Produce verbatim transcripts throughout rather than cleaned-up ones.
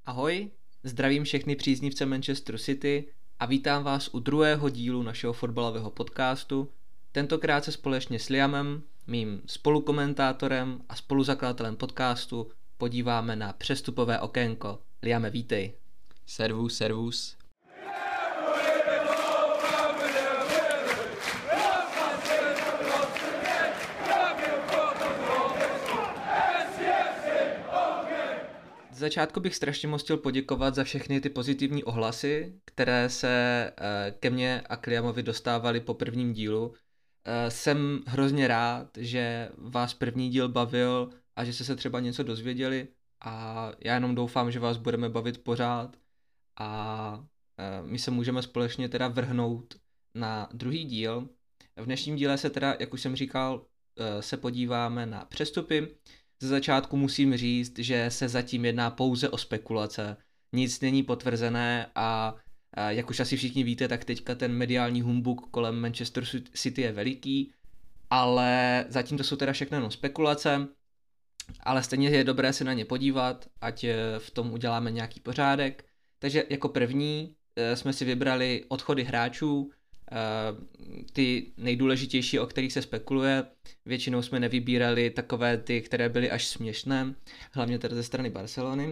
Ahoj, zdravím všechny příznivce Manchesteru City a vítám vás u druhého dílu našeho fotbalového podcastu. Tentokrát se společně s Liamem, mým spolukomentátorem a spoluzakladatelem podcastu, podíváme na přestupové okénko. Liame, vítej. Servus, servus. Z začátku bych strašně moc chtěl poděkovat za všechny ty pozitivní ohlasy, které se ke mně a k Liamovi dostávaly po prvním dílu. Jsem hrozně rád, že vás první díl bavil a že jste se třeba něco dozvěděli a já jenom doufám, že vás budeme bavit pořád a my se můžeme společně teda vrhnout na druhý díl. V dnešním díle se teda, jak už jsem říkal, se podíváme na přestupy. Ze začátku musím říct, že se zatím jedná pouze o spekulace, nic není potvrzené a jak už asi všichni víte, tak teďka ten mediální humbuk kolem Manchester City je veliký, ale zatím to jsou teda všechno jenom spekulace, ale stejně je dobré se na ně podívat, ať v tom uděláme nějaký pořádek. Takže jako první jsme si vybrali odchody hráčů, ty nejdůležitější, o kterých se spekuluje. Většinou jsme nevybírali takové ty, které byly až směšné, hlavně teda ze strany Barcelony.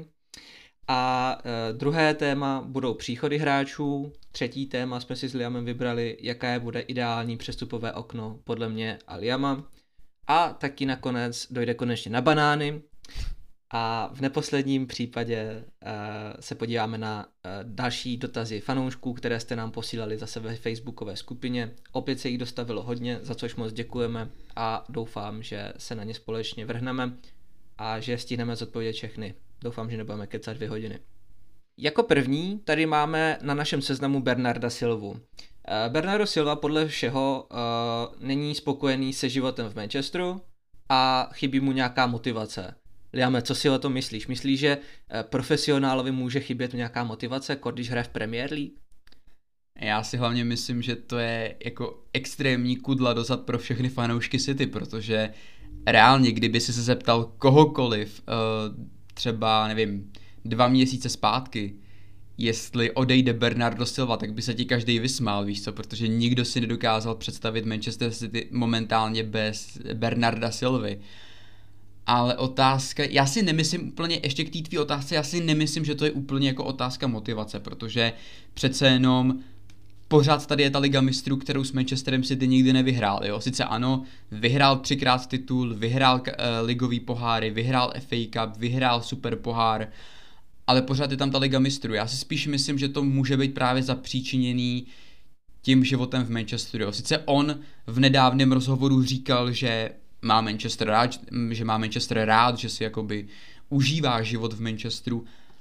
A druhé téma budou příchody hráčů, třetí téma jsme si s Liamem vybrali, jaké bude ideální přestupové okno podle mě a Liama. A taky nakonec dojde konečně na banány. A v neposledním případě uh, se podíváme na uh, další dotazy fanoušků, které jste nám posílali zase ve facebookové skupině. Opět se jich dostavilo hodně, za což moc děkujeme a doufám, že se na ně společně vrhneme a že stihneme zodpovědět všechny. Doufám, že nebudeme kecat dvě hodiny. Jako první tady máme na našem seznamu Bernarda Silvu. Uh, Bernardo Silva podle všeho uh, není spokojený se životem v Manchesteru a chybí mu nějaká motivace. Liame, co si o tom myslíš? Myslíš, že profesionálovi může chybět nějaká motivace, když hraje v Premier League? Já si hlavně myslím, že to je jako extrémní kudla dozad pro všechny fanoušky City, protože reálně, kdyby si se zeptal kohokoliv, třeba, nevím, dva měsíce zpátky, jestli odejde Bernardo Silva, tak by se ti každý vysmál, víš co, protože nikdo si nedokázal představit Manchester City momentálně bez Bernarda Silvy. Ale otázka, já si nemyslím úplně, ještě k té tvý otázce, já si nemyslím, že to je úplně jako otázka motivace, protože přece jenom pořád tady je ta Liga mistrů, kterou s Manchesterem City nikdy nevyhrál, jo, sice ano, vyhrál třikrát titul, vyhrál uh, ligový poháry, vyhrál F A Cup, vyhrál super pohár, ale pořád je tam ta Liga mistrů, já si spíš myslím, že to může být právě zapříčiněný tím životem v Manchesteru, jo, sice on v nedávném rozhovoru říkal, že má Manchester rád, že má Manchester rád, že si jakoby užívá život v Manchesteru,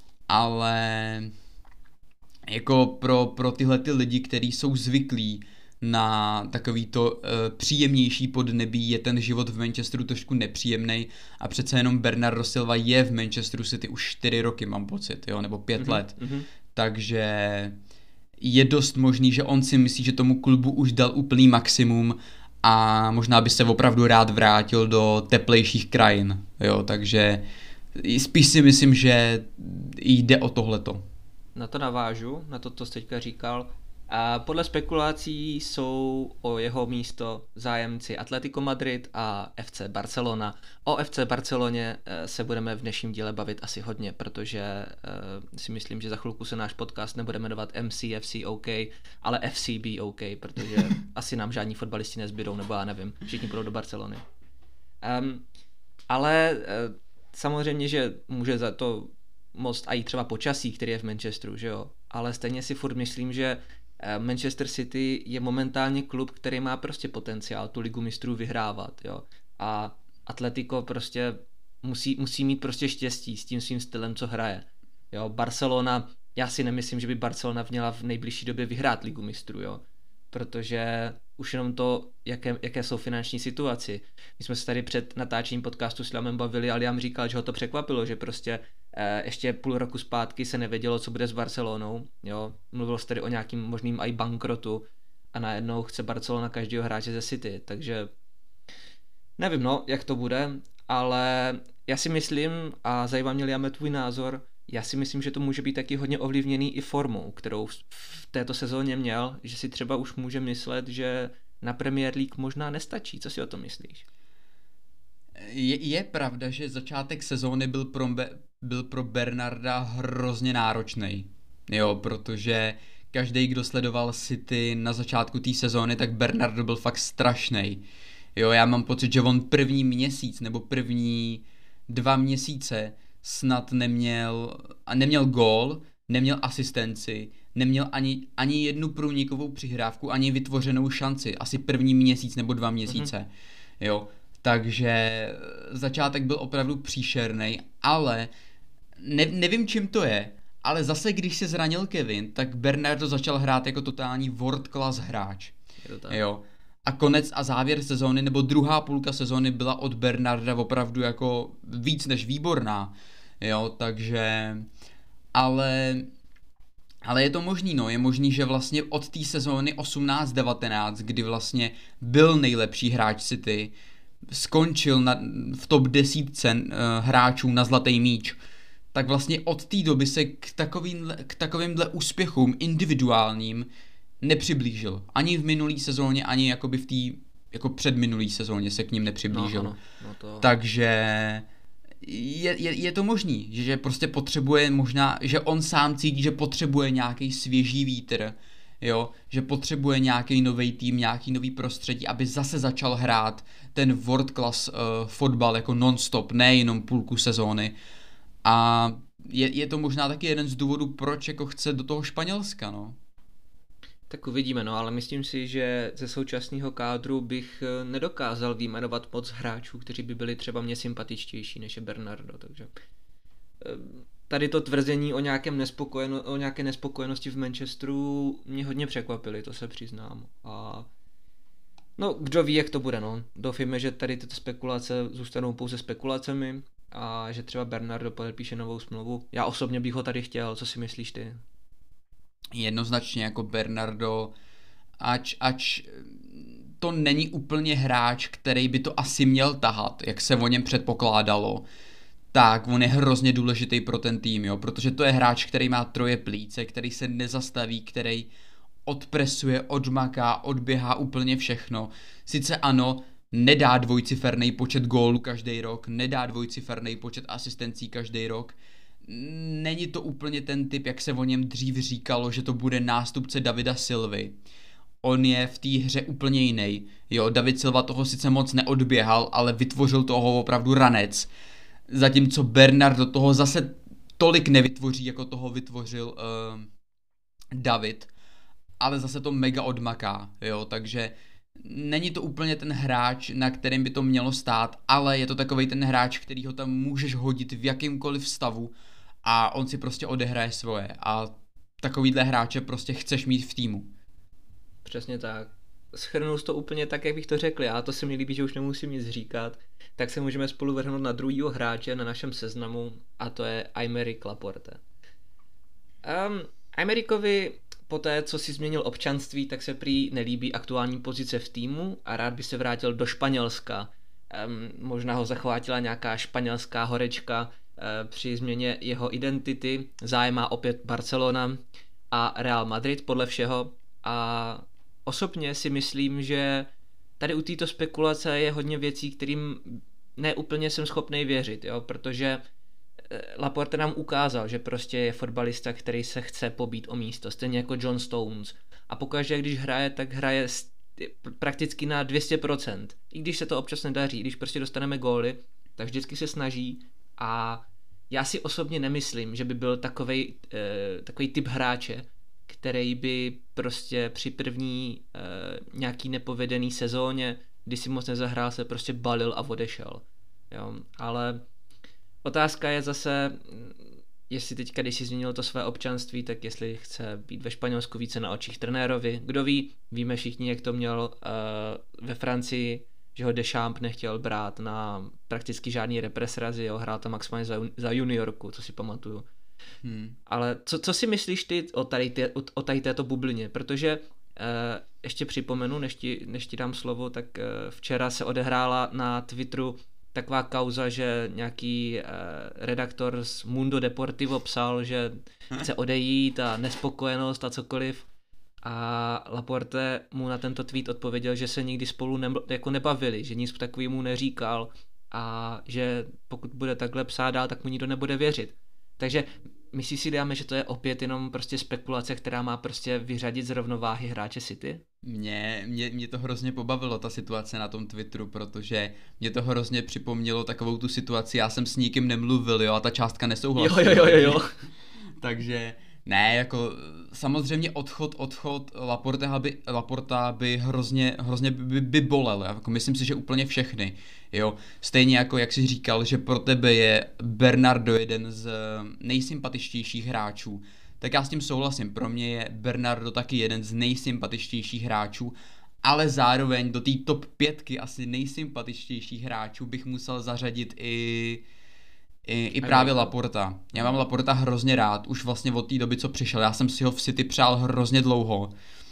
ale jako pro, pro tyhle ty lidi, kteří jsou zvyklí na takový to uh, příjemnější podnebí, je ten život v Manchesteru trošku nepříjemný a přece jenom Bernardo Silva je v Manchesteru City už čtyři roky, mám pocit, jo, nebo pět mm-hmm. let, mm-hmm. takže je dost možný, že on si myslí, že tomu klubu už dal úplný maximum a možná by se opravdu rád vrátil do teplejších krajin, jo, takže spíš si myslím, že jde o tohleto. Na to navážu, na to, co jsi teďka říkal. A podle spekulací jsou o jeho místo zájemci Atletico Madrid a F C Barcelona. O F C Barceloně se budeme v dnešním díle bavit asi hodně, protože uh, si myslím, že za chvilku se náš podcast nebude jmenovat M C F C OK, ale F C B OK, protože asi nám žádní fotbalisti nezbydou, nebo já nevím, všichni půjdou do Barcelony. Um, ale uh, samozřejmě, že může za to moc a i třeba počasí, který je v Manchesteru, že jo, ale stejně si furt myslím, že Manchester City je momentálně klub, který má prostě potenciál tu ligu mistrů vyhrávat, jo. A Atletico prostě musí, musí mít prostě štěstí s tím svým stylem, co hraje. Jo, Barcelona, já si nemyslím, že by Barcelona měla v nejbližší době vyhrát ligu mistrů, jo. Protože už jenom to, jaké, jaké jsou finanční situaci. My jsme se tady před natáčením podcastu s Liamem bavili a Liam říkal, že ho to překvapilo, že prostě eh, ještě půl roku zpátky se nevědělo, co bude s Barcelonou. Jo? Mluvilo se tady o nějakým možným i bankrotu a najednou chce Barcelona každého hráče ze City, takže nevím, no, jak to bude, ale já si myslím, a zajímá mě, Liame, tvůj názor, já si myslím, že to může být taky hodně ovlivněný i formou, kterou v této sezóně měl, že si třeba už může myslet, že na Premier League možná nestačí. Co si o tom myslíš? Je, je pravda, že začátek sezóny byl pro, byl pro Bernarda hrozně náročný. Jo, protože každý, kdo sledoval City na začátku té sezóny, tak Bernardo byl fakt strašný. Jo, já mám pocit, že on první měsíc nebo první dva měsíce snad neměl, a neměl gól, neměl asistenci, neměl ani, ani jednu průnikovou přihrávku, ani vytvořenou šanci. Asi první měsíc nebo dva měsíce. Mm-hmm. Jo, takže začátek byl opravdu příšerný, ale ne, nevím, čím to je, ale zase, když se zranil Kevin, tak Bernardo začal hrát jako totální world class hráč. Jo. A konec a závěr sezóny, nebo druhá půlka sezóny byla od Bernarda opravdu jako víc než výborná. Jo, takže, ale, ale je to možný, no, je možný, že vlastně od té sezóny osmnáct devatenáct, kdy vlastně byl nejlepší hráč City, skončil na, v top desítce uh, hráčů na zlatý míč, tak vlastně od té doby se k, takovým, k takovýmhle úspěchům individuálním nepřiblížil. Ani v minulý sezóně, ani jakoby v té jako předminulý sezóně se k ním nepřiblížil. No, no, to... Takže je, je, je to možný, že, že prostě potřebuje možná, že on sám cítí, že potřebuje nějaký svěží vítr, jo, že potřebuje nějaký nový tým, nějaký nový prostředí, aby zase začal hrát ten world class uh, fotbal jako non-stop, nejenom půlku sezóny. A je, je to možná taky jeden z důvodů, proč jako chce do toho Španělska, no. Tak uvidíme, no, ale myslím si, že ze současného kádru bych nedokázal vyjmenovat moc hráčů, kteří by byli třeba mě sympatičtější než je Bernardo, takže tady to tvrzení o, nějakém nespokojeno, o nějaké nespokojenosti v Manchesteru mě hodně překvapily, to se přiznám. A no, kdo ví, jak to bude, no. Doufíme, že tady tyto spekulace zůstanou pouze spekulacemi a že třeba Bernardo podepíše novou smlouvu. Já osobně bych ho tady chtěl, co si myslíš ty? Jednoznačně jako Bernardo, ač, ač to není úplně hráč, který by to asi měl tahat, jak se o něm předpokládalo, tak on je hrozně důležitý pro ten tým, jo, protože to je hráč, který má troje plíce, který se nezastaví, který odpresuje, odmaká, odběhá úplně všechno. Sice ano, nedá dvojciferný počet gólů každý rok, nedá dvojciferný počet asistencí každý rok. Není to úplně ten typ, jak se o něm dřív říkalo, že to bude nástupce Davida Silvy. On je v té hře úplně jiný. Jo, David Silva toho sice moc neodběhal, ale vytvořil toho opravdu ranec. Zatímco Bernard do toho zase tolik nevytvoří, jako toho vytvořil uh, David. Ale zase to mega odmaká, jo, takže není to úplně ten hráč, na kterým by to mělo stát, ale je to takovej ten hráč, který ho tam můžeš hodit v jakýmkoliv stavu a on si prostě odehraje svoje a takovýhle hráče prostě chceš mít v týmu. Přesně tak. Shrnul to úplně tak, jak bych to řekl já, to se mi líbí, že už nemusím nic říkat, tak se můžeme spolu vrhnout na druhýho hráče na našem seznamu a to je Aymeric Laporte. Um, Aymericovi poté, co si změnil občanství, tak se prý nelíbí aktuální pozice v týmu a rád by se vrátil do Španělska. Um, možná ho zachvátila nějaká španělská horečka uh, při změně jeho identity. Zájem má opět Barcelona a Real Madrid podle všeho. A osobně si myslím, že tady u této spekulace je hodně věcí, kterým neúplně jsem schopný věřit, jo? Protože Laporte nám ukázal, že prostě je fotbalista, který se chce pobít o místo, stejně jako John Stones. A pokaždé, když hraje, tak hraje prakticky na dvě stě procent. I když se to občas nedaří, když prostě dostaneme góly, tak vždycky se snaží a já si osobně nemyslím, že by byl takovej, eh, takový typ hráče, který by prostě při první eh, nějaký nepovedený sezóně, kdy si moc nezahrál, se prostě balil a odešel. Jo, ale otázka je zase, jestli teďka, když si změnil to své občanství, tak jestli chce být ve Španělsku více na očích trenérovi. Kdo ví, víme všichni, jak to měl uh, ve Francii, že ho Deschamps nechtěl brát na prakticky žádný represrazy, jo, hrál tam maximálně za, za juniorku, co si pamatuju. Hmm. Ale co, co si myslíš ty o tady, tě, o, o tady této bublině? Protože uh, ještě připomenu, než ti, než ti dám slovo, tak uh, včera se odehrála na Twitteru taková kauza, že nějaký eh, redaktor z Mundo Deportivo psal, že chce odejít a nespokojenost a cokoliv. A Laporte mu na tento tweet odpověděl, že se nikdy spolu ne, jako nebavili, že nic takovému neříkal a že pokud bude takhle psát dál, tak mu nikdo nebude věřit. Takže my si si dáme, že to je opět jenom prostě spekulace, která má prostě vyřadit z rovnováhy hráče City? Mě, mě, mě to hrozně pobavilo, ta situace na tom Twitteru, protože mě to hrozně připomnělo takovou tu situaci, já jsem s nikým nemluvil, jo, a ta částka nesouhlasila. Jo, jo, jo, jo. Takže ne, jako samozřejmě odchod, odchod Laporta by, Laporta by hrozně, hrozně by, by bolel, jako myslím si, že úplně všechny, jo. Stejně jako, jak jsi říkal, že pro tebe je Bernardo jeden z nejsympatičtějších hráčů, tak já s tím souhlasím, pro mě je Bernardo taky jeden z nejsympatičtějších hráčů, ale zároveň do té top pětky asi nejsympatičtějších hráčů bych musel zařadit i... I, i právě Laporta. Já mám Laporta hrozně rád, už vlastně od té doby, co přišel. Já jsem si ho v City přál hrozně dlouho.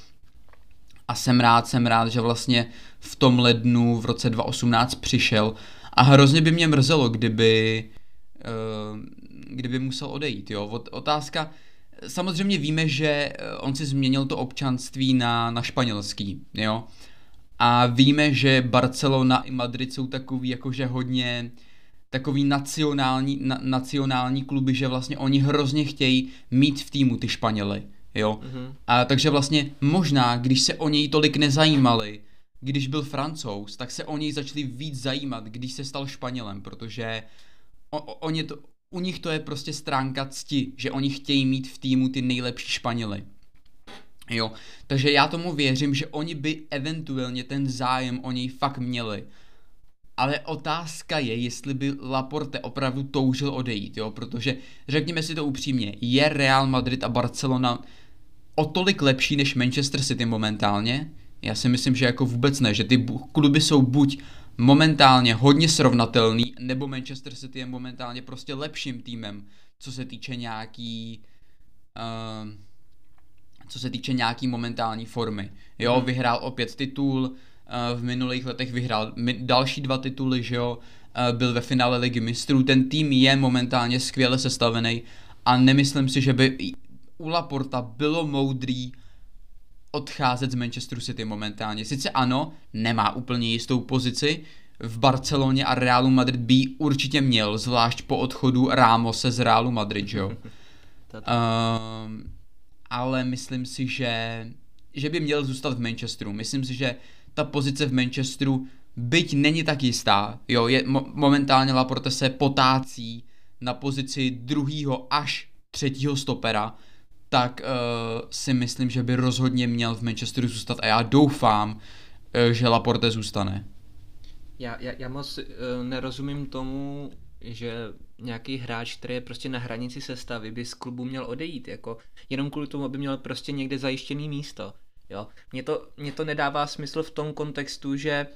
A jsem rád, jsem rád, že vlastně v tom lednu v roce dva tisíce osmnáct přišel. A hrozně by mě mrzelo, kdyby, uh, kdyby musel odejít. Jo? Otázka, samozřejmě víme, že on si změnil to občanství na, na španělský. Jo? A víme, že Barcelona i Madrid jsou takový jakože hodně... takový nacionální, na, nacionální kluby, že vlastně oni hrozně chtějí mít v týmu ty Španěly, jo. Mm-hmm. A takže vlastně možná, když se o něj tolik nezajímali, když byl Francouz, tak se o něj začali víc zajímat, když se stal Španělem, protože o, o, oni to, u nich to je prostě stránka cti, že oni chtějí mít v týmu ty nejlepší Španěly. Jo, takže já tomu věřím, že oni by eventuálně ten zájem o něj fakt měli. Ale otázka je, jestli by Laporte opravdu toužil odejít, jo, protože řekněme si to upřímně, je Real Madrid a Barcelona o tolik lepší než Manchester City momentálně? Já si myslím, že jako vůbec ne, že ty bu- kluby jsou buď momentálně hodně srovnatelný, nebo Manchester City je momentálně prostě lepším týmem, co se týče nějaký... Uh, co se týče nějaký momentální formy. Jo, hmm. vyhrál opět titul, v minulých letech vyhrál další dva tituly, že jo, byl ve finále Ligy mistrů, ten tým je momentálně skvěle sestavený a nemyslím si, že by u Laporta bylo moudrý odcházet z Manchesteru City momentálně. Sice ano, nemá úplně jistou pozici, v Barceloně a Realu Madrid by určitě měl, zvlášť po odchodu Ramose z Realu Madrid, že jo. uh, ale myslím si, že, že by měl zůstat v Manchesteru. Myslím si, že ta pozice v Manchesteru, byť není tak jistá, jo, je, mo- momentálně Laporte se potácí na pozici druhýho až třetího stopera, tak uh, si myslím, že by rozhodně měl v Manchesteru zůstat a já doufám, uh, že Laporte zůstane. Já, já, já moc uh, nerozumím tomu, že nějaký hráč, který je prostě na hranici sestavy, by z klubu měl odejít, jako jenom kvůli tomu, aby měl prostě někde zajištěný místo. Jo. Mně to, mně to nedává smysl v tom kontextu, že e,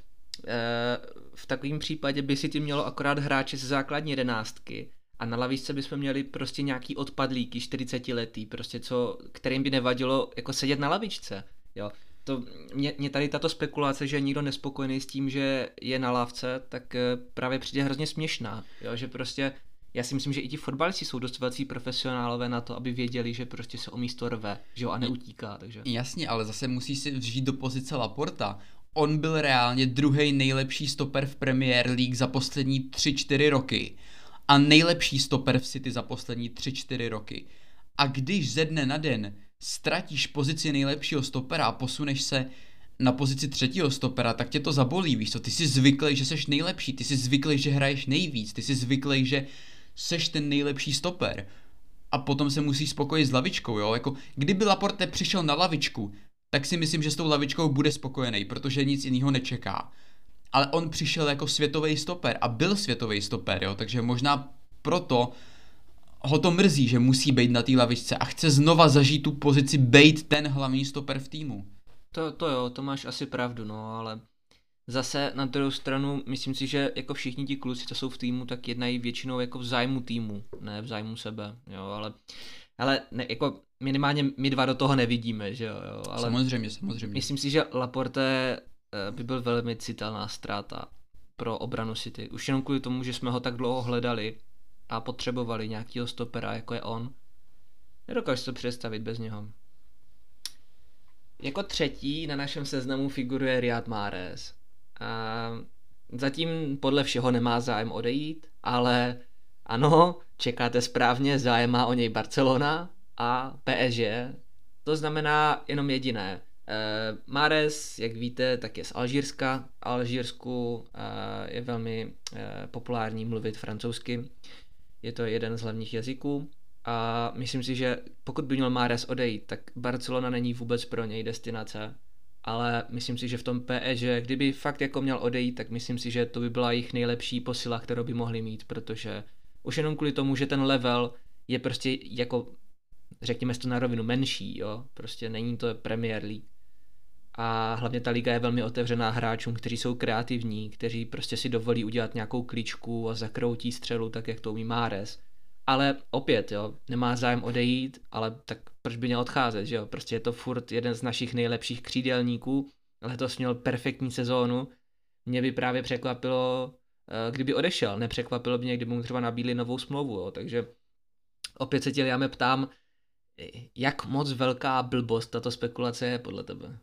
v takovém případě by si tím mělo akorát hráče ze základní jedenáctky a na lavičce bychom měli prostě nějaký odpadlíky čtyřicetiletý, prostě co, kterým by nevadilo jako sedět na lavičce. Jo. To, mě, mě tady tato spekulace, že je nikdo nespokojený s tím, že je na lávce, tak e, právě přijde hrozně směšná. Jo. Že prostě já si myslím, že i ti fotbalisti jsou dost velcí profesionálové na to, aby věděli, že prostě se o místo rve, že jo, a neutíká, takže. Jasně, ale zase musí si vžít do pozice Laporta. On byl reálně druhý nejlepší stoper v Premier League za poslední tři čtyři roky a nejlepší stoper v City za poslední tři čtyři roky. A když ze dne na den ztratíš pozici nejlepšího stopera a posuneš se na pozici třetího stopera, tak tě to zabolí, víš co, ty jsi zvyklý, že seš nejlepší, ty jsi zvyklý, že hraješ nejvíc, ty jsi zvyklý, že seš ten nejlepší stoper a potom se musí spokojit s lavičkou, jo, jako kdyby Laporte přišel na lavičku, tak si myslím, že s tou lavičkou bude spokojený, protože nic jiného nečeká. Ale on přišel jako světový stoper a byl světový stoper, jo, takže možná proto ho to mrzí, že musí být na té lavičce a chce znova zažít tu pozici bejt ten hlavní stoper v týmu. To, to jo, to máš asi pravdu, no, ale zase na druhou stranu, myslím si, že jako všichni ti kluci, co jsou v týmu, tak jednají většinou jako v zájmu týmu, ne v zájmu sebe, jo, ale, ale ne, jako minimálně my dva do toho nevidíme, že jo, jo, ale samozřejmě, samozřejmě. Myslím si, že Laporte by byl velmi citelná ztráta pro obranu City. Už jenom kvůli tomu, že jsme ho tak dlouho hledali a potřebovali nějakýho stopera, jako je on. Nedokážu si to představit bez něho. Jako třetí na našem seznamu figuruje Riyad Mahrez. A zatím podle všeho nemá zájem odejít, ale ano, čekáte správně, zájem má o něj Barcelona a P S G. To znamená jenom jediné. Uh, Mahrez, jak víte, tak je z Alžírska. V Alžírsku uh, je velmi uh, populární mluvit francouzsky. Je to jeden z hlavních jazyků. A myslím si, že pokud by měl Mahrez odejít, tak Barcelona není vůbec pro něj destinace. Ale myslím si, že v tom P S G, kdyby fakt jako měl odejít, tak myslím si, že to by byla jejich nejlepší posila, kterou by mohli mít, protože už jenom kvůli tomu, že ten level je prostě jako, řekněme si to na rovinu, menší, jo, prostě není to Premier League. A hlavně ta liga je velmi otevřená hráčům, kteří jsou kreativní, kteří prostě si dovolí udělat nějakou kličku a zakroutí střelu, tak jak to umí Mahrez. Ale opět, jo, nemá zájem odejít, ale tak proč by měl odcházet, že jo? Prostě je to furt jeden z našich nejlepších křídelníků, letos měl perfektní sezónu. Mě by právě překvapilo, kdyby odešel, nepřekvapilo by mě, kdyby mu třeba nabídli novou smlouvu, jo? Takže opět se tě, Liame, ptám, jak moc velká blbost tato spekulace je podle tebe?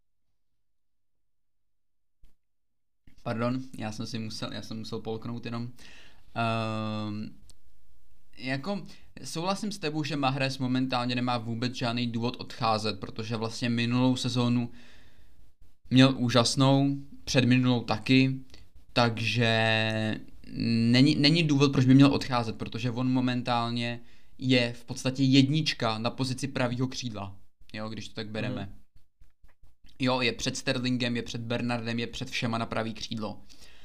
Pardon, já jsem si musel, já jsem musel polknout jenom. Um, jako souhlasím s tebou, že Mahrez momentálně nemá vůbec žádný důvod odcházet, protože vlastně minulou sezónu měl úžasnou, předminulou taky, takže není, není důvod, proč by měl odcházet, protože on momentálně je v podstatě jednička na pozici pravýho křídla, jo, když to tak bereme. Mm. Jo, je před Sterlingem, je před Bernardem, je před všema na pravý křídlo.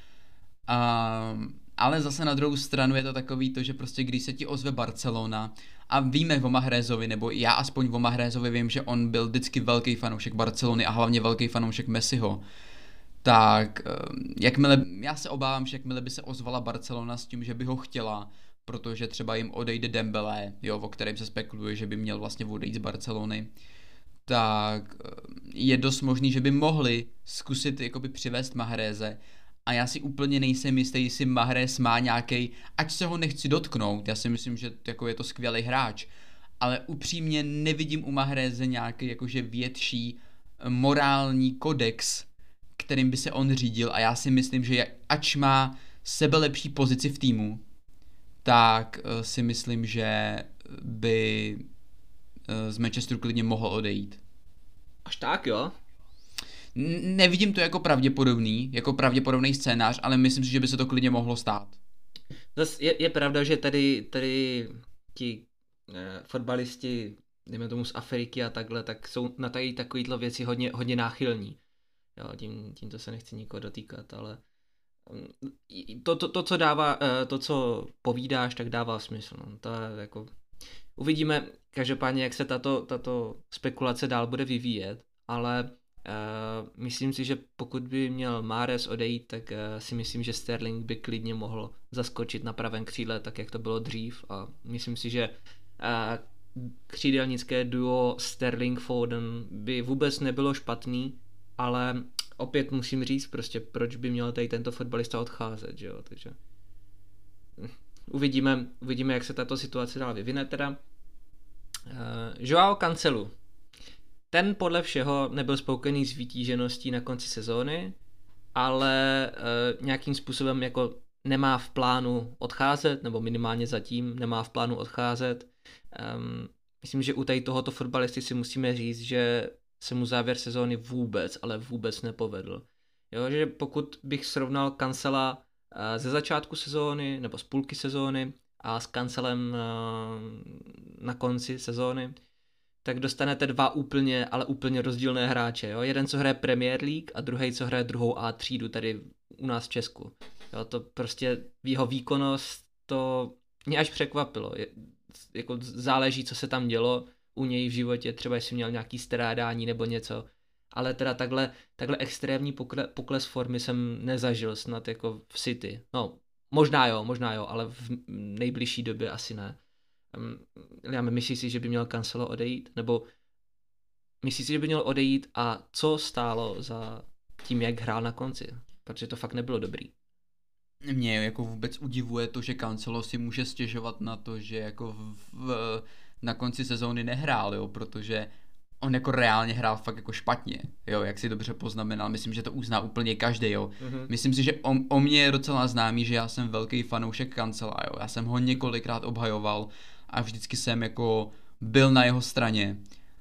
Um, ale zase na druhou stranu je to takový to, že prostě když se ti ozve Barcelona a víme o Mahrezovi, nebo já aspoň o Mahrezovi vím, že on byl vždycky velký fanoušek Barcelony a hlavně velký fanoušek Messiho, tak um, jakmile, já se obávám, že jakmile by se ozvala Barcelona s tím, že by ho chtěla, protože třeba jim odejde Dembélé, jo, o kterém se spekuluje, že by měl vlastně odejít z Barcelony, tak je dost možný, že by mohli zkusit jakoby přivést Mahreze a já si úplně nejsem jistý, jestli Mahrez má nějaký, ať se ho nechci dotknout, já si myslím, že jako je to skvělý hráč, ale upřímně nevidím u Mahreze nějaký jakože větší morální kodex, kterým by se on řídil a já si myslím, že ač má sebelepší pozici v týmu, tak si myslím, že by z Manchesteru klidně mohl odejít. Až tak, jo? N- nevidím to jako pravděpodobný, jako pravděpodobný scénář, ale myslím si, že by se to klidně mohlo stát. Zas je, je pravda, že tady, tady ti eh, fotbalisti, dejme tomu z Afriky a takhle, tak jsou na tady takovýhle věci hodně, hodně náchylní. Jo, tím, tímto se nechci nikoho dotýkat, ale to, to, to, co dává, to, co povídáš, tak dává smysl. No. To je jako... Uvidíme každopádně, jak se tato, tato spekulace dál bude vyvíjet, ale uh, myslím si, že pokud by měl Mahrez odejít, tak uh, si myslím, že Sterling by klidně mohl zaskočit na pravém křídle, tak jak to bylo dřív, a myslím si, že uh, křídelnické duo Sterling-Foden by vůbec nebylo špatný, ale opět musím říct prostě, proč by měl tady tento fotbalista odcházet, že jo, takže uvidíme, uvidíme, jak se tato situace dál vyvine teda. Uh, Joao Cancelo. Ten podle všeho nebyl spokojený s vytížeností na konci sezóny, ale uh, nějakým způsobem jako nemá v plánu odcházet, nebo minimálně zatím nemá v plánu odcházet. Um, myslím, že u tady tohoto fotbalisty si musíme říct, že se mu závěr sezóny vůbec, ale vůbec nepovedl. Jo, že pokud bych srovnal Cancela ze začátku sezóny, nebo z půlky sezóny a s Cancelem na konci sezóny, tak dostanete dva úplně, ale úplně rozdílné hráče. Jo? Jeden, co hraje Premier League a druhý, co hraje druhou A třídu tady u nás v Česku. Jo? To prostě jeho výkonnost, to mě až překvapilo. Je, jako záleží, co se tam dělo u něj v životě, třeba jestli měl nějaký strádání nebo něco, ale teda takhle, takhle extrémní pokle, pokles formy jsem nezažil snad jako v City. No, možná jo, možná jo, ale v nejbližší době asi ne. Um, myslíš si, že by měl Cancelo odejít? Nebo myslíš si, že by měl odejít a co stálo za tím, jak hrál na konci? Protože to fakt nebylo dobrý. Mě jako vůbec udivuje to, že Cancelo si může stěžovat na to, že jako v, v, na konci sezóny nehrál, jo, protože on jako reálně hrál fakt jako špatně, jo, jak si dobře poznamenal, myslím, že to uzná úplně každý, jo. Mm-hmm. Myslím si, že o, o mě je docela známý, že já jsem velký fanoušek Cancela, jo, já jsem ho několikrát obhajoval a vždycky jsem jako byl na jeho straně,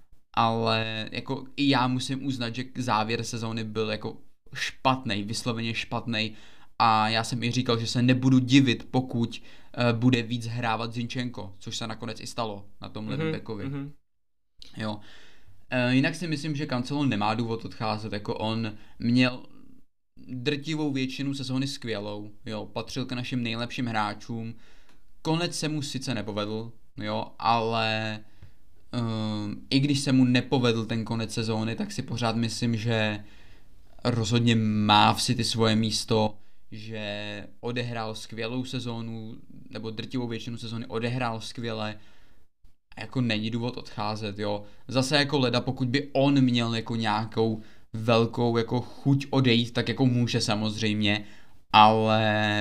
ale jako i já musím uznat, že závěr sezóny byl jako špatnej, vysloveně špatnej. A já jsem i říkal, že se nebudu divit, pokud uh, bude víc hrávat Zinchenko, což se nakonec i stalo na tom levém mm-hmm. backovi. Mm-hmm. Jo. Uh, jinak si myslím, že Cancelo nemá důvod odcházet, jako on měl drtivou většinu sezóny skvělou, jo, patřil k našim nejlepším hráčům, konec se mu sice nepovedl, jo, ale uh, i když se mu nepovedl ten konec sezóny, tak si pořád myslím, že rozhodně má v City svoje místo, že odehrál skvělou sezónu, nebo drtivou většinu sezóny odehrál skvěle a jako není důvod odcházet, jo. Zase jako leda, pokud by on měl jako nějakou velkou jako chuť odejít, tak jako může samozřejmě, ale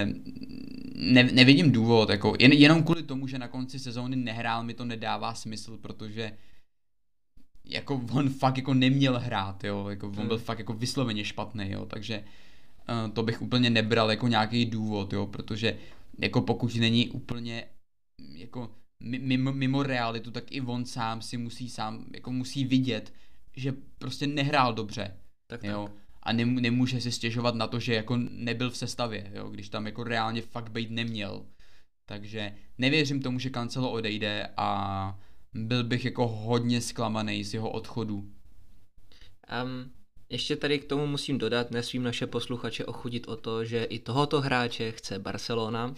ne, nevidím důvod, jako jen, jenom kvůli tomu, že na konci sezóny nehrál, mi to nedává smysl, protože jako on fakt jako neměl hrát, jo, jako on byl fakt jako vysloveně špatný, jo, takže uh, to bych úplně nebral jako nějaký důvod, jo, protože jako pokud není úplně jako mimo, mimo realitu, tak i on sám si musí sám, jako musí vidět, že prostě nehrál dobře, tak, jo, tak. A nem, nemůže si stěžovat na to, že jako nebyl v sestavě, jo, když tam jako reálně fakt být neměl, takže nevěřím tomu, že Cancelo odejde a byl bych jako hodně zklamaný z jeho odchodu. Um, ještě tady k tomu musím dodat, nesmím naše posluchače ochudit o to, že i tohoto hráče chce Barcelona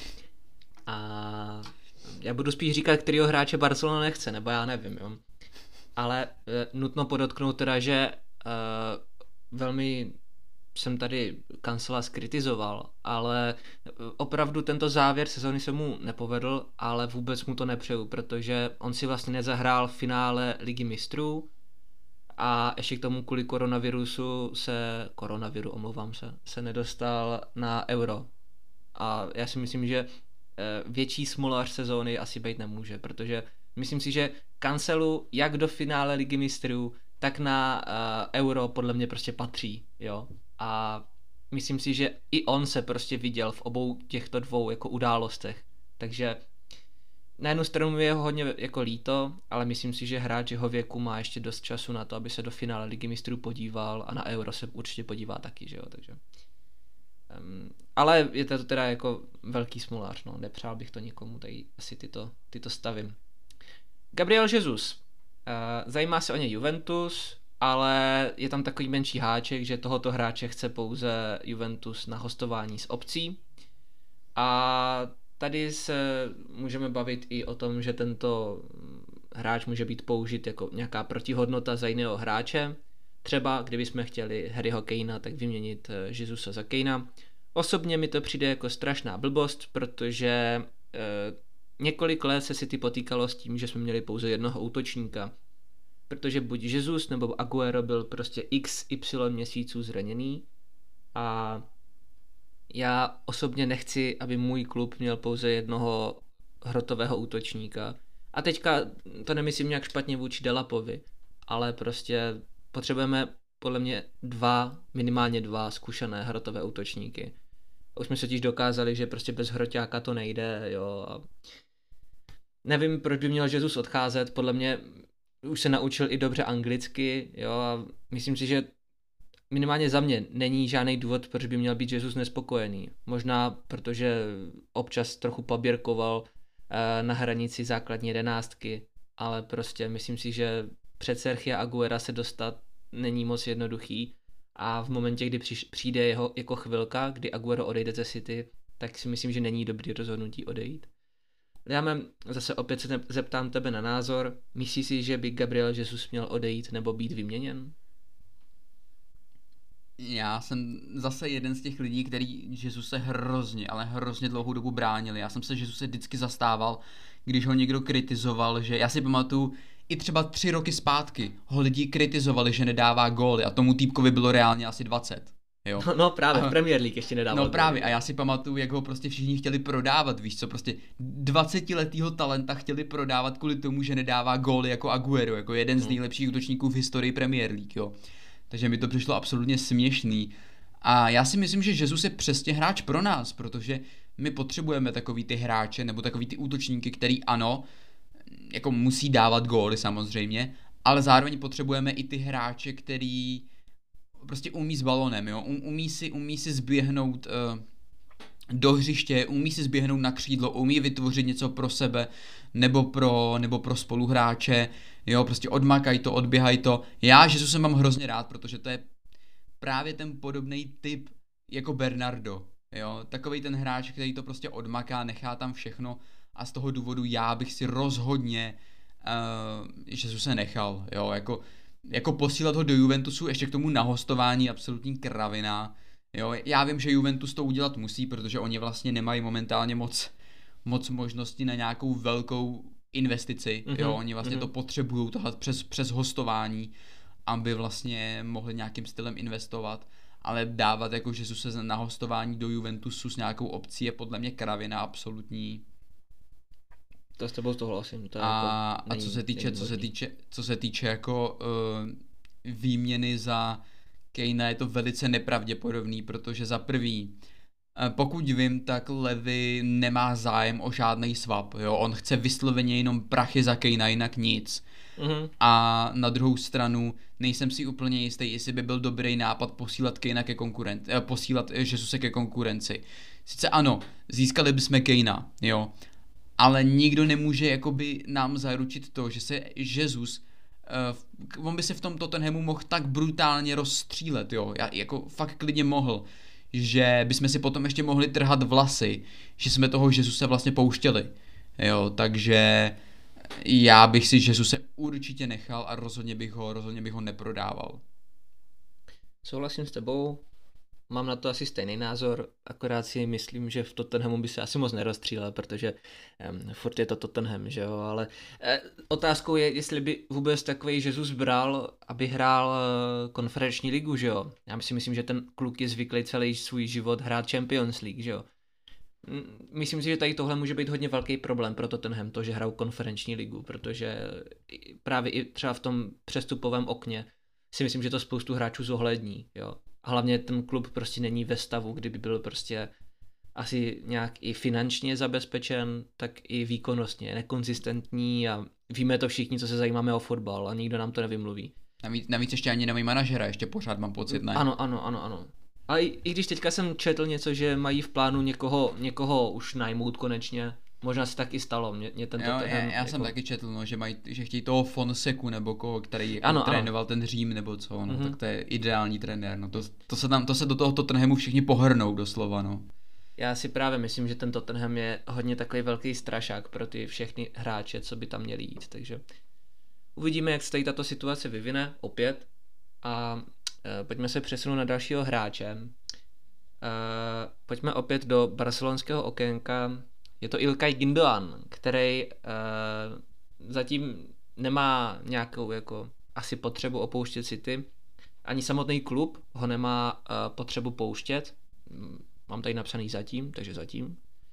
a já budu spíš říkat, kterýho hráče Barcelona nechce, nebo já nevím, jo. Ale uh, nutno podotknout teda, že uh, velmi jsem tady Cancela skritizoval, ale opravdu tento závěr sezóny se mu nepovedl, ale vůbec mu to nepřeju, protože on si vlastně nezahrál v finále Ligy mistrů a ještě k tomu kvůli koronavirusu se, koronaviru, omlouvám se, se nedostal na Euro. A já si myslím, že větší smolař sezóny asi být nemůže, protože myslím si, že Cancelu jak do finále Ligy mistrů, tak na uh, Euro podle mě prostě patří, jo. A myslím si, že i on se prostě viděl v obou těchto dvou jako událostech. Takže na jednu stranu je ho hodně jako líto, ale myslím si, že hráč jeho věku má ještě dost času na to, aby se do finále Ligy mistrů podíval a na Euro se určitě podívá taky, že jo, takže. Um, ale je to teda jako velký smolář, no, nepřál bych to nikomu, tady asi tyto, tyto stavím. Gabriel Jesus. Uh, zajímá se o ně Juventus, ale je tam takový menší háček, že tohoto hráče chce pouze Juventus na hostování s opcí. A tady se můžeme bavit i o tom, že tento hráč může být použit jako nějaká protihodnota za jiného hráče. Třeba kdybychom chtěli Harryho Kanea, tak vyměnit Jesusa za Kanea. Osobně mi to přijde jako strašná blbost, protože eh, několik let se City potýkalo s tím, že jsme měli pouze jednoho útočníka. Protože buď Jesus nebo Aguero byl prostě x y měsíců zraněný a já osobně nechci, aby můj klub měl pouze jednoho hrotového útočníka. A teďka to nemyslím nějak špatně vůči Delapovi, ale prostě potřebujeme podle mě dva, minimálně dva zkušené hrotové útočníky. Už jsme se totiž dokázali, že prostě bez hroťáka to nejde, jo. A nevím, proč by měl Jesus odcházet, podle mě už se naučil i dobře anglicky, jo, a myslím si, že minimálně za mě není žádný důvod, proč by měl být Jesus nespokojený. Možná protože občas trochu paběrkoval eh, na hranici základní jedenáctky, ale prostě myslím si, že před Sergia Aguera se dostat není moc jednoduchý a v momentě, kdy přijde jeho jako chvilka, kdy Aguero odejde ze City, tak si myslím, že není dobrý rozhodnutí odejít. Já mám, zase opět se zeptám tebe na názor. Myslíš si, že by Gabriel Jesus měl odejít nebo být vyměněn? Já jsem zase jeden z těch lidí, který Jesuse hrozně, ale hrozně dlouhou dobu bránili. Já jsem se Jesuse vždycky zastával, když ho někdo kritizoval, že já si pamatuju, i třeba tři roky zpátky ho lidi kritizovali, že nedává góly a tomu týpkovi bylo reálně asi dvacet. jo. No, no právě, v Premier League ještě nedával. No právě, a já si pamatuju, jak ho prostě všichni chtěli prodávat, víš co, prostě dvacetiletýho talenta chtěli prodávat kvůli tomu, že nedává góly jako Aguero, jako jeden z nejlepších útočníků v historii Premier League, jo. Takže mi to přišlo absolutně směšný. A já si myslím, že Jesus je přesně hráč pro nás, protože my potřebujeme takový ty hráče, nebo takový ty útočníky, který ano, jako musí dávat góly samozřejmě, ale zároveň potřebujeme i ty hráče, který prostě umí s balonem, jo, um, umí si, umí si zběhnout uh, do hřiště, umí si zběhnout na křídlo, umí vytvořit něco pro sebe, nebo pro, nebo pro spoluhráče, jo, prostě odmakaj to, odběhaj to. Já Jesuse mám hrozně rád, protože to je právě ten podobný typ jako Bernardo, jo, takovej ten hráč, který to prostě odmaká, nechá tam všechno a z toho důvodu já bych si rozhodně uh, Jesuse nechal, jo, jako jako posílat ho do Juventusu ještě k tomu na hostování absolutní kravina, jo, já vím, že Juventus to udělat musí, protože oni vlastně nemají momentálně moc, moc možností na nějakou velkou investici, mm-hmm. jo, oni vlastně mm-hmm. to potřebují tahat přes, přes hostování, aby vlastně mohli nějakým stylem investovat, ale dávat jako Jesuse na hostování do Juventusu s nějakou opcí je podle mě kravina absolutní. To s tebou souhlasím. To je a, jako a co se týče, co se týče, co se týče jako uh, výměny za Kanea, je to velice nepravděpodobný, protože za prvý, uh, pokud vím, tak Levy nemá zájem o žádný swap, jo, on chce vysloveně jenom prachy za Kanea, jinak nic. Mm-hmm. A na druhou stranu nejsem si úplně jistý, jestli by byl dobrý nápad posílat Kanea ke konkurenci, eh, posílat Jesuse ke konkurenci. Sice ano, získali bychom Kanea, jo, ale nikdo nemůže jakoby nám zaručit to, že se Jesus, uh, on by se v tom Tottenhamu mohl tak brutálně rozstřílet, jo, já jako fakt klidně mohl, že bychom si potom ještě mohli trhat vlasy, že jsme toho Jesuse vlastně pouštěli, jo, takže já bych si Jesuse určitě nechal a rozhodně bych ho, rozhodně bych ho neprodával. Souhlasím s tebou. Mám na to asi stejný názor, akorát si myslím, že v Tottenhamu by se asi moc nerozstřílel, protože um, furt je to Tottenham, že jo, ale eh, otázkou je, jestli by vůbec takový Jesus bral, aby hrál uh, konferenční ligu, že jo. Já si myslím, že ten kluk je zvyklý celý svůj život hrát Champions League, že jo. Myslím si, že tady tohle může být hodně velký problém pro Tottenham, to, že hrajou konferenční ligu, protože právě i třeba v tom přestupovém okně si myslím, že to spoustu hráčů zohlední, jo. A hlavně ten klub prostě není ve stavu, kdyby byl prostě asi nějak i finančně zabezpečen, tak i výkonnostně, nekonzistentní a víme to všichni, co se zajímáme o fotbal a nikdo nám to nevymluví. Navíc, navíc ještě ani nemají manažera, ještě pořád mám pocit, ne? Ano, ano, ano, ano. A i, i když teďka jsem četl něco, že mají v plánu někoho, někoho už najmout konečně, možná se tak i stalo. Mě, mě tento jo, ten, já, já jako... jsem taky četl, no, že, mají, že chtějí toho Fonseku nebo koho, který jako ano, trénoval ano. ten Řím nebo co, no, mm-hmm. tak to je ideální trenér, no, to, to, se tam, to se do toho Tottenhamu všichni pohrnou doslova, no. Já si právě myslím, že ten Tottenham je hodně takový velký strašák pro ty všechny hráče, co by tam měli jít, takže uvidíme, jak se tady tato situace vyvine opět a e, pojďme se přesunout na dalšího hráče. E, pojďme opět do barcelonského okénka. Je to Ilkay Gündoğan, který e, zatím nemá nějakou jako asi potřebu opouštět City. Ani samotný klub ho nemá e, potřebu pouštět. Mám tady napsaný zatím, takže zatím.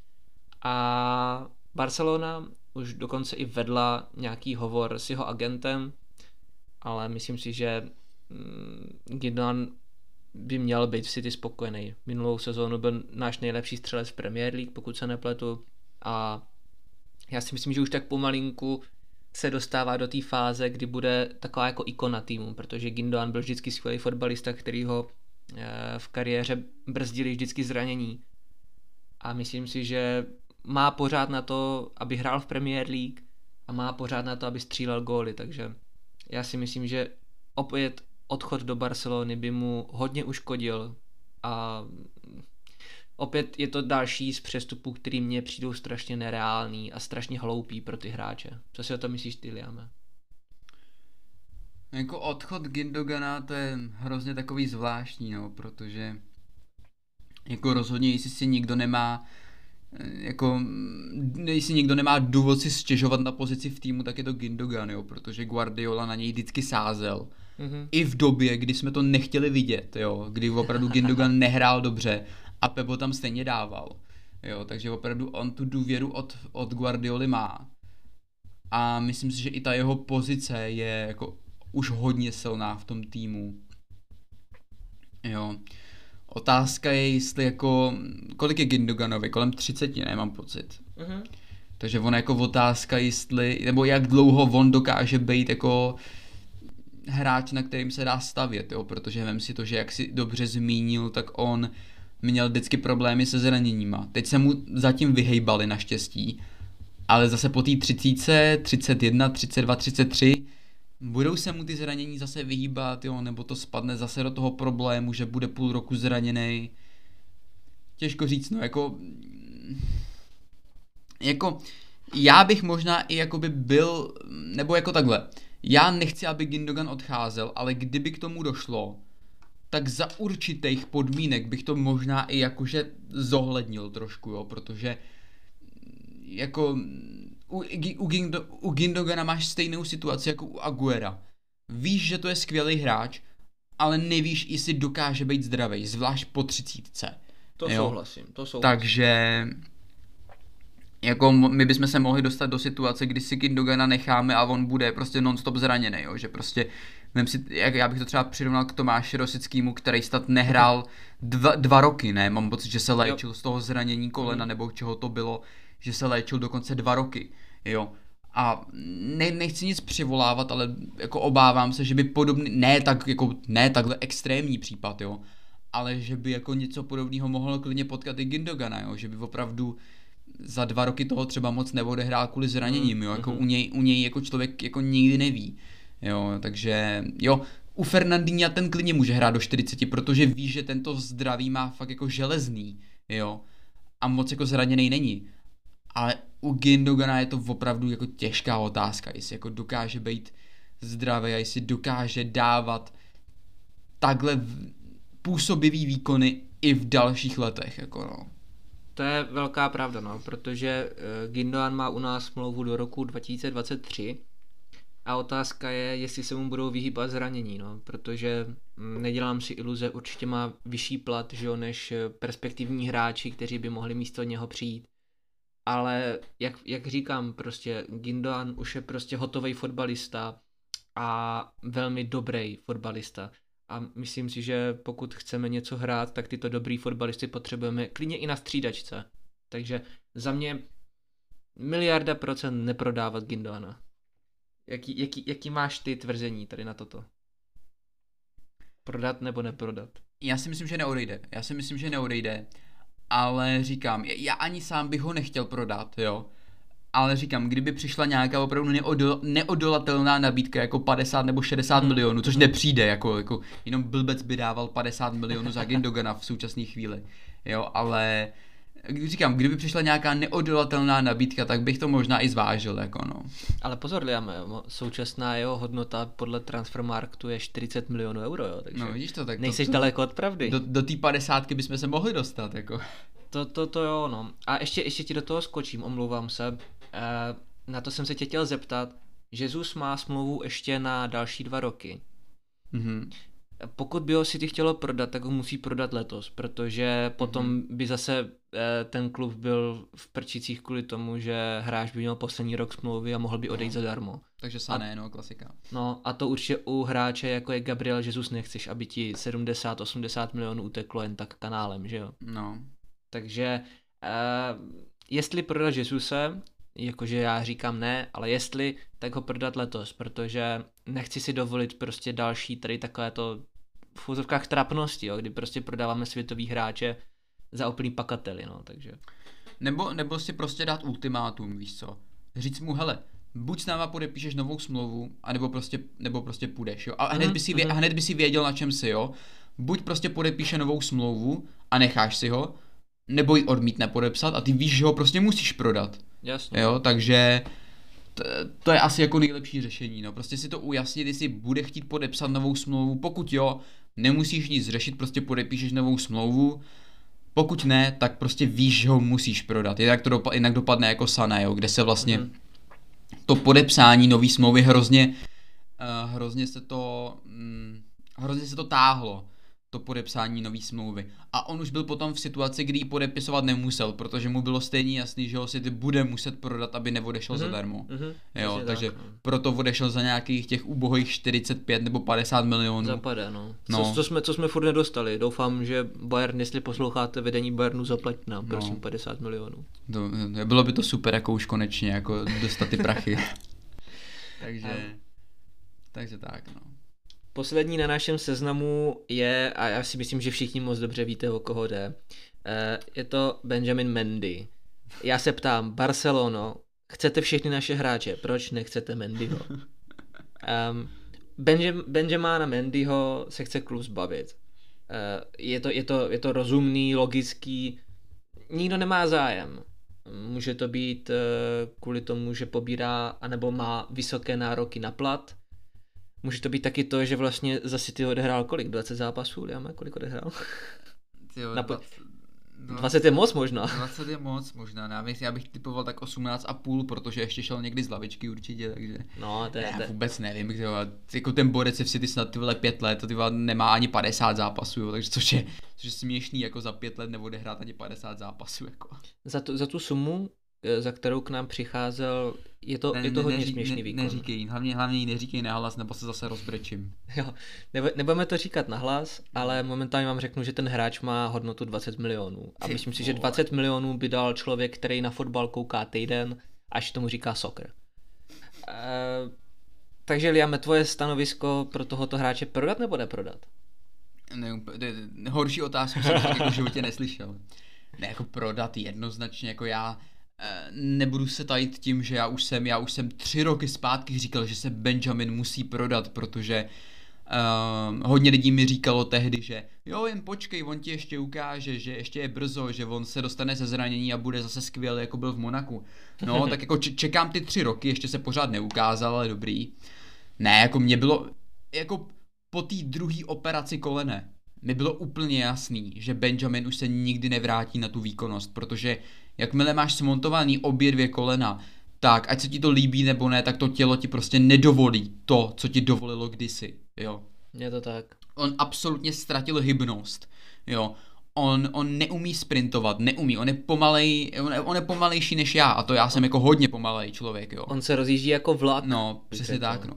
A Barcelona už dokonce i vedla nějaký hovor s jeho agentem, ale myslím si, že Gündoğan by měl být v City spokojený. Minulou sezónu byl náš nejlepší střelec v Premier League, pokud se nepletu. A já si myslím, že už tak pomalinku se dostává do té fáze, kdy bude taková jako ikona týmu, protože Gündoğan byl vždycky skvělý fotbalista, který ho v kariéře brzdili vždycky zranění. A myslím si, že má pořád na to, aby hrál v Premier League a má pořád na to, aby střílel góly, takže já si myslím, že opět odchod do Barcelony by mu hodně uškodil a opět je to další z přestupů, který mně přijdou strašně nereální a strašně hloupý pro ty hráče. Co si o to myslíš ty, Liame? Jako odchod Gündoğana, to je hrozně takový zvláštní, no, protože jako rozhodně, jestli si nikdo nemá jako, jestli někdo nemá důvod si stěžovat na pozici v týmu, tak je to Gündogan, jo, protože Guardiola na něj vždycky sázel. Mm-hmm. I v době, kdy jsme to nechtěli vidět, jo, kdy opravdu Gündogan nehrál dobře a Pep ho tam stejně dával. Jo, takže opravdu on tu důvěru od, od Guardioli má. A myslím si, že i ta jeho pozice je jako už hodně silná v tom týmu. Jo. Otázka je, jestli jako, kolik je Gündoganovi, kolem třicet, ne, mám pocit. Uh-huh. Takže ona jako otázka, jestli, nebo jak dlouho on dokáže být jako hráč, na kterým se dá stavět, jo, protože vem si to, že jak si dobře zmínil, tak on měl vždycky problémy se zraněníma. Teď se mu zatím vyhejbali naštěstí, ale zase po té třicítce, třicet jedna, třicet dva, třicet tři budou se mu ty zranění zase vyhýbat, jo, nebo to spadne zase do toho problému, že bude půl roku zraněný. Těžko říct, no, jako jako já bych možná i jakoby byl, nebo jako takhle, já nechci, aby Gündogan odcházel, ale kdyby k tomu došlo, tak za určitých podmínek bych to možná i jakože zohlednil trošku, jo, protože jako u, u, Gindo, u Gündogana máš stejnou situaci jako u Aguera. Víš, že to je skvělý hráč, ale nevíš, jestli dokáže být zdravý, zvlášť po třicítce. To jo? souhlasím, to souhlasím. Takže jako my bychom se mohli dostat do situace, kdy si Gündogana necháme a on bude prostě non-stop zraněný, jo? Že prostě, si, jak já bych to třeba přirovnal k Tomáši Rosickýmu, který snad nehrál dva, dva roky, ne? Mám pocit, že se léčil jo. z toho zranění kolena, mm. nebo čeho to bylo, že se léčil dokonce dva roky, jo. A ne, nechci nic přivolávat, ale jako obávám se, že by podobný, ne tak jako, ne takhle extrémní případ, jo, ale že by jako něco podobného mohlo klidně potkat i Gündogana, jo, že by opravdu za dva roky toho třeba moc neodehrál kvůli zraněním, jo, jako mm-hmm. u něj, u něj jako člověk jako nikdy neví, jo, takže jo, u Fernandinha ten klidně může hrát do čtyřiceti, protože ví, že tento zdraví má fakt jako železný, jo, a moc jako zraněný není. Ale u Gündogana je to opravdu jako těžká otázka, jestli jako dokáže být zdravý a jestli dokáže dávat takhle působivý výkony i v dalších letech, jako no. To je velká pravda, no, protože uh, Gündogan má u nás smlouvu do roku dva tisíce dvacet tři a otázka je, jestli se mu budou vyhýbat zranění, no, protože mm, nedělám si iluze, určitě má vyšší plat, že jo, než perspektivní hráči, kteří by mohli místo něho přijít. Ale jak, jak říkám, prostě Gündogan už je prostě hotový fotbalista a velmi dobrý fotbalista. A myslím si, že pokud chceme něco hrát, tak tyto dobrý fotbalisty potřebujeme klidně i na střídačce. Takže za mě miliarda procent neprodávat Gündogana. Jaký, jaký, jaký máš ty tvrzení tady na toto? Prodat nebo neprodat? Já si myslím, že neodejde. Já si myslím, že neodejde. Ale říkám, já ani sám bych ho nechtěl prodat, jo. Ale říkám, kdyby přišla nějaká opravdu neodol, neodolatelná nabídka jako padesát nebo šedesát hmm. milionů, což nepřijde, jako, jako jenom blbec by dával padesát milionů za Gündogana v současné chvíli, jo, ale říkám, kdyby přišla nějaká neodolatelná nabídka, tak bych to možná i zvážil, jako no. Ale pozor, Liam, současná jeho hodnota podle Transfermarktu je čtyřicet milionů euro, jo, takže no, vidíš to, tak nejseš to, to, daleko od pravdy. Do, do té padesátky bychom se mohli dostat, jako. To, to, to jo, no. A ještě, ještě ti do toho skočím, omlouvám se. E, na to jsem se tě chtěl zeptat. Jesus má smlouvu ještě na další dva roky. Mm-hmm. Pokud by ho City chtělo prodat, tak ho musí prodat letos, protože potom mm-hmm. by zase e, ten klub byl v prčicích kvůli tomu, že hráč by měl poslední rok smlouvy a mohl by odejít zadarmo. Takže Sané, no, klasika. No a to určitě u hráče jako je Gabriel Jesus nechceš, aby ti sedmdesát osmdesát milionů uteklo jen tak kanálem, že jo? No. Takže uh, jestli prodat Jesuse, jakože já říkám ne, ale jestli, tak ho prodat letos, protože nechci si dovolit prostě další tady takovéto v úzovkách trapnosti, jo, kdy prostě prodáváme světový hráče za úplný pakately, no, takže. Nebo, nebo si prostě dát ultimátum, víš co, říct mu, hele, buď s náma podepíšeš novou smlouvu, anebo prostě, nebo prostě půjdeš, jo, a hned by si, vě, hned by si věděl, na čem si, jo, buď prostě podepíše novou smlouvu a necháš si ho, nebo ji odmítne podepsat a ty víš, že ho prostě musíš prodat. Jasně. Jo, takže t- to je asi jako nejlepší řešení, no. Prostě si to ujasnit, jestli bude chtít podepsat novou smlouvu, pokud jo, nemusíš nic řešit, prostě podepíšeš novou smlouvu Pokud ne, tak prostě víš, že ho musíš prodat. Jinak to dopa- jinak dopadne jako Sané, jo, kde se vlastně mm. to podepsání nový smlouvy hrozně, uh, hrozně se to, um, hrozně se to táhlo, to podepsání nový smlouvy. A on už byl potom v situaci, kdy ji podepisovat nemusel, protože mu bylo stejně jasný, že ho City bude muset prodat, aby neodešel mm-hmm. zadarmo. Mm-hmm. Jo, takže tak, no. Proto odešel za nějakých těch ubohých čtyřicet pět nebo padesát milionů. Zapadá, no. no. Co, co, jsme, co jsme furt nedostali. Doufám, že Bayern, jestli posloucháte vedení Bayernu, zaplať nám, prosím, no. padesát milionů. To, bylo by to super, jako už konečně, jako dostat ty prachy. takže, takže tak, no. Poslední na našem seznamu je, a já si myslím, že všichni moc dobře víte, o koho jde, je to Benjamin Mendy. Já se ptám, Barcelono, chcete všechny naše hráče, proč nechcete Mendyho? Um, Benjam, Benjamina Mendyho se chce klub zbavit. Uh, je, to, je, to, je to rozumný, logický, nikdo nemá zájem. Může to být uh, kvůli tomu, že pobírá, anebo má vysoké nároky na plat. Může to být taky to, že vlastně za City odehrál kolik? dvacet zápasů? Já kolik odehrál? Tyjo, Na po... dvacet je moc možná. dvacet je moc možná, já bych, já bych typoval tak osmnáct a půl, protože ještě šel někdy z lavičky určitě, takže no, to je, já to... vůbec nevím, tyjo, jako ten borec je v City snad ty vole pět let a ty vole nemá ani padesát zápasů, jo, takže což je, což je směšný, jako za pět let neodehrát ani padesát zápasů, jako. Za tu, za tu sumu, za kterou k nám přicházel, je to, ne, je to hodně neří, směšný ne, výkon. Neříkej, hlavně, hlavně ji neříkej nahlas, nebo se zase rozbrečím. Jo, nebo, nebudeme to říkat nahlas, ale momentálně vám řeknu, že ten hráč má hodnotu dvacet milionů. A myslím si, že dvacet milionů by dal člověk, který na fotbal kouká týden, až tomu říká soccer. E, takže Liame, tvoje stanovisko pro tohoto hráče prodat nebo neprodat? Ne, ne, horší otázku jsem jako v životě neslyšel. Ne, jako prodat jednoznačně, jako já nebudu se tajit tím, že já už jsem, já už jsem tři roky zpátky říkal, že se Benjamin musí prodat, protože uh, hodně lidí mi říkalo tehdy, že jo, jen počkej, on ti ještě ukáže, že ještě je brzo, že on se dostane ze zranění a bude zase skvělý, jako byl v Monaku. No, tak jako čekám ty tři roky, ještě se pořád neukázal, ale dobrý. Ne, jako mě bylo, jako po té druhé operaci kolene, mi bylo úplně jasný, že Benjamin už se nikdy nevrátí na tu výkonnost, protože jakmile máš smontovaný obě dvě kolena, tak ať se ti to líbí nebo ne, tak to tělo ti prostě nedovolí to, co ti dovolilo kdysi, jo. Je to tak. On absolutně ztratil hybnost, jo. On, on neumí sprintovat, neumí, on je pomalej, on je, on je pomalejší než já a to já jsem jako hodně pomalej člověk, jo. On se rozjíždí jako vlak. No, přesně tak, no.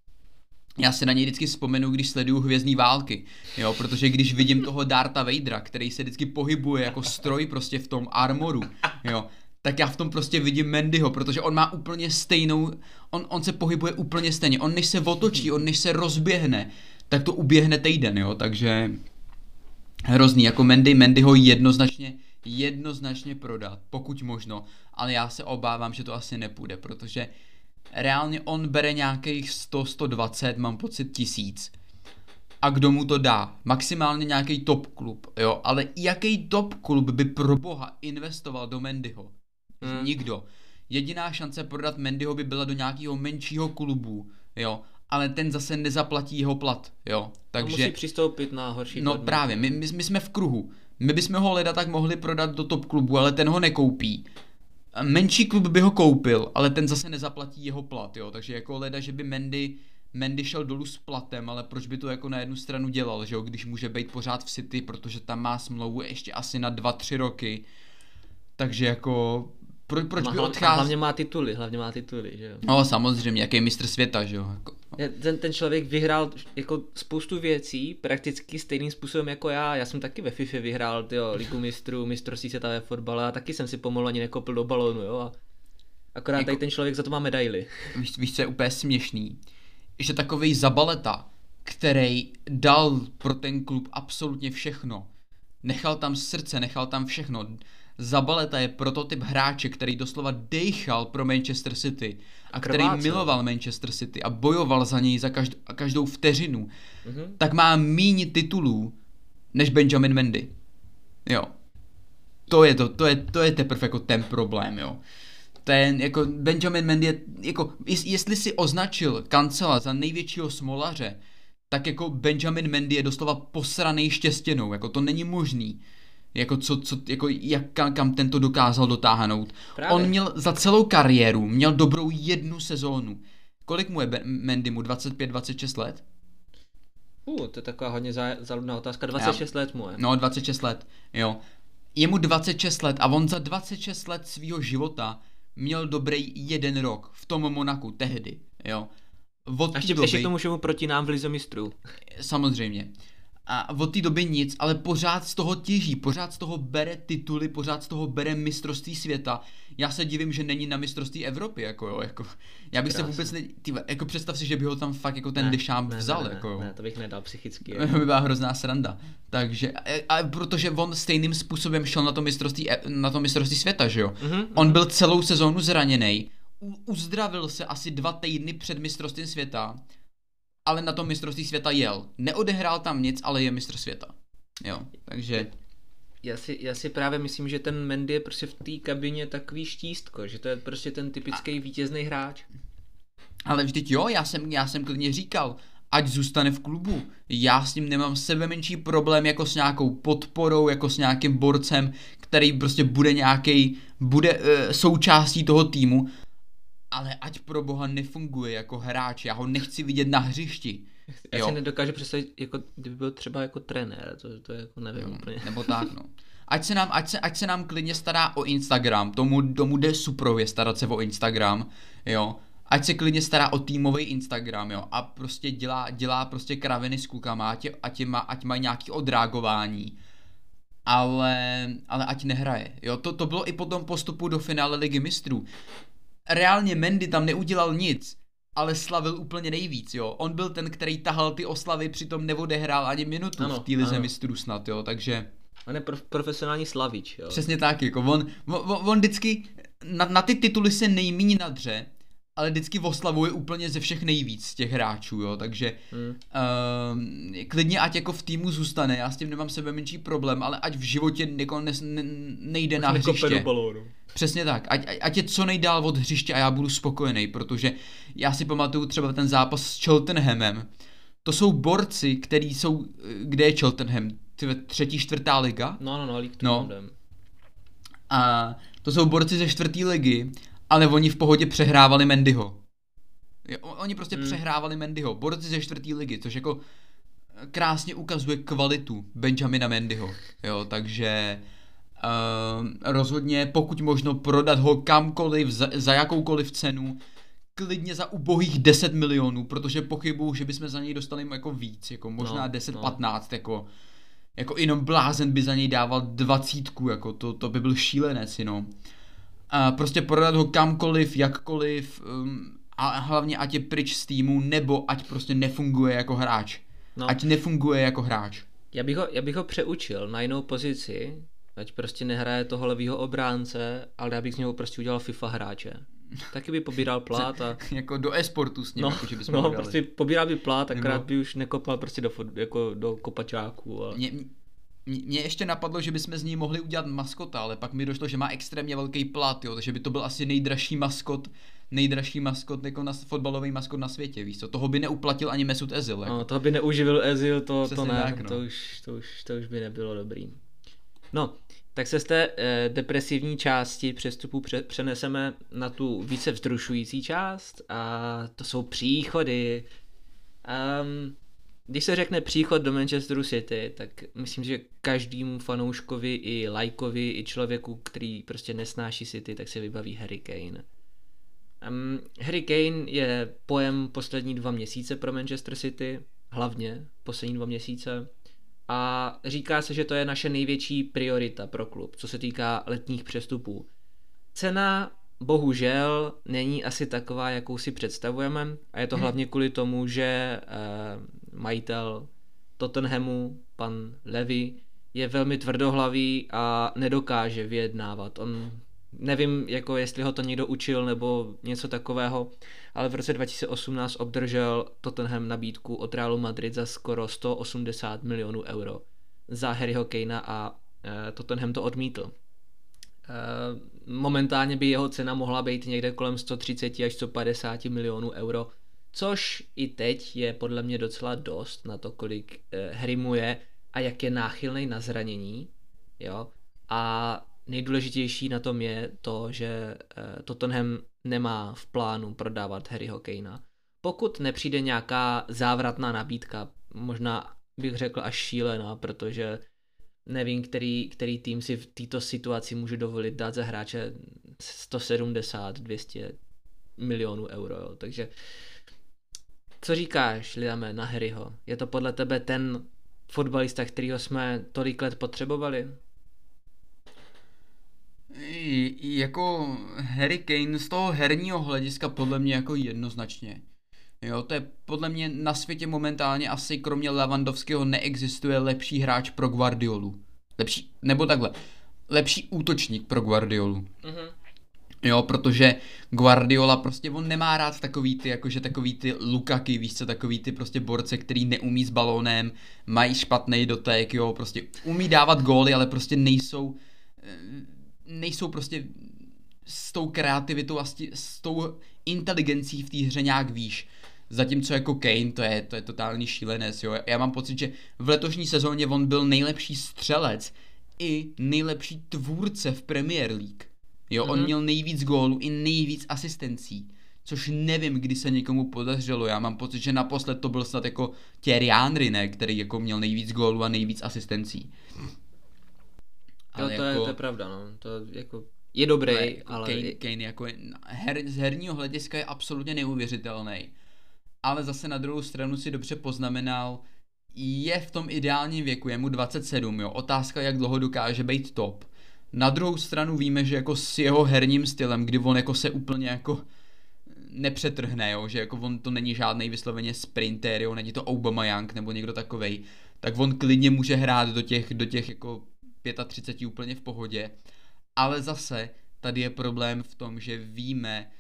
Já se na něj vždycky vzpomenu, když sleduju Hvězdní války, jo, protože když vidím toho Dartha Vadera, který se vždycky pohybuje jako stroj prostě v tom armoru, jo, tak já v tom prostě vidím Mendyho, protože on má úplně stejnou, on, on se pohybuje úplně stejně, on než se otočí, on než se rozběhne, tak to uběhne týden, jo, takže hrozný, jako Mendy, Mendyho jednoznačně, jednoznačně prodat, pokud možno, ale já se obávám, že to asi nepůjde, protože reálně on bere nějakých sto, sto dvacet, mám pocit tisíc. A kdo mu to dá? Maximálně nějaký top klub, jo, ale jaký top klub by pro boha investoval do Mendyho? Hmm. Nikdo. Jediná šance prodat Mendyho by byla do nějakého menšího klubu, jo, ale ten zase nezaplatí jeho plat, jo. Takže musí přistoupit na horší No podmínky. právě, my, my, my jsme v kruhu. My bychom ho leda tak mohli prodat do top klubu, ale ten ho nekoupí. Menší klub by ho koupil, ale ten zase nezaplatí jeho plat, jo, takže jako leda, že by Mendy, Mendy šel dolů s platem, ale proč by to jako na jednu stranu dělal, že jo, když může být pořád v City, protože tam má smlouvu ještě asi na dva, tři roky, takže jako, pro, proč by odcházel? Hlavně má tituly, hlavně má tituly, že jo. No samozřejmě, jaký mistr světa, že jo. Jako, no. ten, ten člověk vyhrál jako spoustu věcí, prakticky stejným způsobem jako já, já jsem taky ve FIFA vyhrál, tyjo, ligu mistrů, mistrovství světa ve fotbale a taky jsem si pomalu ani nekopl do balónu, jo, a akorát jako, tady ten člověk za to má medaily. Víš, víš, co je úplně směšný? Že takovej Zabaleta, který dal pro ten klub absolutně všechno, nechal tam srdce, nechal tam všechno. Zabaleta je prototyp hráče, který doslova dejchal pro Manchester City a který Krvácel. miloval Manchester City a bojoval za něj za každou, každou vteřinu, mm-hmm. tak má míň titulů než Benjamin Mendy. Jo. To je to, to je, to je teprve jako ten problém, jo. Ten, jako Benjamin Mendy je, jako, jestli si označil Kancela za největšího smolaře, tak jako Benjamin Mendy je doslova posranej štěstěnou, jako to není možný. Jako co, co, jako jak, kam, kam tento dokázal dotáhnout. Právě. On měl za celou kariéru, měl dobrou jednu sezónu. Kolik mu je Mendy mu? dvacet pět, dvacet šest let? Uh, to je taková hodně záludná otázka. dvacet šest Já, let mu je. No, dvacet šest let, jo. Je mu dvacet šest let a on za dvacet šest let svýho života měl dobrý jeden rok v tom Monaku tehdy, jo. Od ještě, doby, ještě k tomu všemu proti nám v lize mistrů. Samozřejmě. A od té doby nic, ale pořád z toho těží, pořád z toho bere tituly, pořád z toho bere mistrovství světa. Já se divím, že není na mistrovství Evropy, jako jo, jako. Já bych Krásný. se vůbec ne, ty, jako představ si, že by ho tam fakt jako ten ne, Deschamps ne, vzal, ne, jako jo. Ne, to bych nedal psychicky. To by byla hrozná sranda. Takže, a, a protože on stejným způsobem šel na to mistrovství, na to mistrovství světa, že jo. Mm-hmm. On byl celou sezónu zraněnej, uzdravil se asi dva týdny před mistrovstvím světa, ale na tom mistrovství světa jel. Neodehrál tam nic, ale je mistr světa. Jo, takže... Já si, já si právě myslím, že ten Mendy je prostě v té kabině takový štístko, že to je prostě ten typický vítězný hráč. Ale vždyť jo, já jsem, já jsem klidně říkal, ať zůstane v klubu. Já s ním nemám sebe menší problém jako s nějakou podporou, jako s nějakým borcem, který prostě bude nějaký, bude uh, součástí toho týmu. Ale ať pro boha nefunguje jako hráč, já ho nechci vidět na hřišti. Já jo. si nedokážu představit, jako, kdyby byl třeba jako trenér, to, to je jako nevím jo, úplně. Nebo tak, no. Ať se, nám, ať, se, ať se nám klidně stará o Instagram, tomu, tomu jde suprově starat se o Instagram, jo. Ať se klidně stará o týmový Instagram, jo. A prostě dělá, dělá prostě kraviny s klukama, ať, ať, má, ať mají nějaký odreagování. Ale, ale ať nehraje, jo. To, to bylo i po tom postupu do finále Ligy mistrů. Reálně Mendy tam neudělal nic, ale slavil úplně nejvíc, jo. On byl ten, který tahal ty oslavy, přitom neodehrál ani minutu ano, v té lize mistrů snad, jo, takže... On je prof- profesionální slavič, jo. Přesně tak, jako on, on, on vždycky, na, na ty tituly se nejméně nadře, ale vždycky oslavuje úplně ze všech nejvíc z těch hráčů, jo, takže hmm. uh, klidně ať jako v týmu zůstane, já s tím nemám sebe menší problém, ale ať v životě jako ne, ne, nejde na hřiště. Přesně tak, ať, ať je co nejdál od hřiště a já budu spokojený, protože já si pamatuju třeba ten zápas s Cheltenhamem. To jsou borci, který jsou, kde je Cheltenham, třetí, čtvrtá liga? No, no, no, League no. A to jsou borci ze čtvrtý ligy, ale oni v pohodě přehrávali Mendyho. Oni prostě hmm. přehrávali Mendyho, borci ze čtvrtý ligy, což jako krásně ukazuje kvalitu Benjamina Mendyho, jo, takže... Uh, rozhodně pokud možno prodat ho kamkoliv, za, za jakoukoliv cenu, klidně za ubohých deset milionů, protože pochybuju, že bychom za něj dostali jako víc, jako možná no, deset patnáct, no. jako, jako jenom blázen by za něj dával dvacítku, jako to, to by byl šílenec, no. Uh, prostě prodat ho kamkoliv, jakkoliv, um, a hlavně ať je pryč z týmu, nebo ať prostě nefunguje jako hráč. No. Ať nefunguje jako hráč. Já bych ho, já bych ho přeučil na jinou pozici, ať prostě nehraje toho levýho obránce, ale já bych z něho prostě udělal FIFA hráče. Taky by pobíral plát a... jako do e-sportu s ním, no, jako, že bychom no, ho dali. prostě pobíral by plát, akorát Nebo... by už nekopal prostě do, jako do kopačáků. A... Mě, mě ještě napadlo, že bychom z něj mohli udělat maskota, ale pak mi došlo, že má extrémně velký plat, jo, takže by to byl asi nejdražší maskot, nejdražší maskot, jako na fotbalový maskot na světě, víš co, toho by neuplatil ani Mesut Özil. Jako. No, toho by neuživil Özil, to, to ne, tak, no. to, už, to, už, to už by nebylo dobrý. No, tak se z té eh, depresivní části přestupu pře- přeneseme na tu více vzrušující část a to jsou příchody. Um, když se řekne příchod do Manchesteru City, tak myslím, že každému fanouškovi i lajkovi, i člověku, který prostě nesnáší City, tak se vybaví Harry Kane. Um, Harry Kane je pojem poslední dva měsíce pro Manchester City, hlavně poslední dva měsíce. A říká se, že to je naše největší priorita pro klub, co se týká letních přestupů. Cena bohužel není asi taková, jakou si představujeme, a je to hlavně kvůli tomu, že eh, majitel Tottenhamu, pan Levy, je velmi tvrdohlavý a nedokáže vyjednávat. On nevím, jako jestli ho to někdo učil nebo něco takového, ale v roce dva tisíce osmnáct obdržel Tottenham nabídku od Realu Madrid za skoro sto osmdesát milionů euro za Harryho Kanea a e, Tottenham to odmítl. E, momentálně by jeho cena mohla být někde kolem sto třicet až sto padesát milionů euro, což i teď je podle mě docela dost na to, kolik e, Harry mu je a jak je náchylnej na zranění. jo. A nejdůležitější na tom je to, že Tottenham nemá v plánu prodávat Harryho Kanea. Pokud nepřijde nějaká závratná nabídka, možná bych řekl až šílená, protože nevím, který, který tým si v této situaci může dovolit dát za hráče sto sedmdesát dvě stě milionů euro, jo. Takže co říkáš, Liame, na Harryho? Je to podle tebe ten fotbalista, kterýho jsme tolik let potřebovali? Jako Harry Kane z toho herního hlediska podle mě jako jednoznačně. Jo, to je podle mě na světě momentálně asi kromě Lewandowského neexistuje lepší hráč pro Guardiolu. Lepší, nebo takhle, lepší útočník pro Guardiolu. Mm-hmm. Jo, protože Guardiola prostě, on nemá rád takový ty, jakože takový ty Lukaky, víš co, takový ty prostě borce, který neumí s balónem, mají špatný dotek, jo, prostě umí dávat góly, ale prostě nejsou, nejsou prostě s tou kreativitou a s tou inteligencí v té hře nějak výš. Zatímco jako Kane, to je, to je totální šílenec, jo. Já mám pocit, že v letošní sezóně on byl nejlepší střelec i nejlepší tvůrce v Premier League. Jo, mm-hmm. On měl nejvíc gólů i nejvíc asistencí, což nevím, kdy se někomu podařilo. Já mám pocit, že naposled to byl snad jako Thierry Henry, ne, který jako měl nejvíc gólů a nejvíc asistencí. Ale jo, to, jako, je, to je pravda, no. To jako je dobrý, ale, ale... Kane, Kane jako her, z herního hlediska je absolutně neuvěřitelný. Ale zase na druhou stranu si dobře poznamenal, je v tom ideálním věku, je mu dvacet sedm, jo. Otázka, jak dlouho dokáže být top. Na druhou stranu víme, že jako s jeho herním stylem, kdy on jako se úplně jako nepřetrhne, jo, že jako on to není žádnej vysloveně sprinter, jo, není to Aubameyang nebo někdo takovej, tak on klidně může hrát do těch, do těch jako třicet pět úplně v pohodě, ale zase tady je problém v tom, že víme,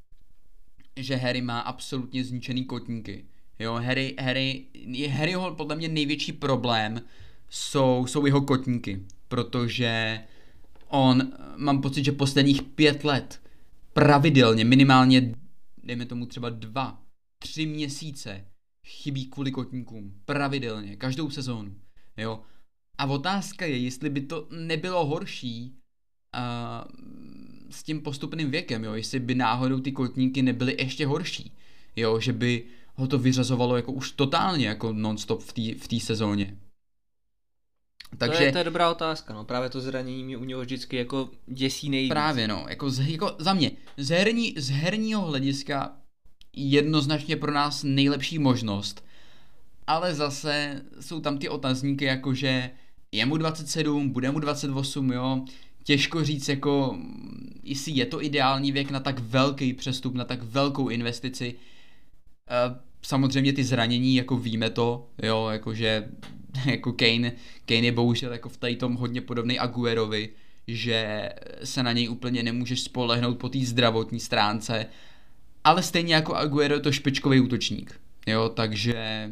že Harry má absolutně zničený kotníky, jo, Harry, Harry, Harryho podle mě největší problém jsou, jsou jeho kotníky, protože on, mám pocit, že posledních pět let pravidelně, minimálně, dejme tomu třeba dva, tři měsíce chybí kvůli kotníkům. Pravidelně, každou sezónu. Jo. A otázka je, jestli by to nebylo horší uh, s tím postupným věkem, jo. Jestli by náhodou ty kotníky nebyly ještě horší. Jo, že by ho to vyřazovalo jako už totálně jako non-stop v té v té sezóně. Takže, to, je, to je dobrá otázka, no. Právě to zranění mě u něho vždycky jako děsí nejvíc. Právě, no. Jako, z, jako za mě, z, herní, z herního hlediska jednoznačně pro nás nejlepší možnost. Ale zase jsou tam ty otazníky, jakože je mu dvacet sedm, bude mu dvacet osm, jo. Těžko říct, jako, jestli je to ideální věk na tak velký přestup, na tak velkou investici. Samozřejmě ty zranění, jako víme to, jo, jakože jako Kane, Kane je bohužel jako v tady tom hodně podobný Aguerovi, že se na něj úplně nemůžeš spolehnout po té zdravotní stránce, ale stejně jako Aguero je to špičkový útočník, jo, takže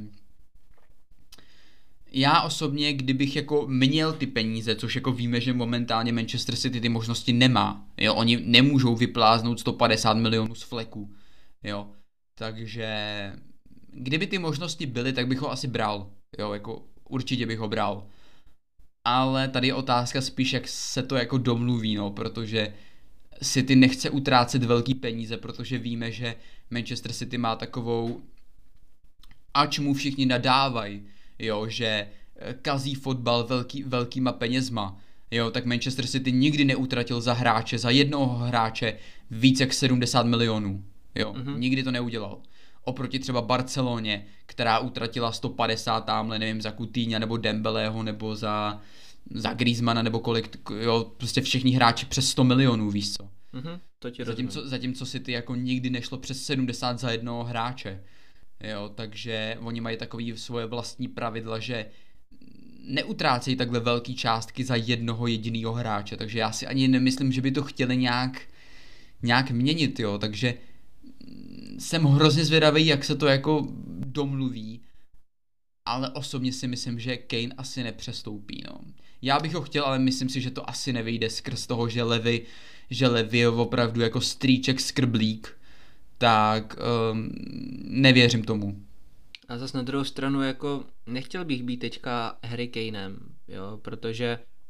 já osobně, kdybych jako měl ty peníze, což jako víme, že momentálně Manchester City ty možnosti nemá, jo, oni nemůžou vypláznout sto padesát milionů z fleku, jo, takže kdyby ty možnosti byly, tak bych ho asi bral, jo, jako určitě bych ho bral. Ale tady je otázka spíš, jak se to jako domluví, no, protože City nechce utrácet velký peníze, protože víme, že Manchester City má takovou, ač mu všichni nadávají, jo, že kazí fotbal velký, velkýma penězma, jo, tak Manchester City nikdy neutratil za hráče, za jednoho hráče víc jak sedmdesát milionů, jo, mm-hmm. nikdy to neudělal. Oproti třeba Barceloně, která utratila sto padesát tamhle, nevím, za Coutinha nebo Dembeleho, nebo za, za Griezmana, nebo kolik, jo, prostě všichni hráči přes sto milionů, víš co. Mm-hmm, to ti zatímco, zatímco City jako nikdy nešlo přes sedmdesát za jednoho hráče, jo, takže oni mají takový svoje vlastní pravidla, že neutrácejí takhle velký částky za jednoho jediného hráče, takže já si ani nemyslím, že by to chtěli nějak, nějak měnit, jo, takže jsem hrozně zvědavý, jak se to jako domluví, ale osobně si myslím, že Kane asi nepřestoupí, no. Já bych ho chtěl, ale myslím si, že to asi nevyjde skrz toho, že Levy, že Levy je opravdu jako strýček skrblík, tak um, nevěřím tomu. A zase na druhou stranu jako nechtěl bych být teďka Harry Kanem, jo, protože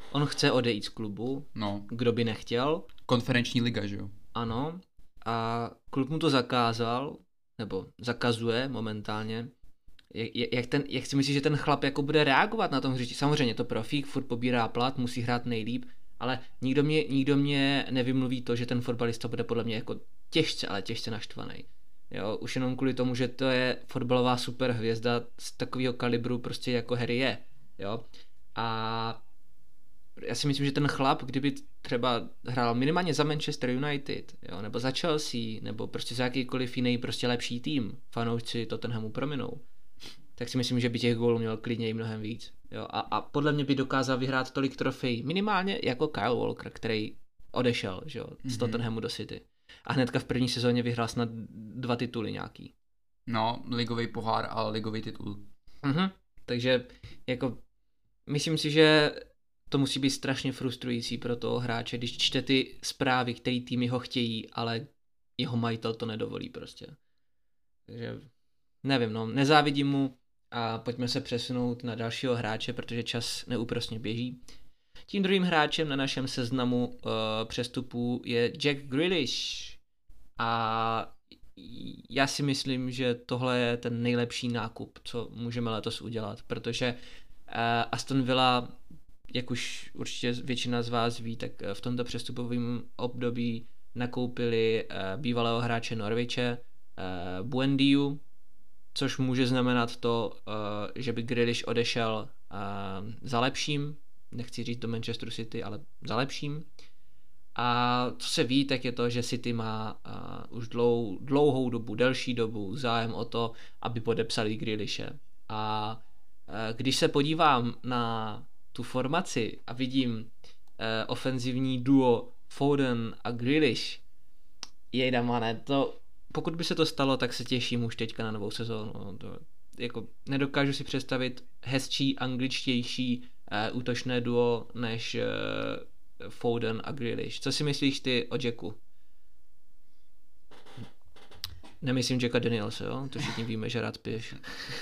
On chce odejít z klubu, No. kdo by nechtěl. Konferenční liga, že jo? Ano. A klub mu to zakázal, nebo zakazuje momentálně. Jak, jak, ten, jak si myslíš, že ten chlap jako bude reagovat na tom hřišti? Samozřejmě to profík, furt pobírá plat, musí hrát nejlíp, ale nikdo mě, nikdo mě nevymluví to, že ten fotbalista bude podle mě jako těžce, ale těžce naštvaný. Jo, už jenom kvůli tomu, že to je fotbalová superhvězda z takového kalibru prostě jako Harry je. Jo. A já si myslím, že ten chlap, kdyby třeba hrál minimálně za Manchester United, jo, nebo za Chelsea, nebo prostě za jakýkoliv jiný prostě lepší tým, fanoušci Tottenhamu prominou, tak si myslím, že by těch gólů měl klidně i mnohem víc. Jo. A, a podle mě by dokázal vyhrát tolik trofejí, minimálně jako Kyle Walker, který odešel, že jo, z Tottenhamu do City. A hnedka v první sezóně vyhrál snad dva tituly nějaký. No, ligový pohár a ligový titul. Mhm. Takže jako myslím si, že to musí být strašně frustrující pro toho hráče, když čte ty zprávy, který týmy ho chtějí, ale jeho majitel to nedovolí prostě. Takže nevím, no, nezávidím mu a pojďme se přesunout na dalšího hráče, protože čas neúprosně běží. Tím druhým hráčem na našem seznamu uh, přestupů je Jack Grealish. A já si myslím, že tohle je ten nejlepší nákup, co můžeme letos udělat, protože uh, Aston Villa, jak už určitě většina z vás ví, tak v tomto přestupovém období nakoupili uh, bývalého hráče Norwiche, uh, Buendiu, což může znamenat to, uh, že by Grealish odešel uh, za lepším, nechci říct do Manchesteru City, ale za lepším. A co se ví, tak je to, že City má uh, už dlou, dlouhou dobu, delší dobu zájem o to, aby podepsali Grealishe. A uh, když se podívám na tu formaci a vidím uh, ofenzivní duo Foden a Grealish, jejda mane, to pokud by se to stalo, tak se těším už teďka na novou sezónu. To, jako, nedokážu si představit hezčí, angličtější uh, útočné duo než uh, Foden a Grealish. Co si myslíš ty o Jacku? Nemyslím Jacka Danielse, jo? To všichni víme, že rád piješ. Uh,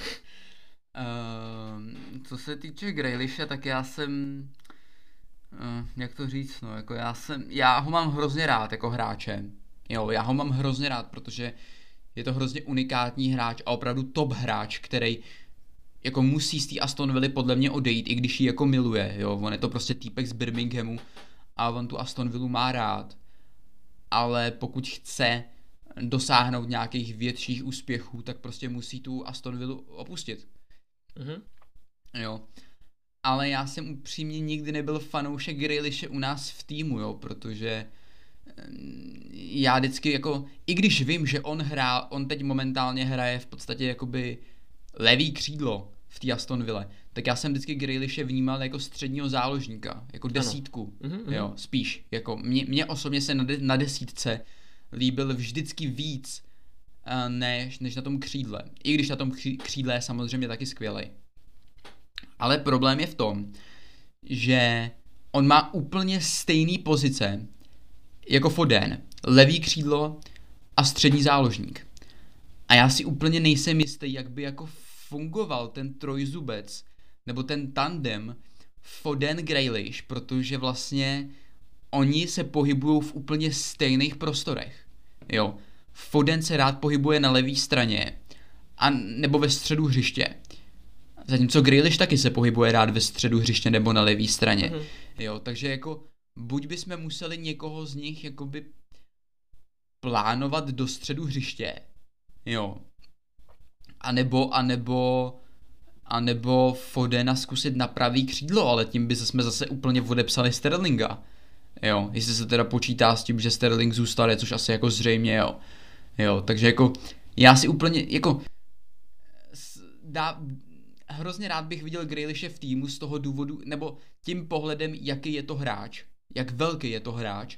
co se týče Grealishe, tak já jsem uh, jak to říct, no, jako já jsem, já ho mám hrozně rád jako hráče. Jo, já ho mám hrozně rád, protože je to hrozně unikátní hráč a opravdu top hráč, který jako musí z té Aston Villa podle mě odejít, i když ji jako miluje, jo, on je to prostě týpek z Birminghamu a on tu Aston Villu má rád, ale pokud chce dosáhnout nějakých větších úspěchů, tak prostě musí tu Aston Villu opustit. Mhm. Jo. Ale já jsem upřímně nikdy nebyl fanoušek Grealishe u nás v týmu, jo, protože já vždycky jako, i když vím, že on hrál, on teď momentálně hraje v podstatě jakoby levý křídlo v té Aston Ville, tak já jsem vždycky Grealishe vnímal jako středního záložníka, jako desítku, mm-hmm. jo, spíš, jako mě, mě osobně se na, de, na desítce líbil vždycky víc než, než na tom křídle, i když na tom křídle je samozřejmě taky skvělej. Ale problém je v tom, že on má úplně stejný pozice jako Foden, levý křídlo a střední záložník. A já si úplně nejsem jistý, jak by jako fungoval ten trojzubec, nebo ten tandem Foden-Grealish, protože vlastně oni se pohybují v úplně stejných prostorech. Jo, Foden se rád pohybuje na levé straně, a nebo ve středu hřiště. Zatímco Grealish taky se pohybuje rád ve středu hřiště nebo na levé straně. Mm-hmm. Jo, takže jako buď bychom museli někoho z nich jakoby plánovat do středu hřiště, jo, a nebo, a nebo, a nebo Fodena zkusit na pravý křídlo, ale tím by jsme zase úplně odepsali Sterlinga, jo, jestli se teda počítá s tím, že Sterling zůstane, což asi jako zřejmě, jo, jo, takže jako já si úplně, jako dá, hrozně rád bych viděl Grealishe v týmu z toho důvodu, nebo tím pohledem, jaký je to hráč, jak velký je to hráč,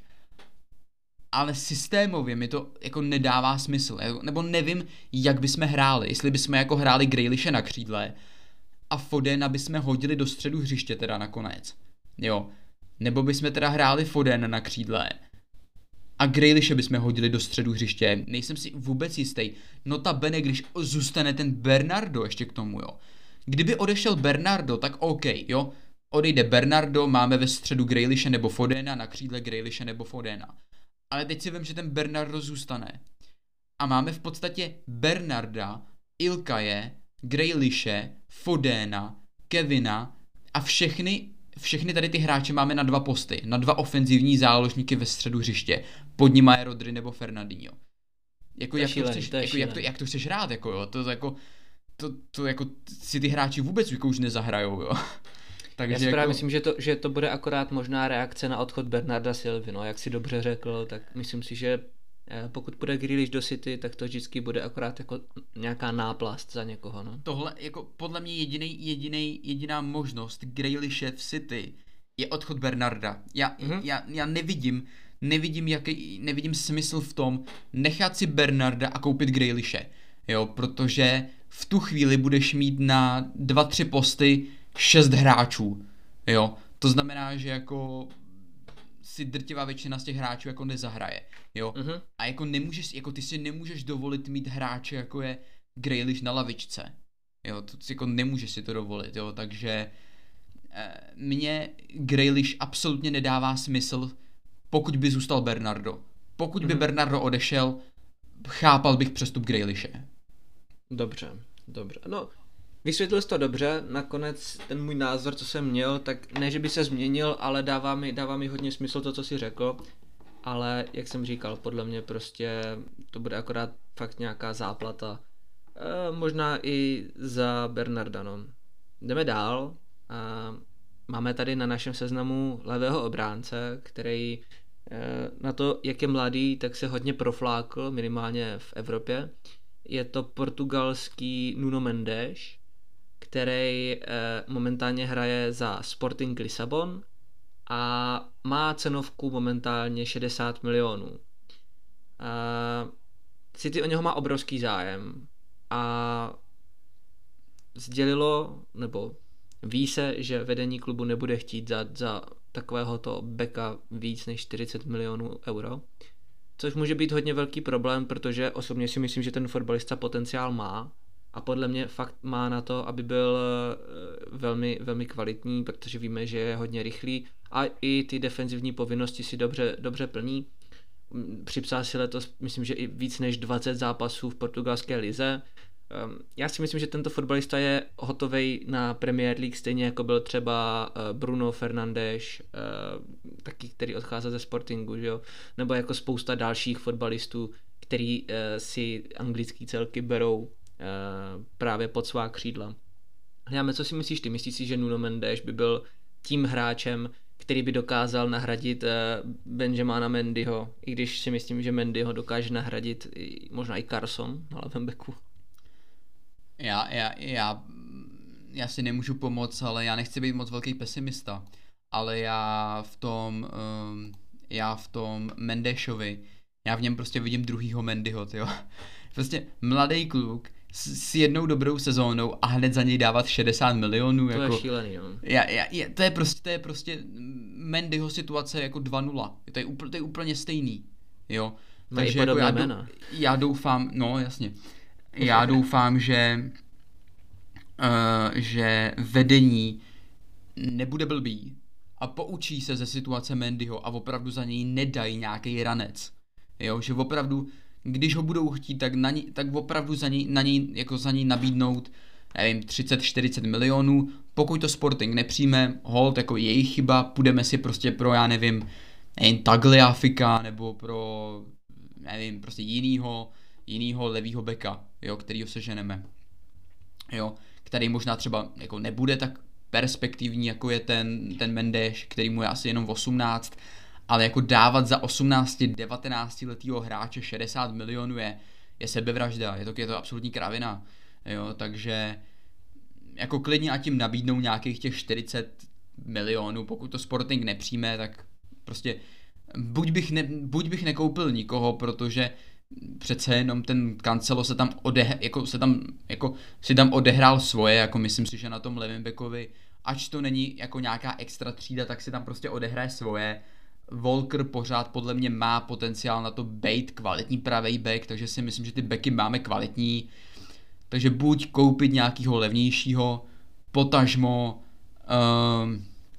ale systémově mi to jako nedává smysl, nebo nevím, jak bychom hráli, jestli bychom jako hráli Grealishe na křídle a Fodena bychom hodili do středu hřiště teda nakonec, jo, nebo bychom teda hráli Foden na křídle a Grealishe bychom hodili do středu hřiště, nejsem si vůbec jistý, notabene, když zůstane ten Bernardo ještě k tomu, jo. Kdyby odešel Bernardo, tak OK, jo, odejde Bernardo, máme ve středu Grealishe nebo Fodena, na křídle Grealishe nebo Fodena. Ale teď si vím, že ten Bernardo zůstane. A máme v podstatě Bernarda, Ilkaje, Grealishe, Fodena, Kevina a všechny, všechny tady ty hráče máme na dva posty, na dva ofenzivní záložníky ve středu hřiště. Pod nima je Rodri nebo Fernandinho. Jako, jak, šílen, to chceš, to jako jak, to, jak to chceš hrát, jako jo, to jako, to, to jako si ty hráči vůbec jako už nezahrajou, jo. Takže já si jako... právě myslím, že to, že to bude akorát možná reakce na odchod Bernarda Silvy, no, jak si dobře řekl, tak myslím si, že pokud bude Grealish do City, tak to vždycky bude akorát jako nějaká náplast za někoho, no. Tohle jako podle mě jedinej, jedinej, jediná možnost Grealishe v City je odchod Bernarda. Já, mm-hmm. já, já nevidím, nevidím, jaký, nevidím smysl v tom nechat si Bernarda a koupit Grealishe, jo, protože v tu chvíli budeš mít na dva, tři posty šest hráčů, jo, to znamená, že jako si drtivá většina z těch hráčů jako nezahraje, jo, uh-huh. a jako nemůžeš, jako ty si nemůžeš dovolit mít hráče, jako je Grealish na lavičce, jo, to si jako nemůžeš si to dovolit, jo, takže eh, mně Grealish absolutně nedává smysl, pokud by zůstal Bernardo. Pokud uh-huh. by Bernardo odešel, chápal bych přestup Grealishe. Dobře, dobře, no... Vysvětlil jsi to dobře, nakonec ten můj názor, co jsem měl, tak ne, že by se změnil, ale dává mi, dává mi hodně smysl to, co jsi řekl, ale jak jsem říkal, podle mě prostě to bude akorát fakt nějaká záplata, e, možná i za Bernarda, no. Jdeme dál, e, máme tady na našem seznamu levého obránce, který e, na to, jak je mladý, tak se hodně proflákl, minimálně v Evropě. Je to portugalský Nuno Mendes, který eh, momentálně hraje za Sporting Lisabon a má cenovku momentálně šedesát milionů. Eh, City o něho má obrovský zájem a sdělilo, nebo ví se, že vedení klubu nebude chtít za, za takovéhoto beka víc než čtyřicet milionů euro, což může být hodně velký problém, protože osobně si myslím, že ten fotbalista potenciál má a podle mě fakt má na to, aby byl velmi, velmi kvalitní, protože víme, že je hodně rychlý a i ty defenzivní povinnosti si dobře, dobře plní. Připsal si letos, myslím, že i víc než dvacet zápasů v portugalské lize. Já si myslím, že tento fotbalista je hotovej na Premier League, stejně jako byl třeba Bruno Fernandes, taky, který odcházel ze Sportingu, že jo? Nebo jako spousta dalších fotbalistů, který si anglický celky berou právě pod svá křídla. Hledáme, co si myslíš ty? Myslíš si, že Nuno Mendes by byl tím hráčem, který by dokázal nahradit Benjamina Mendyho, i když si myslím, že Mendyho dokáže nahradit možná i Carson na levém beku? Já, já, já, já si nemůžu pomoct, ale já nechci být moc velký pesimista, ale já v tom, um, já v tom Mendešovi, já v něm prostě vidím druhýho Mendyho, tyjo. Prostě mladý kluk s, s jednou dobrou sezónou a hned za něj dávat šedesát milionů. To jako, je šílený, jo. Já, já, já, to je prostě, to je prostě Mendyho situace jako dva nula, to je, úpl, to je úplně stejný, jo. Takže jako já, dou, já doufám, no jasně, já doufám, že, uh, že vedení nebude blbý a poučí se ze situace Mendyho a opravdu za něj nedají nějaký ranec. Jo, že opravdu, když ho budou chtít, tak, na ní, tak opravdu za něj, na něj, jako za něj nabídnout, nevím, třicet čtyřicet milionů. Pokud to Sporting nepřijme, hold, jako jejich chyba, půjdeme si prostě pro, já nevím, nevím, Tagliafika nebo pro, nevím, prostě jinýho, jinýho levýho beka, jo, kterýho seženeme, jo, který možná třeba jako nebude tak perspektivní, jako je ten, ten Mendes, který mu je asi jenom osmnáct, ale jako dávat za osmnáct devatenáct letýho hráče šedesát milionů je, je sebevražda, je to, je to absolutní kravina, jo, takže jako klidně a tím nabídnou nějakých těch čtyřicet milionů, pokud to Sporting nepřijme, tak prostě buď bych, ne, buď bych nekoupil nikoho, protože přece jenom ten Cancelo se tam odehr, jako se tam, jako si tam odehrál svoje, jako myslím si, že na tom levém bekovi, ač to není jako nějaká extra třída, tak si tam prostě odehraje svoje. Walker pořád podle mě má potenciál na to být kvalitní pravej back, takže si myslím, že ty backy máme kvalitní, takže buď koupit nějakýho levnějšího, potažmo um,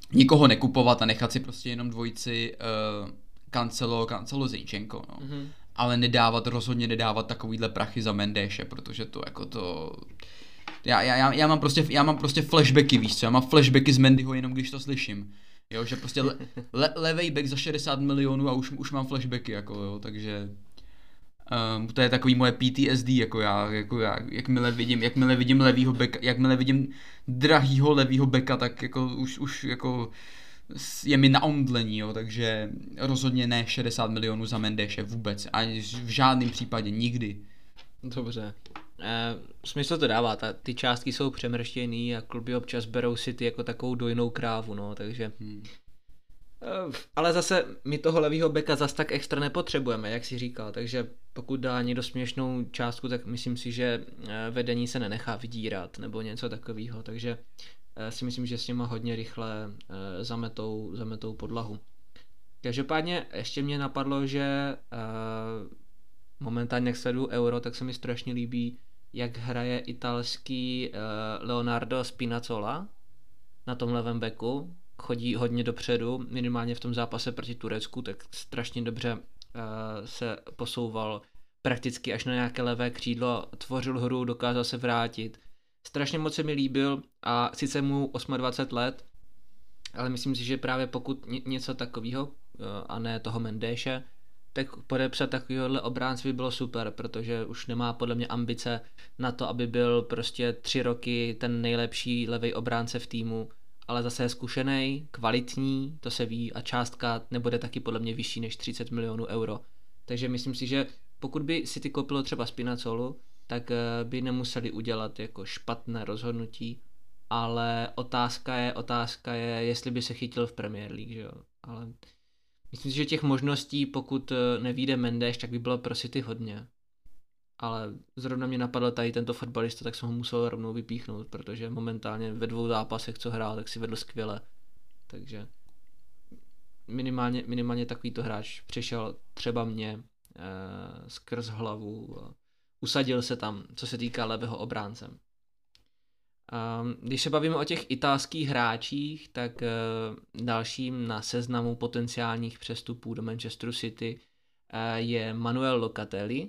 nikoho nekupovat a nechat si prostě jenom dvojici uh, Cancelo, Cancelo Zinchenko, no. Mm-hmm. Ale nedávat, rozhodně nedávat takovýhle prachy za Mendéše, protože to jako to... Já, já, já, mám prostě, já mám prostě flashbacky, víš co, já mám flashbacky z Mendyho jenom když to slyším. Jo, že prostě le, le, levej back za šedesát milionů a už, už mám flashbacky, jako jo, takže... Um, to je takový moje P T S D, jako já, jako já, jakmile vidím, jakmile vidím levýho beka, jakmile vidím drahýho levýho beka, tak jako už, už jako je mi na omdlení, jo, takže rozhodně ne šedesát milionů za Mendéše vůbec, ani v žádném případě, nikdy. Dobře. E, smysl to dává, ta, ty částky jsou přemrštěný a kluby občas berou si ty jako takovou dojnou krávu, no, takže... Hmm. Ale zase my toho levýho beka zas tak extra nepotřebujeme, jak si říkal, takže pokud dá někdo směšnou částku, tak myslím si, že vedení se nenechá vydírat nebo něco takového, takže si myslím, že s nima hodně rychle zametou, zametou podlahu. Každopádně ještě mě napadlo, že momentálně jak sleduju Euro, tak se mi strašně líbí, jak hraje italský Leonardo Spinazzola na tom levém beku. Chodí hodně dopředu, minimálně v tom zápase proti Turecku, tak strašně dobře uh, se posouval prakticky až na nějaké levé křídlo, tvořil hru, dokázal se vrátit. Strašně moc se mi líbil a sice mu dvacet osm let, ale myslím si, že právě pokud něco takového, uh, a ne toho Mendéše, tak podepsat takovýhohle obránce by bylo super, protože už nemá podle mě ambice na to, aby byl prostě tři roky ten nejlepší levý obránce v týmu, ale zase je zkušený, kvalitní, to se ví a částka nebude taky podle mě vyšší než třicet milionů euro. Takže myslím si, že pokud by City koupilo třeba Spinazzolu, tak by nemuseli udělat jako špatné rozhodnutí, ale otázka je, otázka je, jestli by se chytil v Premier League, že jo. Ale myslím si, že těch možností, pokud nevyjde Mendes, tak by bylo pro City hodně. Ale zrovna mě napadl tady tento fotbalista, tak jsem ho musel rovnou vypíchnout, protože momentálně ve dvou zápasech, co hrál, tak si vedl skvěle. Takže minimálně, minimálně takovýto hráč přišel třeba mě eh, skrz hlavu a usadil se tam, co se týká levého obránce. Um, když se bavíme o těch italských hráčích, tak eh, dalším na seznamu potenciálních přestupů do Manchesteru City eh, je Manuel Locatelli,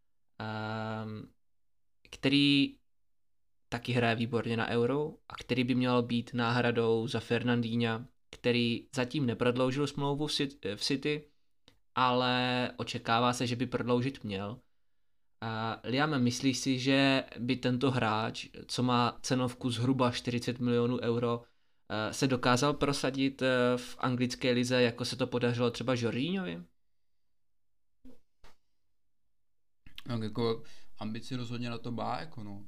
který taky hraje výborně na Euro a který by měl být náhradou za Fernandinha, který zatím neprodloužil smlouvu v City, ale očekává se, že by prodloužit měl. Liam, myslíš si, že by tento hráč, co má cenovku zhruba čtyřicet milionů euro, se dokázal prosadit v anglické lize, jako se to podařilo třeba Jorginhovi? Tak jako ambici rozhodně na to má, jako no.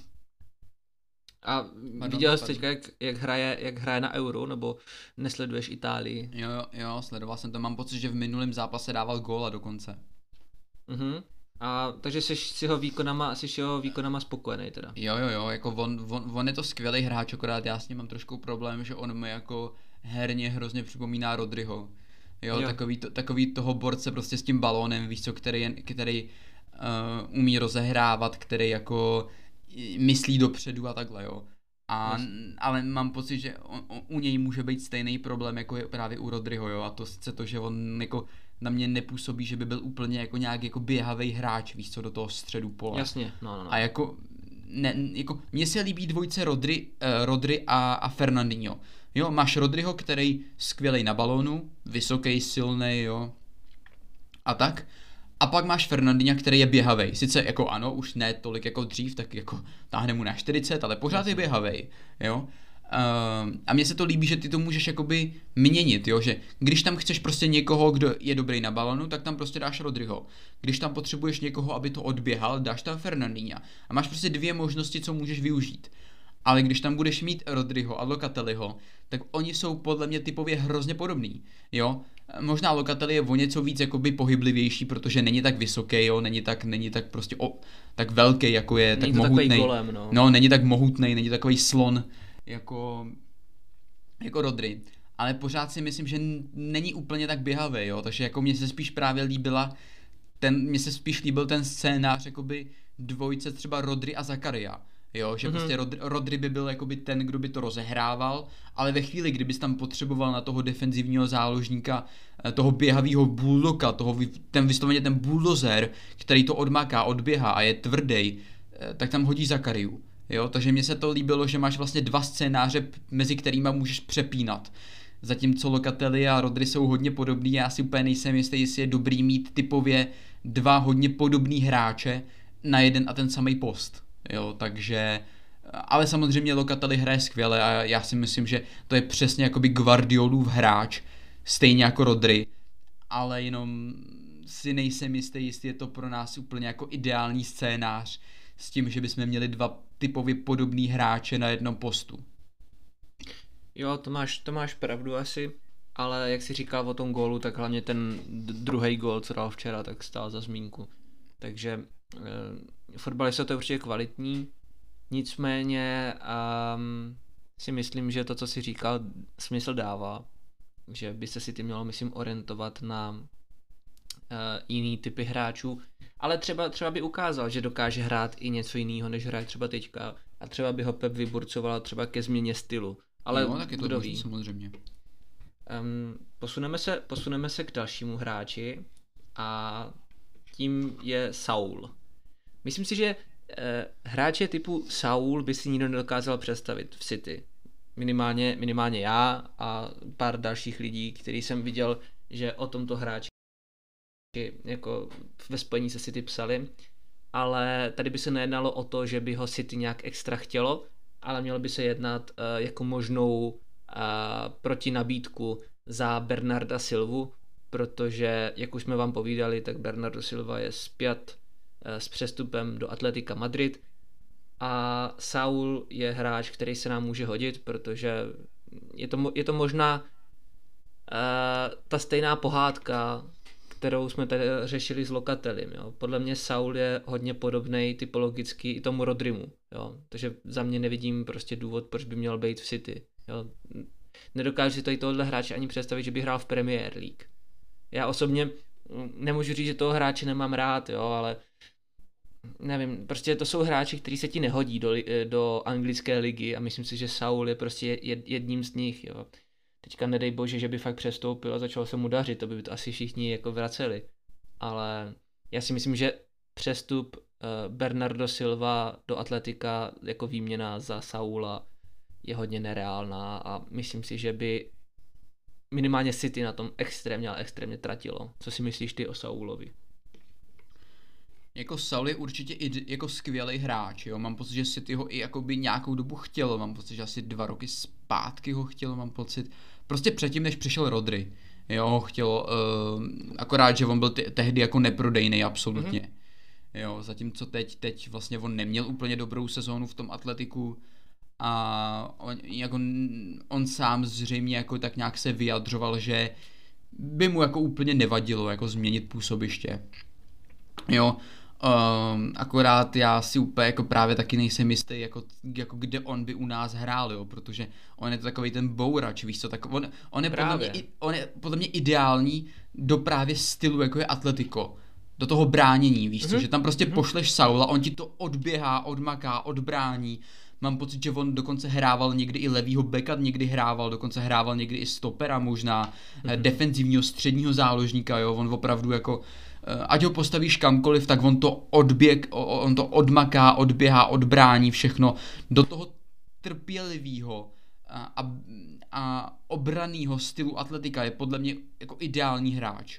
A pardon, viděl jsi teďka, jak, jak, hraje, jak hraje na Euro, nebo nesleduješ Itálii? Jo, jo, jo, sledoval jsem to, mám pocit, že v minulém zápase dával góla dokonce. Mhm. A takže jsi si ho výkonama, jsi jeho výkonama spokojený teda? Jo, jo, jo, jako on, on, on je to skvělý hráč, akorát já s ním mám trošku problém, že on mi jako herně hrozně připomíná Rodryho. Jo, jo. Takový, to, takový toho borce prostě s tím balónem, víš co, který, je, který Uh, umí rozehrávat, který jako myslí dopředu a takhle, jo. A, ale mám pocit, že on, on, u něj může být stejný problém, jako je právě u Rodryho, jo. A to sice to, že on jako na mě nepůsobí, že by byl úplně jako nějak jako běhavej hráč, víš co, do toho středu pole. Jasně, no, no, no. A jako, ne, jako mně se líbí dvojce Rodry, uh, Rodry a, a Fernandinho. Jo, máš Rodryho, který skvělej na balónu, vysoký, silný, jo. A tak. A pak máš Fernandinha, který je běhavej. Sice jako ano, už ne tolik jako dřív, tak jako táhne mu na čtyřicet, ale pořád Jasně. je běhavej, jo. Uh, a mně se to líbí, že ty to můžeš jakoby měnit, jo, že když tam chceš prostě někoho, kdo je dobrý na balonu, tak tam prostě dáš Rodryho. Když tam potřebuješ někoho, aby to odběhal, dáš tam Fernandinha. A máš prostě dvě možnosti, co můžeš využít. Ale když tam budeš mít Rodryho a Locatelliho, tak oni jsou podle mě typově hrozně podobný, jo. Možná Locatelli je o něco víc jakoby pohyblivější, protože není tak vysoký, jo, není tak, není tak prostě o, tak velký, jako je, není tak mohutnej. Golem, no. no, není tak mohutnej, není takový slon, jako, jako Rodry. Ale pořád si myslím, že není úplně tak běhavý, jo, takže jako mně se spíš právě líbila, ten, mně se spíš líbil ten scénář, jakoby dvojce třeba Rodry a Zakaria. Jo, že Mhm. prostě Rod- Rodri by byl jakoby ten, kdo by to rozehrával, ale ve chvíli, kdybys tam potřeboval na toho defenzivního záložníka, eh, toho běhavého bulldoga, toho, vy- ten vysloveně ten bulldozer, který to odmaká, odběhá a je tvrdý, tak tam hodí Zakariu. Jo, takže mně se to líbilo, že máš vlastně dva scénáře, mezi kterými můžeš přepínat. Zatímco Locatelli a Rodri jsou hodně podobný, já si úplně nejsem jistý, jestli je dobrý mít typově dva hodně podobný hráče na jeden a ten samý post. Jo, takže, ale samozřejmě Locatelli hraje skvěle a já si myslím, že to je přesně jakoby Guardiolův hráč, stejně jako Rodri, ale jenom si nejsem jistý, jestli je to pro nás úplně jako ideální scénář s tím, že bychom měli dva typově podobný hráče na jednom postu. Jo, to máš, to máš pravdu asi, ale jak jsi říkal o tom gólu, tak hlavně ten d- druhý gól, co dal včera, tak stál za zmínku. Takže e, fotbalista to je určitě kvalitní, nicméně um, si myslím, že to, co jsi říkal, smysl dává, že by se si ty mělo, myslím, orientovat na uh, jiný typy hráčů, ale třeba, třeba by ukázal, že dokáže hrát i něco jiného, než hraje třeba teďka a třeba by ho Pep vyburcoval třeba ke změně stylu. Ale no, tak je to kdo možný, ví. samozřejmě. Um, posuneme, se, posuneme se k dalšímu hráči a tím je Saul. Myslím si, že eh, hráče typu Saul by si nikdo nedokázal představit v City. Minimálně, minimálně já a pár dalších lidí, který jsem viděl, že o tomto hráči jako ve spojení se City psali, ale tady by se nejednalo o to, že by ho City nějak extra chtělo, ale mělo by se jednat uh, jako možnou uh, protinabídku za Bernarda Silvu, protože, jak už jsme vám povídali, tak Bernardo Silva je spjat uh, s přestupem do Atletica Madrid a Saul je hráč, který se nám může hodit, protože je to, je to možná uh, ta stejná pohádka, kterou jsme tady řešili s Locatellim, jo. Podle mě Saul je hodně podobnej typologicky i tomu Rodrimu, jo. Takže za mě nevidím prostě důvod, proč by měl být v City, jo. Nedokážu si tady tohohle hráče ani představit, že by hrál v Premier League. Já osobně nemůžu říct, že toho hráče nemám rád, jo, ale nevím, prostě to jsou hráči, kteří se ti nehodí do, do anglické ligy a myslím si, že Saul je prostě jedním z nich, jo. Teďka nedej bože, že by fakt přestoupil a začalo se mu dařit, to by to asi všichni jako vraceli. Ale já si myslím, že přestup uh, Bernardo Silva do Atletika jako výměna za Saula je hodně nereálná a myslím si, že by minimálně City na tom extrémně, ale extrémně tratilo. Co si myslíš ty o Saulovi? Jako Saul je určitě i jako skvělý hráč, jo, mám pocit, že City ho i jakoby nějakou dobu chtělo, mám pocit, že asi dva roky zpátky ho chtělo, mám pocit, prostě předtím, než přišel Rodri, jo, ho chtělo, uh, akorát, že on byl t- tehdy jako neprodejný absolutně, mm-hmm. jo, zatímco teď, teď vlastně on neměl úplně dobrou sezónu v tom Atletiku a on, jako, on sám zřejmě jako tak nějak se vyjadřoval, že by mu jako úplně nevadilo jako změnit působiště, jo. Um, akorát já si úplně jako právě taky nejsem jistý, jako, jako kde on by u nás hrál, jo, protože on je to takový ten bourač, víš co, tak on, on, je podle mě, on je podle mě ideální do právě stylu, jako je Atletico, do toho bránění, víš co, mm-hmm. že tam prostě mm-hmm. pošleš Saula, on ti to odběhá, odmaká, odbrání, mám pocit, že on dokonce hrával někdy i levýho backa, někdy hrával, dokonce hrával někdy i stopera možná, mm-hmm. defenzivního středního záložníka, jo, on opravdu jako ať ho postavíš kamkoliv, tak on to odběg, on to odmaká, odběhá, odbrání všechno do toho trpělivého a, a, a obranného stylu Atletika je podle mě jako ideální hráč.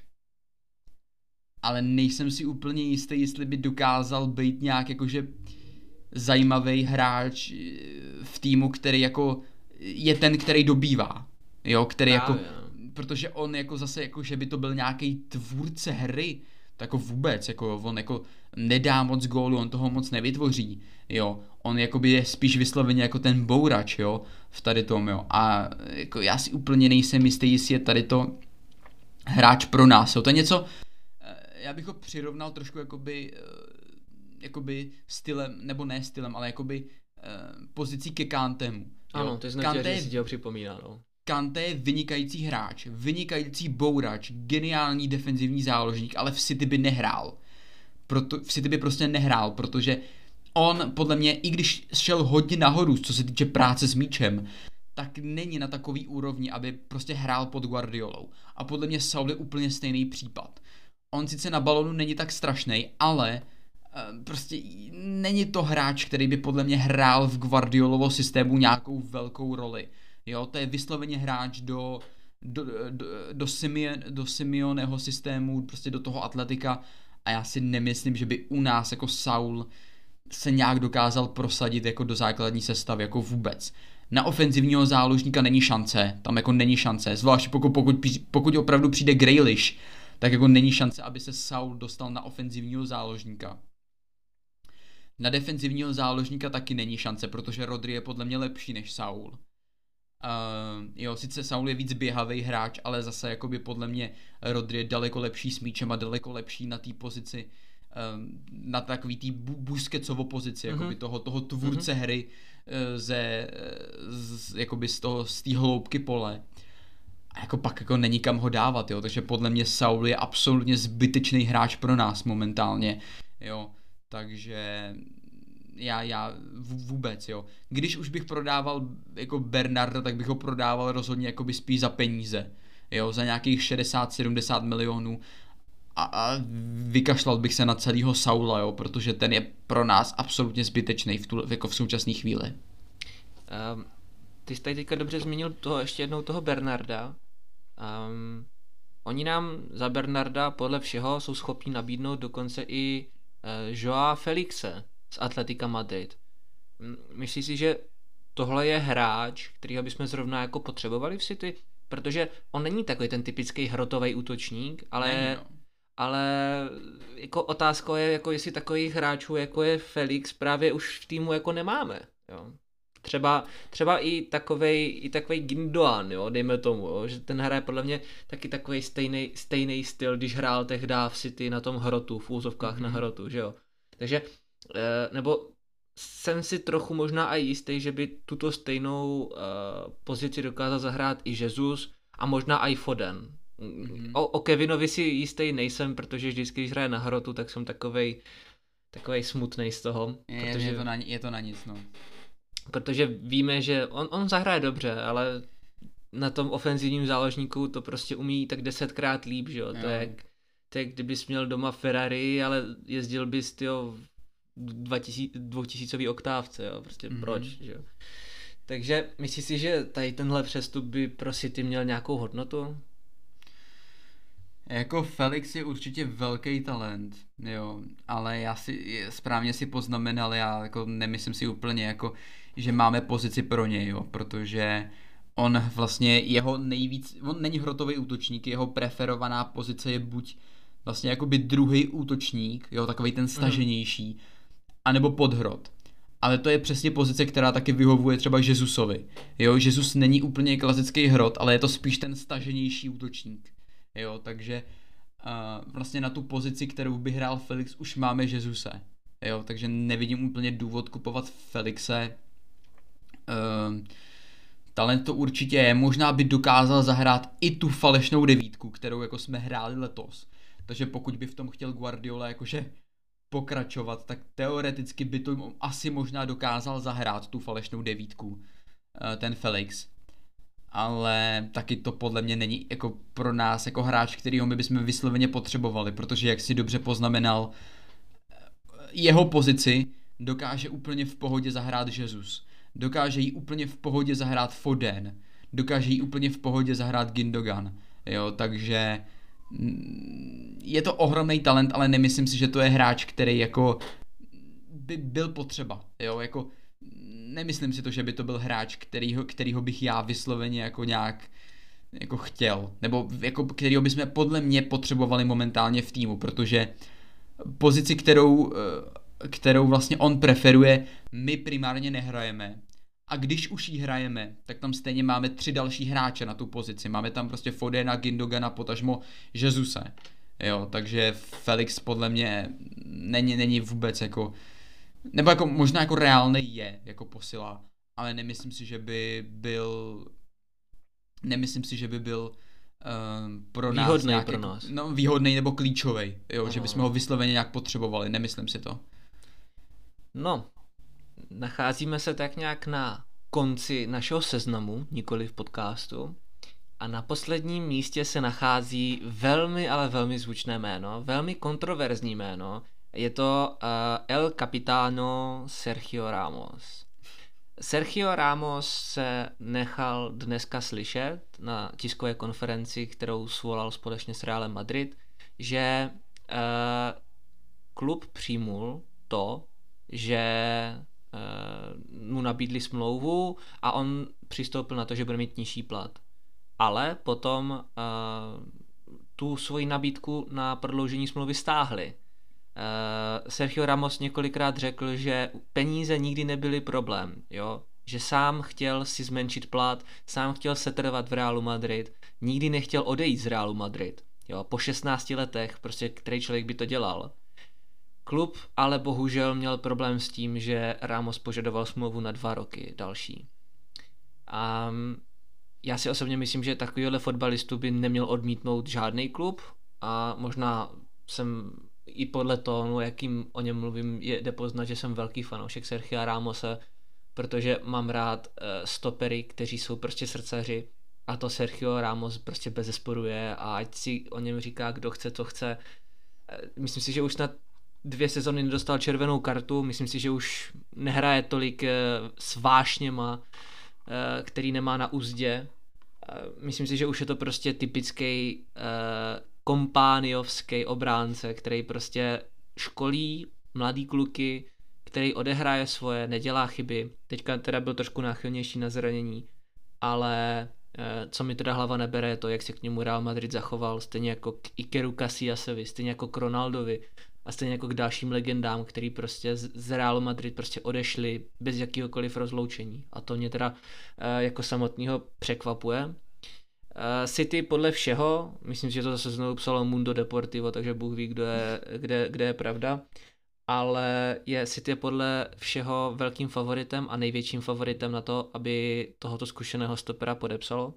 Ale nejsem si úplně jistý, jestli by dokázal být nějak jakože zajímavý hráč v týmu, který jako je ten, který dobývá. Jo, který jako, protože on jako zase jako, že by to byl nějaký tvůrce hry, tak jako vůbec, jako on jako nedá moc gólu, on toho moc nevytvoří, jo, on jakoby je spíš vysloveně jako ten bourač, jo, v tady tom, jo, a jako já si úplně nejsem jistý, jestli je tady to hráč pro nás, jo, to je něco, já bych ho přirovnal trošku jakoby, jakoby stylem, nebo ne stylem, ale jakoby pozicí ke Kantemu. Ano, to je znamená, že si tě ho připomíná, no. Kanté je vynikající hráč, vynikající bourač, geniální defenzivní záložník, ale v City by nehrál. Proto, v City by prostě nehrál, protože on podle mě, i když šel hodně nahoru, co se týče práce s míčem, tak není na takový úrovni, aby prostě hrál pod Guardiolou. A podle mě Saul je úplně stejný případ. On sice na balonu není tak strašný, ale uh, prostě není to hráč, který by podle mě hrál v Guardiolovo systému nějakou velkou roli. Jo, to je vysloveně hráč do do, do, do, Simeon, do Simeoneho systému, prostě do toho atletika, a já si nemyslím, že by u nás jako Saul se nějak dokázal prosadit jako do základní sestavy, jako vůbec. Na ofenzivního záložníka není šance, tam jako není šance, zvlášť pokud, pokud, pokud opravdu přijde Grealish, tak jako není šance, aby se Saul dostal na ofenzivního záložníka. Na defenzivního záložníka taky není šance, protože Rodri je podle mě lepší než Saul. Uh, jo, sice Saul je víc běhavý hráč, ale zase jakoby podle mě Rodri je daleko lepší s míčem a daleko lepší na té pozici, um, na takový tý bu- Busquetsovo pozici, mm-hmm. jakoby toho, toho tvůrce mm-hmm. hry uh, ze, z, jakoby z toho, z té hloubky pole. A jako pak jako není kam ho dávat, jo, takže podle mě Saul je absolutně zbytečný hráč pro nás momentálně, jo, takže já, já vůbec, jo. Když už bych prodával jako Bernarda, tak bych ho prodával rozhodně jakoby spíš za peníze, jo, za nějakých šedesát sedmdesát milionů a, a vykašlal bych se na celýho Saula, jo, protože ten je pro nás absolutně zbytečný v, tu, jako v současné chvíli. Um, ty jsi tady teďka dobře zmínil toho, ještě jednou toho Bernarda. Um, oni nám za Bernarda podle všeho jsou schopni nabídnout dokonce i uh, Joao Felixe z Atletica Madrid. Myslíš si, že tohle je hráč, kterýho bychom zrovna jako potřebovali v City? Protože on není takový ten typický hrotový útočník, ale, není, no. ale jako otázka je, jako jestli takových hráčů, jako je Felix, právě už v týmu jako nemáme. Jo. Třeba, třeba i takovej, i takovej Gindogan, jo, dejme tomu, jo, že ten hraje podle mě taky takovej stejný, stejný styl, když hrál tehdy v City na tom hrotu, v úzovkách mm-hmm. na hrotu, že jo. Takže, nebo jsem si trochu možná i jistý, že by tuto stejnou uh, pozici dokázal zahrát i Jesus a možná i Foden. Mm-hmm. O, o Kevinovi si jistý nejsem, protože vždycky, když hraje na hrotu, tak jsem takovej, takovej smutnej z toho. Je, protože, je, to, na, je to na nic, no. Protože víme, že on, on zahraje dobře, ale na tom ofenzivním záložníku to prostě umí tak desetkrát líp, že jo. To je, to je, kdybys měl doma Ferrari, ale jezdil bys, tyjo, dvoutisícový oktávce, jo, prostě mm-hmm. proč, že jo. Takže myslíš si, že tady tenhle přestup by pro City měl nějakou hodnotu? Jako Felix je určitě velký talent, jo, ale já si správně si poznamenal, já jako nemyslím si úplně jako, že máme pozici pro něj, jo, protože on vlastně jeho nejvíc, on není hrotový útočník, jeho preferovaná pozice je buď vlastně jakoby druhý útočník, jo, takovej ten staženější, mm. anebo podhrot. Ale to je přesně pozice, která taky vyhovuje třeba Jesusovi. Jo, Jesus není úplně klasický hrot, ale je to spíš ten staženější útočník. Jo, takže uh, vlastně na tu pozici, kterou by hrál Felix, už máme Jesuse. Jo, takže nevidím úplně důvod kupovat Felixe. Uh, talent to určitě je. Možná by dokázal zahrát i tu falešnou devítku, kterou jako jsme hráli letos. Takže pokud by v tom chtěl Guardiola jakože pokračovat, tak teoreticky by to asi možná dokázal zahrát tu falešnou devítku, ten Felix. Ale taky to podle mě není jako pro nás jako hráč, kterýho my bychom vysloveně potřebovali, protože jak si dobře poznamenal, jeho pozici dokáže úplně v pohodě zahrát Jesus. Dokáže jí úplně v pohodě zahrát Foden. Dokáže jí úplně v pohodě zahrát Gindogan. Jo, takže je to ohromný talent, ale nemyslím si, že to je hráč, který jako by byl potřeba, jo, jako nemyslím si to, že by to byl hráč, kterýho, kterýho bych já vysloveně jako nějak jako chtěl, nebo jako kterýho bychom podle mě potřebovali momentálně v týmu, protože pozici, kterou, kterou vlastně on preferuje, my primárně nehrajeme. A když už jí hrajeme, tak tam stejně máme tři další hráče na tu pozici. Máme tam prostě Fodena, Gindogana, potažmo Jesuse. Jo, takže Felix podle mě není, není vůbec jako, nebo jako možná jako reálný je jako posila, ale nemyslím si, že by byl, nemyslím si, že by byl um, pro nás výhodnej nějak, pro nás. No, výhodnej nebo klíčový, jo, aha, že bychom ho vysloveně nějak potřebovali, nemyslím si to. No, nacházíme se tak nějak na konci našeho seznamu, nikoli v podcastu. A na posledním místě se nachází velmi, ale velmi zvučné jméno, velmi kontroverzní jméno. Je to uh, El Capitano Sergio Ramos. Sergio Ramos se nechal dneska slyšet na tiskové konferenci, kterou svolal společně s Realem Madrid, že uh, klub přijmul to, že uh, mu nabídli smlouvu a on přistoupil na to, že bude mít nižší plat. Ale potom uh, tu svoji nabídku na prodloužení smlouvy stáhli. Uh, Sergio Ramos několikrát řekl, že peníze nikdy nebyly problém, jo? Že sám chtěl si zmenšit plat, sám chtěl setrvat v Realu Madrid, nikdy nechtěl odejít z Realu Madrid. Jo? Po šestnácti letech, prostě který člověk by to dělal. Klub ale bohužel měl problém s tím, že Ramos požadoval smlouvu na dva roky další. A um, já si osobně myslím, že takovýhle fotbalistu by neměl odmítnout žádný klub a možná jsem i podle tónu, jakým o něm mluvím, je jde poznat, že jsem velký fanoušek Sergia Ramose, protože mám rád uh, stopery, kteří jsou prostě srdcaři a to Sergio Ramos prostě bezesporu je a ať si o něm říká, kdo chce, co chce. Uh, myslím si, že už na dvě sezony nedostal červenou kartu, myslím si, že už nehraje tolik uh, s vášněma, uh, který nemá na uzdě. Uh, myslím si, že už je to prostě typický uh, kompániovský obránce, který prostě školí mladý kluky, který odehraje svoje, nedělá chyby. Teďka teda byl trošku náchylnější na zranění, ale eh, co mi teda hlava nebere je to, jak se k němu Real Madrid zachoval, stejně jako k Ikeru Casillasovi, stejně jako k Ronaldovi a stejně jako k dalším legendám, který prostě z, z Realu Madrid prostě odešli bez jakýhokoliv rozloučení. A to mě teda eh, jako samotného překvapuje. City podle všeho, myslím si, že to zase znovu psalo Mundo Deportivo, takže Bůh ví, kdo je, kde, kde je pravda, ale je City podle všeho velkým favoritem a největším favoritem na to, aby tohoto zkušeného stopera podepsalo.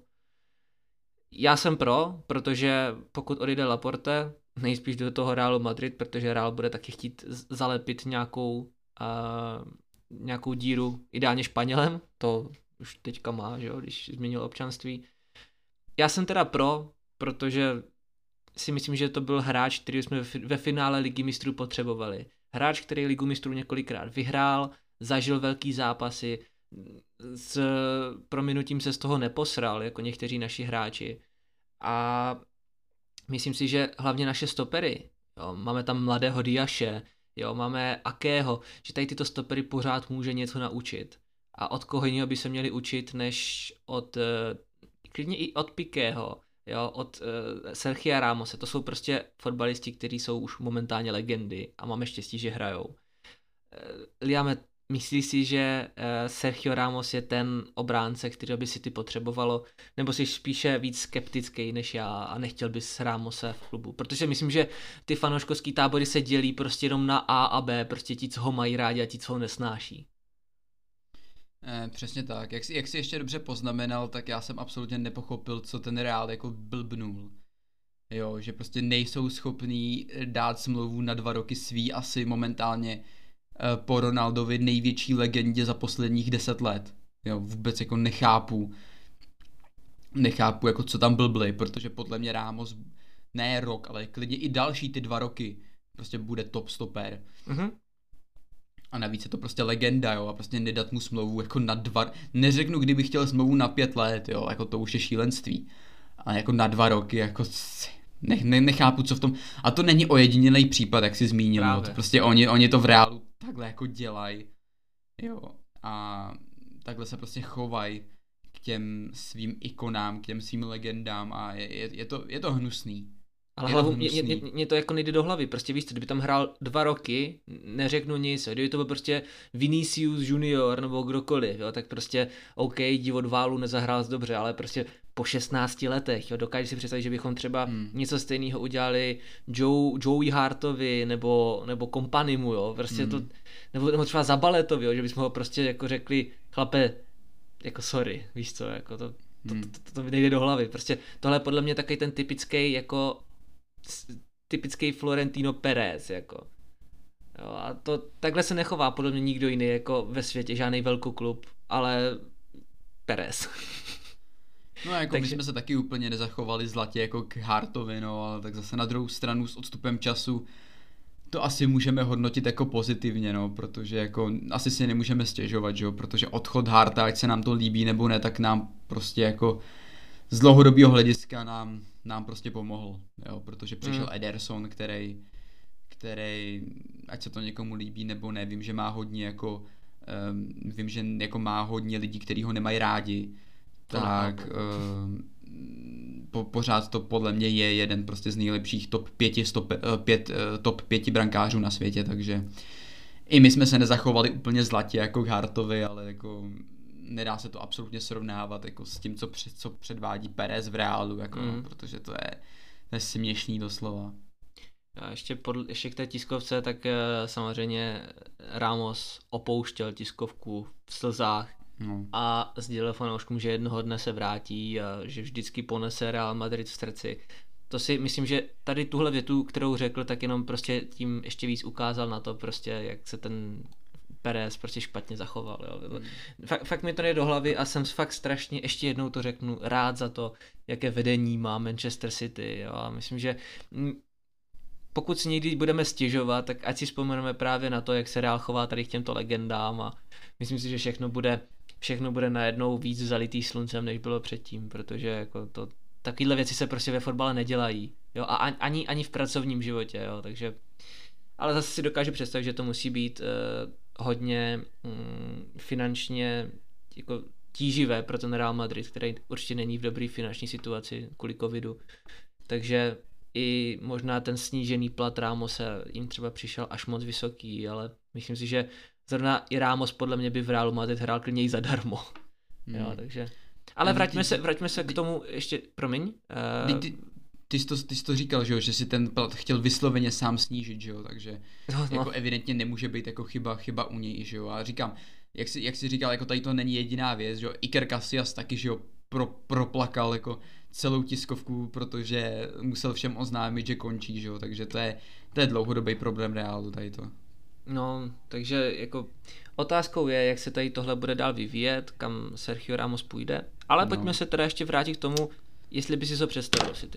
Já jsem pro, protože pokud odejde Laporte, nejspíš do toho Realu Madrid, protože Real bude taky chtít zalepit nějakou, uh, nějakou díru, ideálně Španělem, to už teďka má, že jo, když změnil občanství. Já jsem teda pro, protože si myslím, že to byl hráč, který jsme ve finále Ligy mistrů potřebovali. Hráč, který Ligu mistrů několikrát vyhrál, zažil velký zápasy, s prominutím se z toho neposral, jako někteří naši hráči. A myslím si, že hlavně naše stopery, jo, máme tam mladého Diaše, jo, máme Akého, že tady tyto stopery pořád může něco naučit. A od koho jiného by se měli učit, než od... klidně i od Pikého, jo, od uh, Sergia Ramose, to jsou prostě fotbalisti, kteří jsou už momentálně legendy a máme štěstí, že hrajou. Uh, Liame, myslíš si, že uh, Sergio Ramos je ten obránce, který by si ty potřebovalo, nebo jsi spíše víc skeptický než já a nechtěl bys Ramose v klubu? Protože myslím, že ty fanouškovský tábory se dělí prostě jenom na A a B, prostě ti, co ho mají rádi a ti, co ho nesnáší. Eh, přesně tak. Jak jsi, jak jsi ještě dobře poznamenal, tak já jsem absolutně nepochopil, co ten Real jako blbnul. Jo, že prostě nejsou schopní dát smlouvu na dva roky svý asi momentálně eh, po Ronaldovi největší legendě za posledních deset let. Jo, vůbec jako nechápu. Nechápu, jako co tam blbli, protože podle mě Ramos ne rok, ale klidně i další ty dva roky prostě bude top stoper. Mhm. A navíc je to prostě legenda, jo, a prostě nedat mu smlouvu jako na dva, neřeknu, kdybych chtěl smlouvu na pět let, jo, jako to už je šílenství, ale jako na dva roky, jako ne, ne, nechápu, co v tom, a to není ojedinělý případ, jak jsi zmínil, no, to prostě oni, oni to v Reálu takhle jako dělají, jo, a takhle se prostě chovají k těm svým ikonám, k těm svým legendám a je, je, je, to, je to hnusný. Ale hlavu, mě, mě, mě to jako nejde do hlavy, prostě víš co, kdyby tam hrál dva roky, neřeknu nic, kdyby to byl prostě Vinicius Junior nebo kdokoliv, jo, tak prostě OK, divot válu nezahrál dobře, ale prostě po šestnácti letech, jo, dokážeš si představit, že bychom třeba hmm. něco stejného udělali Joe, Joey Hartovi nebo, nebo Kompanimu, jo, prostě hmm. to, nebo, nebo třeba Zabaletovi, jo, že bychom ho prostě jako řekli, chlape, jako sorry, víš co, jako to, to, to, to, to, to nejde do hlavy, prostě tohle je podle mě takový ten typický jako typický Florentino Pérez, jako. Jo, a to takhle se nechová podle mě nikdo jiný jako ve světě, žádný velkoklub, ale Perez. No jako Takže... my jsme se taky úplně nezachovali zlatě jako k Hartovi, no, ale tak zase na druhou stranu s odstupem času to asi můžeme hodnotit jako pozitivně, no, protože jako asi si nemůžeme stěžovat, že jo, protože odchod Harta, ať se nám to líbí nebo ne, tak nám prostě jako z dlouhodobého hlediska nám, nám prostě pomohl, jo, protože přišel mm. Ederson, který, který, ať se to někomu líbí nebo ne, vím, že má hodně jako, um, vím, že jako má hodně lidí, kteří ho nemají rádi, tak um, po, pořád to podle mě je jeden prostě z nejlepších top pěti, stop, pět, top pěti brankářů na světě, takže i my jsme se nezachovali úplně zlatě jako k Hartovi, ale jako nedá se to absolutně srovnávat jako s tím, co, před, co předvádí Perez v Reálu, jako, mm. no, protože to je, to je směšný doslova. A ještě, pod, ještě k té tiskovce, tak samozřejmě Ramos opouštěl tiskovku v slzách. No. A sdělil fanouškům, že jednoho dne se vrátí a že vždycky ponese Real Madrid v srdci. To si myslím, že tady tuhle větu, kterou řekl, tak jenom prostě tím ještě víc ukázal na to prostě, jak se ten Perez prostě špatně zachoval. Jo. Hmm. Fakt, fakt mi to nejde do hlavy a jsem fakt strašně, ještě jednou to řeknu, rád za to, jaké vedení má Manchester City. Jo. A myslím, že pokud si někdy budeme stěžovat, tak ať si vzpomeneme právě na to, jak se Real chová tady k těmto legendám a myslím si, že všechno bude všechno bude najednou víc zalitý sluncem, než bylo předtím, protože jako to, takovýhle věci se prostě ve fotbale nedělají, jo, a ani, ani v pracovním životě, jo, takže, ale zase si dokážu představit, že to musí být uh, hodně um, finančně jako tíživé pro ten Real Madrid, který určitě není v dobré finanční situaci kvůli covidu, takže i možná ten snížený plat Ramose jim třeba přišel až moc vysoký, ale myslím si, že zrovna i Ramos podle mě by v Realu Madrid hrál klidně i zadarmo. Hmm. Jo, takže. Ale vraťme se, vraťme se k tomu ještě, promiň. Ty, ty, ty, jsi to, ty jsi to říkal, že, jo, že si ten plat chtěl vysloveně sám snížit, že jo, takže no, no. jako evidentně nemůže být jako chyba, chyba u něj, že jo, a říkám, jak jsi, jak jsi říkal, jako tady to není jediná věc, že jo, Iker Casillas taky, že jo, pro, proplakal jako celou tiskovku, protože musel všem oznámit, že končí, že jo, takže to je, to je dlouhodobý problém Realu, tady to. No, takže jako otázkou je, jak se tady tohle bude dál vyvíjet, kam Sergio Ramos půjde, ale no. Pojďme se teda ještě vrátit k tomu, jestli by si to představil si ty.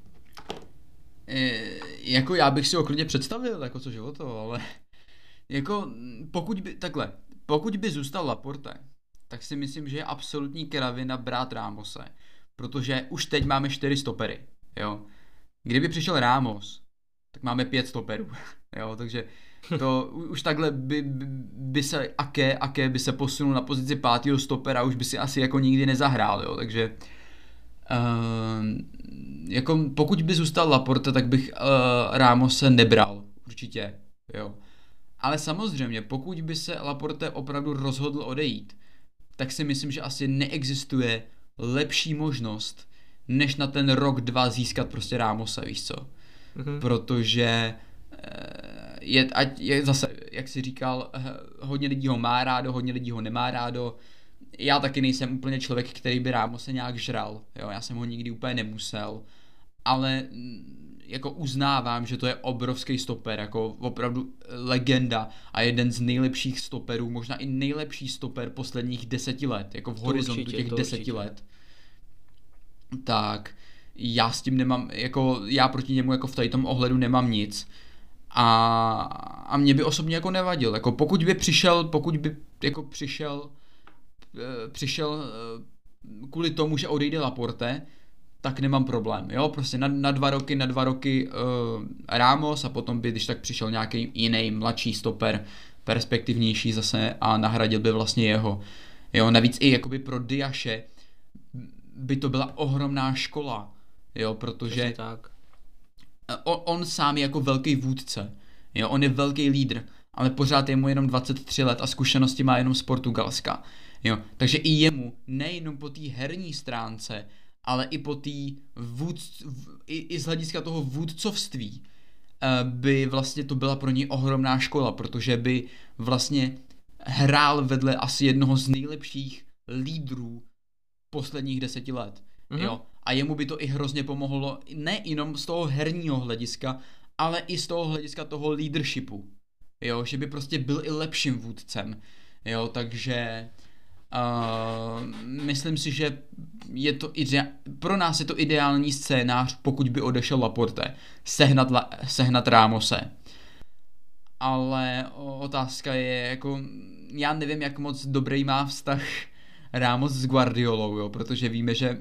E, jako já bych si ho klidně představil, jako co životo, ale jako pokud by, takhle, pokud by zůstal Laporte, tak si myslím, že je absolutní kravina brát Ramose, protože už teď máme čtyři stopery, jo. Kdyby přišel Ramos, tak máme pět stoperů, jo, takže to už takhle by, by, by se Ake, Ake by se posunul na pozici pátého stopera, už by si asi jako nikdy nezahrál, jo, takže uh, jako pokud by zůstal Laporte, tak bych uh, Ramose nebral, určitě, jo. Ale samozřejmě, pokud by se Laporte opravdu rozhodl odejít, tak si myslím, že asi neexistuje lepší možnost, než na ten rok, dva získat prostě Ramose, víš co? Mm-hmm. Protože je, ať je zase, jak jsi říkal, hodně lidí ho má rádo, hodně lidí ho nemá rádo. Já taky nejsem úplně člověk, který by Ramose nějak žral, jo, já jsem ho nikdy úplně nemusel, ale jako uznávám, že to je obrovský stoper, jako opravdu legenda a jeden z nejlepších stoperů, možná i nejlepší stoper posledních deseti let, jako v horizontu určitě, těch deseti určitě. let. Tak já s tím nemám, jako já proti němu jako v tady tom ohledu nemám nic. A, a mě by osobně jako nevadil, jako pokud by přišel, pokud by jako přišel, přišel kvůli tomu, že odejde Laporte, tak nemám problém, jo, prostě na, na dva roky, na dva roky uh, Ramos a potom by, když tak přišel nějaký jiný mladší stoper, perspektivnější zase a nahradil by vlastně jeho, jo, navíc i jakoby pro Diaše by to byla ohromná škola, jo, protože tak. On, on sám je jako velký vůdce, jo, on je velký lídr, ale pořád je mu jenom dvacet tři let a zkušenosti má jenom z Portugalska, jo, takže i jemu, nejenom po té herní stránce, ale i po té vůdc, i, i z hlediska toho vůdcovství by vlastně to byla pro něj ohromná škola, protože by vlastně hrál vedle asi jednoho z nejlepších lídrů posledních deseti let, mm-hmm. jo. A jemu by to i hrozně pomohlo, ne jenom z toho herního hlediska, ale i z toho hlediska toho leadershipu. jo, že by prostě byl i lepším vůdcem, jo, takže uh, myslím si, že je to idea- pro nás je to ideální scénář, pokud by odešel Laporte, sehnat, la- sehnat Ramose. Ale otázka je, jako, já nevím, jak moc dobrý má vztah Ramos s Guardiolou, jo, protože víme, že uh,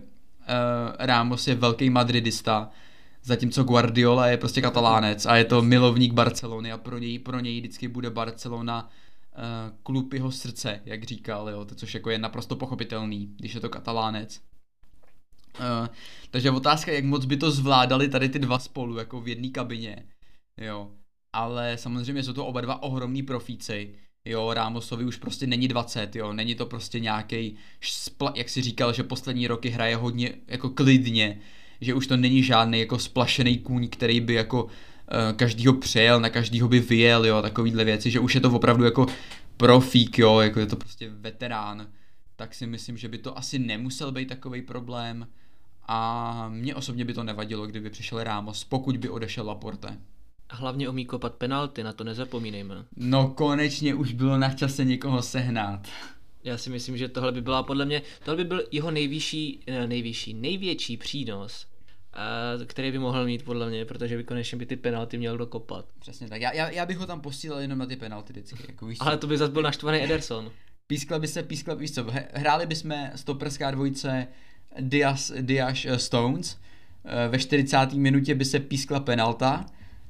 Ramos je velký madridista, zatímco Guardiola je prostě Katalánec a je to milovník Barcelony a pro něj, pro něj vždycky bude Barcelona uh, klub jeho srdce, jak říkal, jo, to, což jako je naprosto pochopitelný, když je to Katalánec. Uh, takže otázka, jak moc by to zvládali tady ty dva spolu, jako v jedné kabině, jo. Ale samozřejmě jsou to oba dva ohromní profíci, jo, Ramosovi už prostě není dvacet, jo, není to prostě nějaký, jak si říkal, že poslední roky hraje hodně jako klidně, že už to není žádný jako splašený kůň, který by jako uh, každýho přejel, na každýho by vyjel, jo, takovýhle věci, že už je to opravdu jako profík, jo, jako je to prostě veterán, tak si myslím, že by to asi nemusel být takovej problém a mně osobně by to nevadilo, kdyby přišel Ramos, pokud by odešel Laporte. Hlavně umí kopat penalty, na to nezapomínejme. No konečně už bylo na čase někoho sehnat. Já si myslím, že tohle by byla podle mě, tohle by byl jeho nejvyšší, nejvyšší, největší přínos, který by mohl mít podle mě, protože by konečně by ty penalty měl dokopat. Přesně tak, já, já, já bych ho tam posílal jenom na ty penalty vždycky. Jako, víš, ale to by zase byl naštvaný Ederson. Pískla by se, pískla, víš co, hráli bychom stoperská dvojice Diaz, Diaz Stones, ve čtyřicáté minutě by se pískla penalta,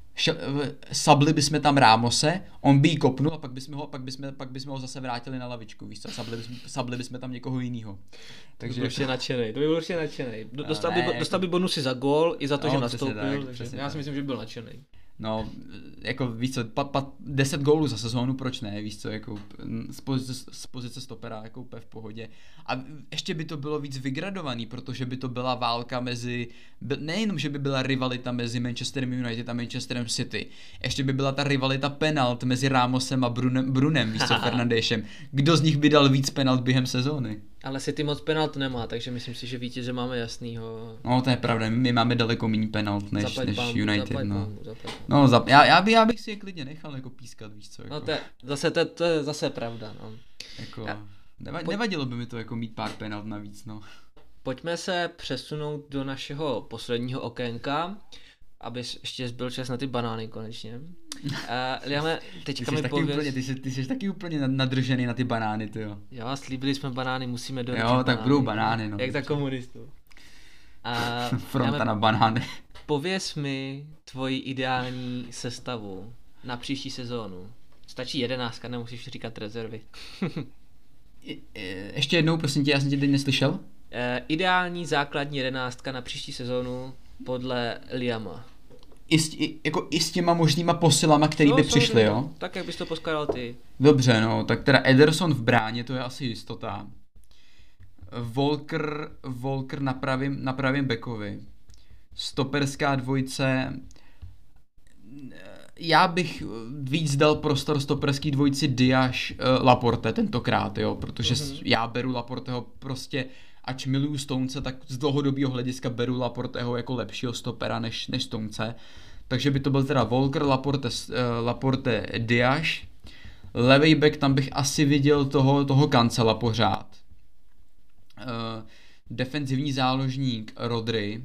sabli bychom tam Ramose, on by jí kopnul a pak bychom ho, pak bychom, pak bychom ho zase vrátili na lavičku, víš co, sabli bychom, sabli bychom tam někoho jinýho. Takže to by byl určitě nadšenej, to by byl určitě nadšenej. Dostal by, dostal by bonusy za gól i za to, no, že nastoupil, tak, takže já si tak. myslím, že by byl nadšenej. No, jako víš co, pa, pa, deset gólů za sezónu, proč ne, víš co, jako z pozice, z pozice stopera, jako úplně v pohodě. A ještě by to bylo víc vygradovaný, protože by to byla válka mezi, nejenom, že by byla rivalita mezi Manchesterem United a Manchesterem City, ještě by byla ta rivalita penalt mezi Ramosem a Brunem, Brunem, víš co, Fernandešem. Kdo z nich by dal víc penalt během sezóny? Ale City moc penalt nemá, takže myslím si, že vítěze máme jasnýho. No to je pravda, my máme daleko méně penalt než, zaplať než pán, United, zaplať no. pán, zaplať pán. No, za, já, já, by, já bych si je klidně nechal jako pískat, víš co. Jako, no to je, zase, to, to je zase pravda, no. Jako, já, neva, pojď, nevadilo by mi to jako mít pár penalt navíc, no. Pojďme se přesunout do našeho posledního okénka, aby ještě zbyl čas na ty banány konečně. Uh, Liame, teďka mi pověz... Úplně, ty, jsi, ty jsi taky úplně nadržený na ty banány, ty jo. Jo, slíbili jsme banány, musíme dojet. Jo, tak budou banány, no. Jak za komunistů. Uh, Fronta Liame, na banány. Pověz mi tvoji ideální sestavu na příští sezónu. Stačí jedenáctka, nemusíš říkat rezervy. Ještě jednou, prosím tě, já jsem tě teď neslyšel. Uh, ideální základní jedenáctka na příští sezónu podle Liama. I s, i, jako i s těma možnýma posilama, který no, by přišly, jo? Tak, jak bys to poskladal ty. Dobře, no, tak teda Ederson v bráně, to je asi jistota. Walker, Walker na pravým, na pravým backovi. Stoperská dvojice. Já bych víc dal prostor stoperský dvojici Diaz uh, Laporte tentokrát, jo, protože mm-hmm. já beru Laporteho prostě, ač miluju Stonese, tak z dlouhodobého hlediska beru Laporteho jako lepšího stopera než, než Stonese. Takže by to byl teda Walker, Laporte, uh, Laporte Diaz. Levej back, tam bych asi viděl toho, toho Cancela pořád. Uh, defenzivní záložník Rodri.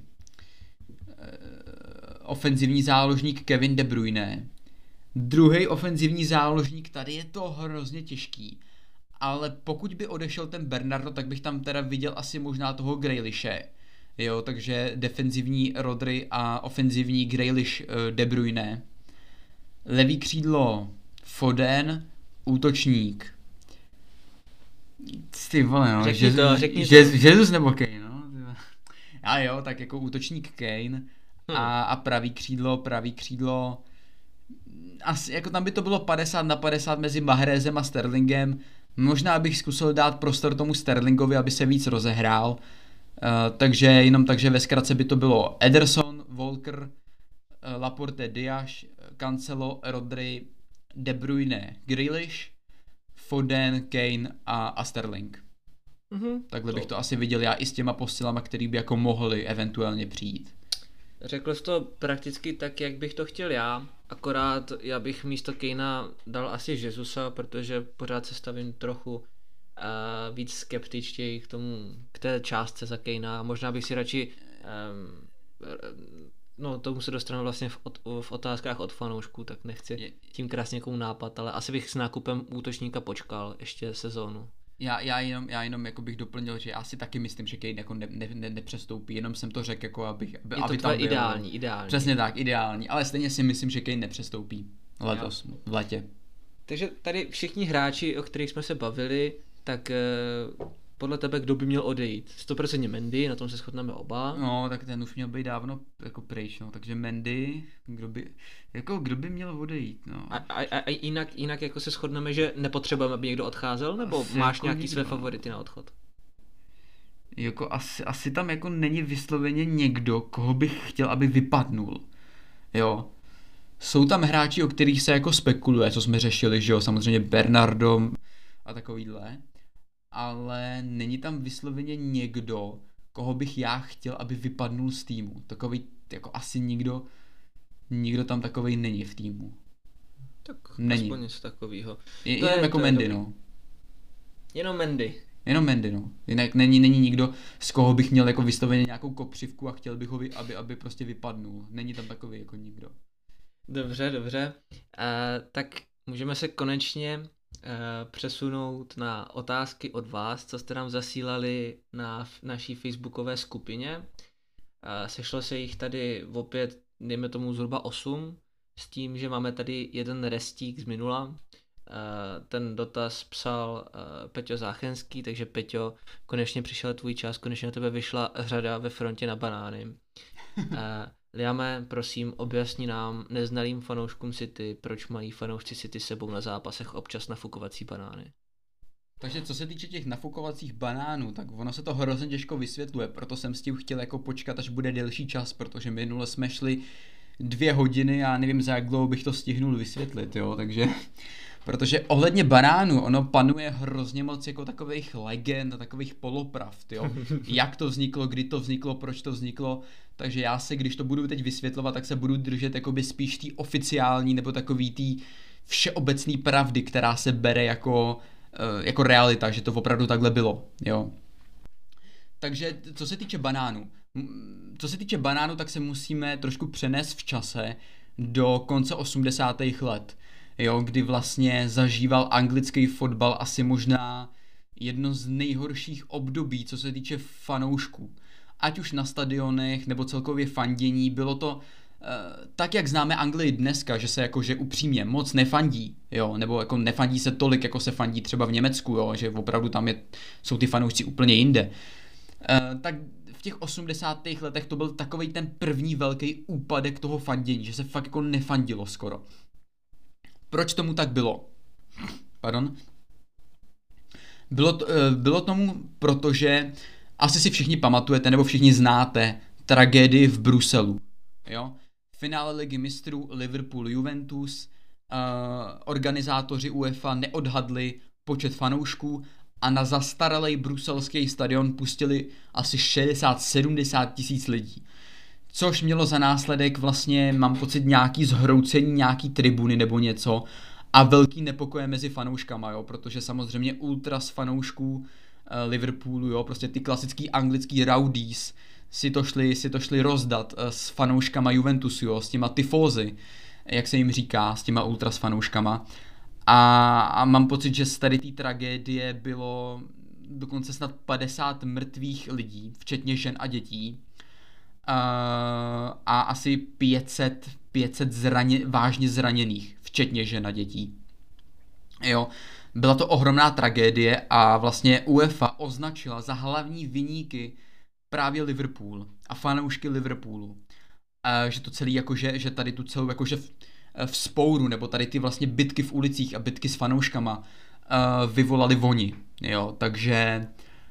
Ofenzivní záložník Kevin De Bruyne. Druhý ofenzivní záložník, tady je to hrozně těžký. Ale pokud by odešel ten Bernardo, tak bych tam teda viděl asi možná toho Grealishe. Jo, takže defenzivní Rodri a ofenzivní Grealish De Bruyne. Levý křídlo Foden, útočník. Ty vole, no. Řekni to, řekni to. Jesus nebo Kane, no. A jo, tak jako útočník Kane. A, a pravý křídlo, pravý křídlo, asi jako tam by to bylo padesát na padesát mezi Mahrezem a Sterlingem, možná bych zkusil dát prostor tomu Sterlingovi, aby se víc rozehrál, uh, takže jenom takže ve zkratce by to bylo Ederson, Walker, uh, Laporte, Diaz, Cancelo, Rodri, De Bruyne, Grealish, Foden, Kane a, a Sterling. Mm-hmm. Takhle to. bych to asi viděl já i s těma posilama, který by jako mohli eventuálně přijít. Řekl jsi to prakticky tak, jak bych to chtěl já. akorát já bych místo Kanea dal asi Jesusa, protože pořád se stavím trochu uh, víc skeptičtěji k tomu, k té částce za Kanea. Možná bych si radši um, no tomu se dostanu vlastně v, od, v otázkách od fanoušků, tak nechci tím krásně někomu nápad, ale asi bych s nákupem útočníka počkal ještě sezónu. Já, já jenom, já jenom jako bych doplnil, že já si taky myslím, že Kane jako ne, ne, ne, nepřestoupí, jenom jsem to řekl, jako abych, aby, je to aby tam byl. ideální, ideální. Přesně tak, ideální, ale stejně si myslím, že Kane nepřestoupí letos, jo. v letě. Takže tady všichni hráči, o kterých jsme se bavili, tak eh, podle tebe kdo by měl odejít? sto procent Mendy, na tom se shodneme oba. No, tak ten už měl být dávno jako pryč, no, takže Mendy, kdo by, jako kdo by měl odejít, no. A, a, a jinak, jinak jako se shodneme, že nepotřebujeme, aby někdo odcházel, nebo asi máš jako nějaký nikdo. Své favority na odchod? Jako asi, asi tam jako není vysloveně někdo, koho bych chtěl, aby vypadnul, jo. Jsou tam hráči, o kterých se jako spekuluje, co jsme řešili, že jo, samozřejmě Bernardo a takovýhle. Ale není tam vysloveně někdo, koho bych já chtěl, aby vypadnul z týmu. Takový, jako asi nikdo, nikdo tam takovej není v týmu. Tak není. Aspoň něco takovýho. Je, jenom je, jako Mendy, no. Jenom Mendy. Jenom Mendy, no. Jinak není, není nikdo, z koho bych měl jako vysloveně nějakou kopřivku a chtěl bych ho, aby, aby prostě vypadnul. Není tam takový jako nikdo. Dobře, dobře. Uh, tak můžeme se konečně přesunout na otázky od vás, co jste nám zasílali na naší facebookové skupině. Sešlo se jich tady opět, dejme tomu zhruba osm, s tím, že máme tady jeden restík z minula. Ten dotaz psal Peťo Záchenský, takže Peťo, konečně přišel tvůj čas, konečně na tebe vyšla řada ve frontě na banány. Liame, prosím, objasni nám, neznalým fanouškům City, proč mají fanoušci City sebou na zápasech občas nafukovací banány. Takže co se týče těch nafukovacích banánů, tak ono se to hrozně těžko vysvětluje, proto jsem s tím chtěl jako počkat, až bude delší čas, protože minule jsme šli dvě hodiny a nevím, za jak dlouho bych to stihnul vysvětlit, jo, takže... Protože ohledně banánů, ono panuje hrozně moc jako takových legend a takových polopravd, jo. Jak to vzniklo, kdy to vzniklo, proč to vzniklo, takže já se, když to budu teď vysvětlovat, tak se budu držet jakoby spíš tý oficiální nebo takový tý všeobecný pravdy, která se bere jako, jako realita, že to opravdu takhle bylo, jo. Takže co se týče banánů, co se týče banánů, tak se musíme trošku přenést v čase do konce osmdesátých let. Jo, kdy vlastně zažíval anglický fotbal asi možná jedno z nejhorších období, co se týče fanoušků. Ať už na stadionech nebo celkově fandění, bylo to uh, tak, jak známe Anglii dneska, že se jakože upřímně moc nefandí, jo, nebo jako nefandí se tolik, jako se fandí třeba v Německu, jo, že opravdu tam je, jsou ty fanoušci úplně jinde. Uh, tak v těch osmdesátých letech to byl takovej ten první velký úpadek toho fandění, že se fakt jako nefandilo skoro. Proč tomu tak bylo? Pardon? Bylo, to, bylo tomu, protože asi si všichni pamatujete, nebo všichni znáte tragédii v Bruselu. Jo? Finále ligy mistrů Liverpool-Juventus, uh, organizátoři UEFA neodhadli počet fanoušků a na zastaralej bruselský stadion pustili asi šedesát sedmdesát tisíc lidí. Což mělo za následek vlastně, mám pocit, nějaký zhroucení, nějaký tribuny nebo něco a velký nepokoje mezi fanouškama, jo, protože samozřejmě ultras fanoušků uh, Liverpoolu, jo, prostě ty klasický anglický rowdies si to šli, si to šli rozdat uh, s fanouškama Juventusu, jo, s těma tifózy, jak se jim říká, s těma ultras fanouškama. A, a mám pocit, že z tady té tragédie bylo dokonce snad padesát mrtvých lidí, včetně žen a dětí. Uh, a asi pět set, pět set zraně, vážně zraněných, včetně žen a dětí. Jo, byla to ohromná tragédie a vlastně UEFA označila za hlavní viníky právě Liverpool a fanoušky Liverpoolu. Uh, že to celý jakože, že tady tu celou jakože v, v spouru, nebo tady ty vlastně bitky v ulicích a bitky s fanouškama uh, vyvolali oni. Jo, takže...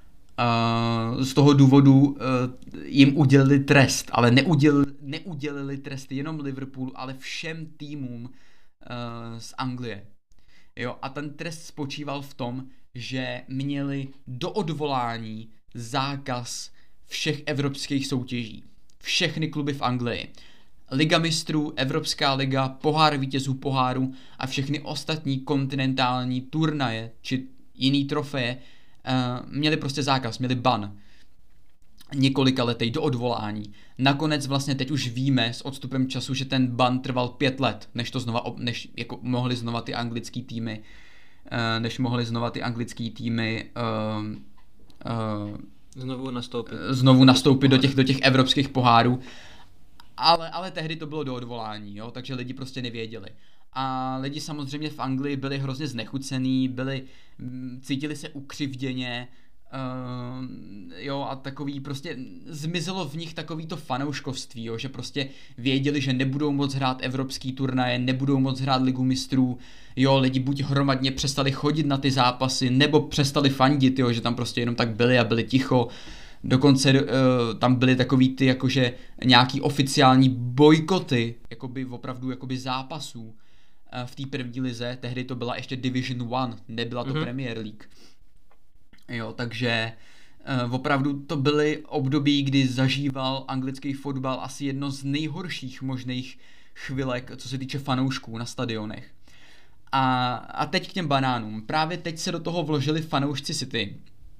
Uh, z toho důvodu uh, jim udělili trest, ale neudělili, neudělili trest jenom Liverpoolu, ale všem týmům uh, z Anglie. Jo, a ten trest spočíval v tom, že měli do odvolání zákaz všech evropských soutěží. Všechny kluby v Anglii. Liga mistrů, Evropská liga, pohár vítězů poháru a všechny ostatní kontinentální turnaje či jiný trofeje uh, měli prostě zákaz, měli ban několika letej do odvolání. Nakonec vlastně teď už víme s odstupem času, že ten ban trval pět let, než to znova, než jako mohli znova ty anglický týmy, uh, než mohli znova ty anglický týmy uh, uh, znovu nastoupit. Znovu nastoupit do těch, do těch evropských pohárů. Ale, ale tehdy to bylo do odvolání, jo, takže lidi prostě nevěděli. A lidi samozřejmě v Anglii byli hrozně znechucený, byli, cítili se ukřivděně, uh, jo, a takový prostě, zmizelo v nich takový to fanouškovství, jo, že prostě věděli, že nebudou moc hrát evropský turnaje, nebudou moc hrát ligu mistrů, jo, lidi buď hromadně přestali chodit na ty zápasy, nebo přestali fandit, jo, že tam prostě jenom tak byli a byli ticho. Dokonce uh, tam byly takový ty jakože nějaký oficiální bojkoty, jakoby opravdu jakoby zápasů uh, v té první lize, tehdy to byla ještě Division One, nebyla to mm-hmm. Premier League. Jo, takže uh, opravdu to byly období, kdy zažíval anglický fotbal asi jedno z nejhorších možných chvilek, co se týče fanoušků na stadionech. A, a teď k těm banánům. Právě teď se do toho vložili fanoušci City,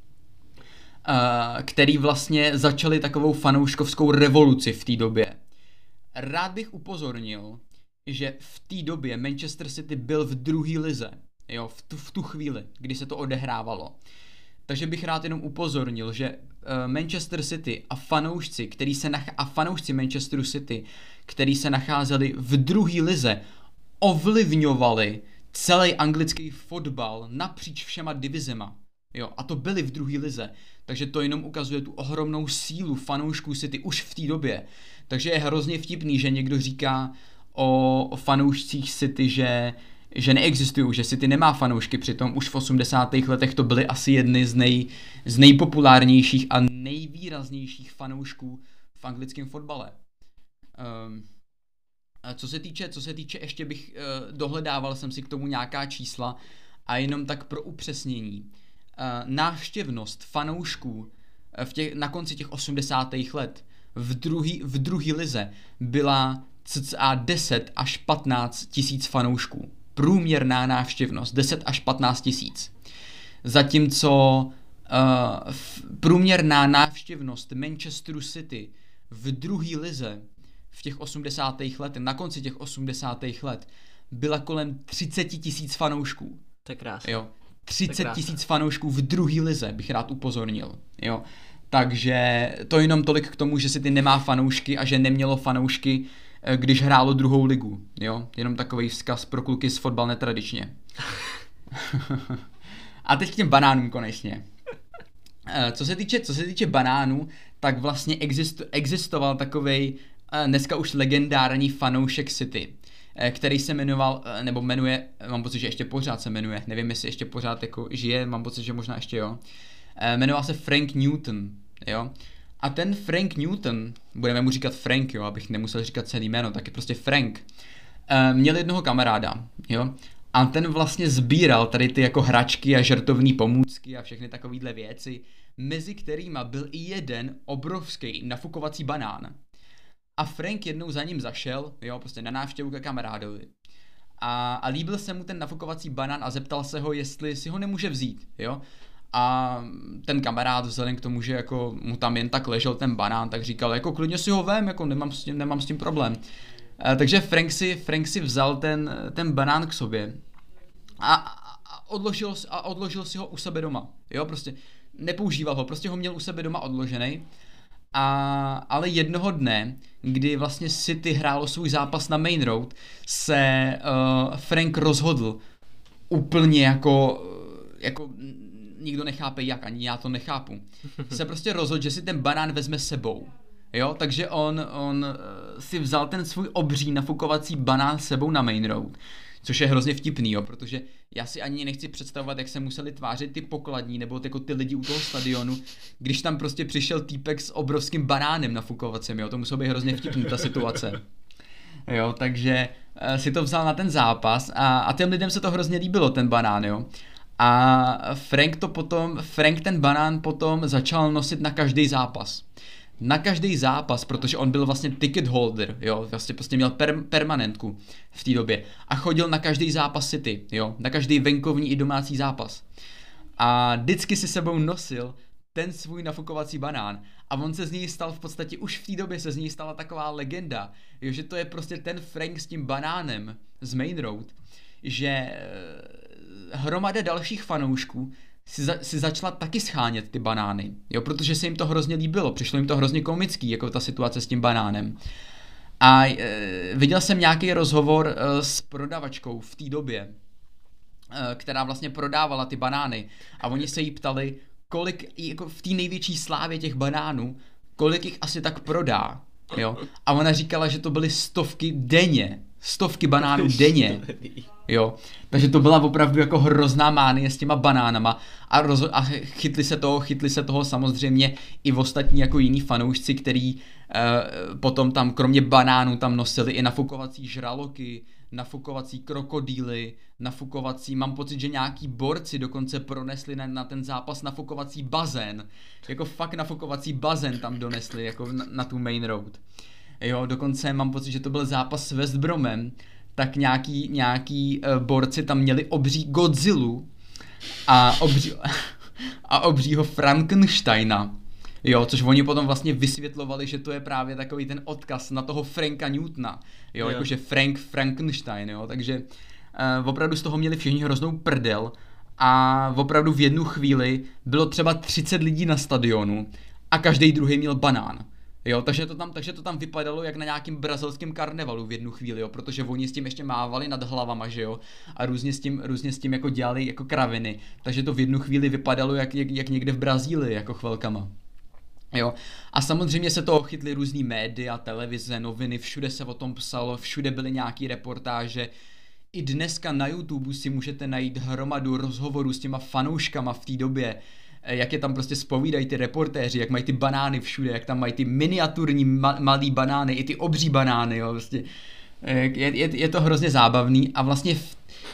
Uh, který vlastně začali takovou fanouškovskou revoluci v té době. Rád bych upozornil, že v té době Manchester City byl v druhé lize, jo, v tu, v tu chvíli, kdy se to odehrávalo. Takže bych rád jenom upozornil, že uh, Manchester City a fanoušci, který se nach- a fanoušci Manchesteru City, který se nacházeli v druhé lize, ovlivňovali celý anglický fotbal napříč všema divizema. Jo, a to byli v druhé lize, takže to jenom ukazuje tu ohromnou sílu fanoušků City už v té době. Takže je hrozně vtipný, že někdo říká o, o fanoušcích City, že, že neexistují, že City nemá fanoušky, přitom už v osmdesátých letech to byly asi jedny z, nej, z nejpopulárnějších a nejvýraznějších fanoušků v anglickém fotbale. Um, a co se týče, co se týče, ještě bych uh, dohledával jsem si k tomu nějaká čísla a jenom tak pro upřesnění. Návštěvnost fanoušků v těch, na konci těch osmdesátých let v druhý, v druhý lize byla cca deset až patnáct tisíc fanoušků. Průměrná návštěvnost deset až patnáct tisíc. Zatímco uh, průměrná návštěvnost Manchesteru City v druhý lize v těch osmdesátých letech, na konci těch osmdesátých let byla kolem třicet tisíc fanoušků. To je krásné. Jo. třicet tisíc fanoušků v druhý lize, bych rád upozornil, jo. Takže to jenom tolik k tomu, že City nemá fanoušky a že nemělo fanoušky, když hrálo druhou ligu, jo. Jenom takový vzkaz pro kluky z fotbal netradičně. A teď k těm banánům konečně. Co se týče, co se týče banánů, tak vlastně exist, existoval takovej dneska už legendární fanoušek City, který se jmenoval, nebo jmenuje, mám pocit, že ještě pořád se jmenuje, nevím, jestli ještě pořád jako žije, mám pocit, že možná ještě jo, jmenoval se Frank Newton, jo, a ten Frank Newton, budeme mu říkat Frank, jo, abych nemusel říkat celý jméno, tak je prostě Frank, měl jednoho kamaráda, jo, a ten vlastně sbíral tady ty jako hračky a žertovní pomůcky a všechny takovýhle věci, mezi kterýma byl i jeden obrovský nafukovací banán. A Frank jednou za ním zašel, jo, prostě na návštěvu ke kamarádovi. A, a líbil se mu ten nafukovací banán a zeptal se ho, jestli si ho nemůže vzít, jo. A ten kamarád vzhledem k tomu, že jako mu tam jen tak ležel ten banán, tak říkal, jako klidně si ho vem, jako nemám s tím, nemám s tím problém. A, takže Frank si, Frank si vzal ten, ten banán k sobě a, a, odložil, a odložil si ho u sebe doma, jo, prostě nepoužíval ho, prostě ho měl u sebe doma odložený. A, ale jednoho dne, kdy vlastně City hrálo svůj zápas na Main Road, se uh, Frank rozhodl úplně jako, jako nikdo nechápe jak, ani já to nechápu. Se prostě rozhodl, že si ten banán vezme sebou. Jo, takže on, on uh, si vzal ten svůj obří nafukovací banán sebou na Main Road. Což je hrozně vtipný, jo, protože já si ani nechci představovat, jak se museli tvářit ty pokladní nebo jako ty lidi u toho stadionu, když tam prostě přišel týpek s obrovským banánem nafukovacím, jo, to muselo být hrozně vtipný ta situace. Jo, takže uh, si to vzal na ten zápas a, a těm lidem se to hrozně líbilo, ten banán, jo. A Frank to potom, Frank ten banán potom začal nosit na každý zápas. na každý zápas, protože on byl vlastně ticket holder, jo, vlastně prostě měl per, permanentku v té době a chodil na každý zápas City, jo, na každý venkovní i domácí zápas. A vždycky si sebou nosil ten svůj nafukovací banán a on se z něj stal v podstatě, už v té době se z něj stala taková legenda, jo, že to je prostě ten Frank s tím banánem z Main Road, že hromada dalších fanoušků si, za, si začala taky schánět ty banány, jo, protože se jim to hrozně líbilo, přišlo jim to hrozně komický, jako ta situace s tím banánem. A e, viděl jsem nějaký rozhovor e, s prodavačkou v té době, e, která vlastně prodávala ty banány a oni se jí ptali, kolik, jako v té největší slávě těch banánů, kolik jich asi tak prodá, jo. A ona říkala, že to byly stovky denně, stovky banánů denně, jo. Takže to byla opravdu jako hrozná mánie s těma banánama a, roz, a chytli se toho, chytli se toho samozřejmě i v ostatní jako jiní fanoušci, který uh, potom tam kromě banánů tam nosili i nafukovací žraloky, nafukovací krokodýly, nafukovací, mám pocit, že nějaký borci dokonce pronesli na, na ten zápas nafukovací bazén, jako fakt nafukovací bazén tam donesli, jako na, na tu Main Road. Jo, dokonce mám pocit, že to byl zápas s West Bromem, tak nějaký, nějaký uh, borci tam měli obří Godzillu a, obří, a obřího Frankensteina. Jo, což oni potom vlastně vysvětlovali, že to je právě takový ten odkaz na toho Franka Newtona, jo, jo. Jakože Frank Frankenstein, jo, takže uh, opravdu z toho měli všichni hroznou prdel a opravdu v jednu chvíli bylo třeba třicet lidí na stadionu a každý druhý měl banán. Jo, takže to tam, takže to tam vypadalo jak na nějakým brazilském karnevalu v jednu chvíli, jo, protože oni s tím ještě mávali nad hlavama, že jo, a různě s tím, různě s tím jako dělali jako kraviny, takže to v jednu chvíli vypadalo jak, jak, jak někde v Brazílii, jako chvelkama. Jo, a samozřejmě se toho chytly různý média, televize, noviny, všude se o tom psalo, všude byly nějaký reportáže. I dneska na YouTube si můžete najít hromadu rozhovorů s těma fanouškama v té době, jak je tam prostě zpovídají ty reportéři, jak mají ty banány všude, jak tam mají ty miniaturní ma- malý banány, i ty obří banány, jo, prostě. Je, je, je to hrozně zábavný a vlastně v,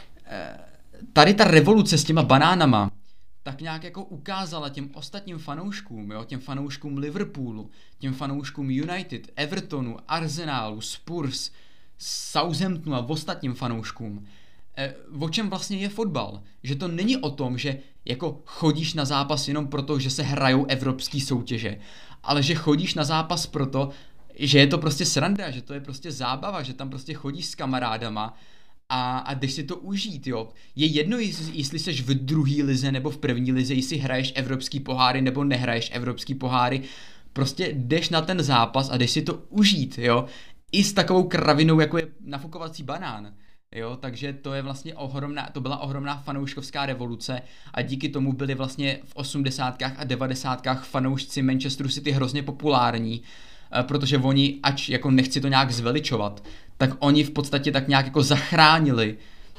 tady ta revoluce s těma banánama tak nějak jako ukázala těm ostatním fanouškům, jo, těm fanouškům Liverpoolu, těm fanouškům United, Evertonu, Arsenalu, Spurs, Southamptonu a ostatním fanouškům, eh, o čem vlastně je fotbal. Že to není o tom, že jako chodíš na zápas jenom proto, že se hrajou evropské soutěže, ale že chodíš na zápas proto, že je to prostě sranda, že to je prostě zábava, že tam prostě chodíš s kamarádama a, a jdeš si to užít, jo. Je jedno, jestli, jestli seš v druhé lize nebo v první lize, jestli hraješ evropský poháry nebo nehraješ evropský poháry, prostě jdeš na ten zápas a jdeš si to užít, jo. I s takovou kravinou, jako je nafukovací banán, jo, takže to je vlastně ohromná, to byla ohromná fanouškovská revoluce a díky tomu byli vlastně v osmdesátkách a devadesátkách fanoušci Manchesteru City hrozně populární, protože oni, ač jako nechci to nějak zveličovat, tak oni v podstatě tak nějak jako zachránili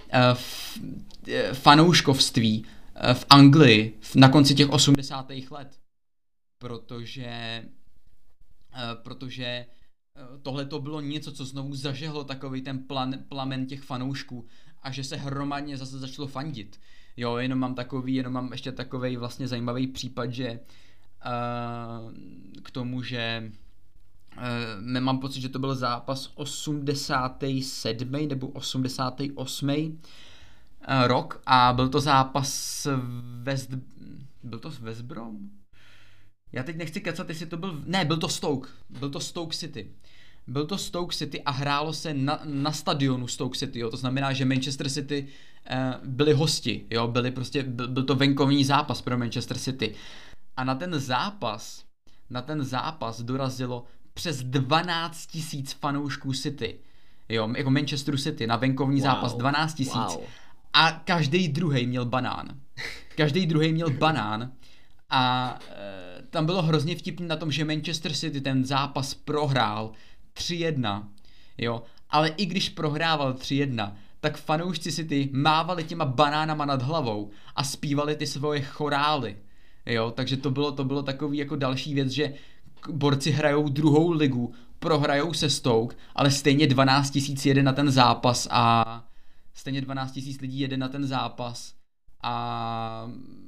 fanouškovství v Anglii na konci těch osmdesátých let, protože protože tohle to bylo něco, co znovu zažehlo takový ten plan, plamen těch fanoušků a že se hromadně zase začalo fandit. Jo, jenom mám takový, jenom mám ještě takovej vlastně zajímavý případ, že uh, k tomu, že uh, mám pocit, že to byl zápas osmdesátý sedmý nebo osmdesátý osmý Uh, rok a byl to zápas West... Byl to West Brom? Já teď nechci kecat, jestli to byl... Ne, byl to Stoke. Byl to Stoke City. Byl to Stoke City a hrálo se na, na stadionu Stoke City, jo. To znamená, že Manchester City eh, byli hosti, jo. Byli prostě, byl, byl to venkovní zápas pro Manchester City. A na ten zápas, na ten zápas dorazilo přes dvanáct tisíc fanoušků City. Jo, jako Manchesteru City, na venkovní wow. zápas dvanáct tisíc. Wow. A každý druhý měl banán. Každý druhý měl banán. A e, tam bylo hrozně vtipný na tom, že Manchester City ten zápas prohrál tři jedna, jo, ale i když prohrával tři jedna, tak fanoušci City mávali těma banánama nad hlavou a zpívali ty svoje chorály, jo, takže to bylo, to bylo takový jako další věc, že borci hrajou druhou ligu, prohrajou se Stoke, ale stejně dvanáct tisíc jede na ten zápas a stejně dvanáct tisíc lidí jede na ten zápas a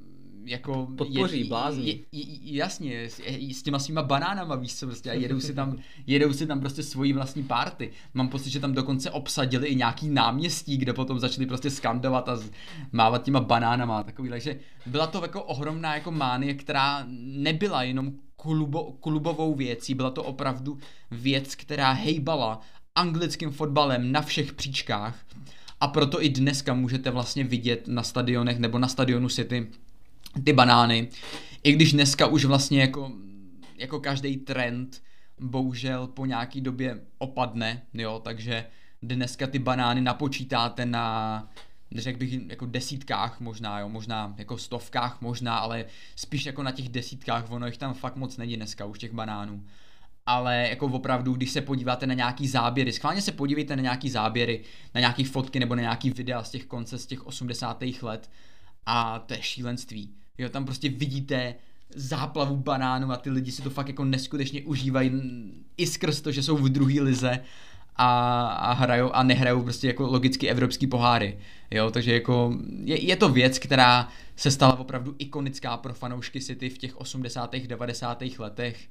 jako podpoří, blázni. Je, je, jasně, s, s těma svýma banánama, víš co, prostě, a jedou si tam, jedou si tam prostě svoji vlastní party. Mám pocit, že tam dokonce obsadili i nějaký náměstí, kde potom začali prostě skandovat a z, mávat těma banánama a takový, takže byla to jako ohromná jako mánie, která nebyla jenom klubo, klubovou věcí, byla to opravdu věc, která hejbala anglickým fotbalem na všech příčkách. A proto i dneska můžete vlastně vidět na stadionech nebo na stadionu City ty banány. I když dneska už vlastně jako, jako každý trend bohužel po nějaký době opadne, jo, takže dneska ty banány napočítáte na, řekl bych, jako desítkách možná, jo, možná jako stovkách možná, ale spíš jako na těch desítkách, ono jich tam fakt moc není dneska už těch banánů. Ale jako opravdu, když se podíváte na nějaký záběry, schválně se podívejte na nějaký záběry, na nějaký fotky nebo na nějaký videa z těch konce z těch osmdesátých let a to je šílenství. Jo, tam prostě vidíte záplavu banánů a ty lidi si to fakt jako neskutečně užívají i skrz to, že jsou v druhé lize a, a hrajou a nehrajou prostě jako logicky evropský poháry. Jo, takže jako je, je to věc, která se stala opravdu ikonická pro fanoušky City v těch osmdesátých devadesátých letech.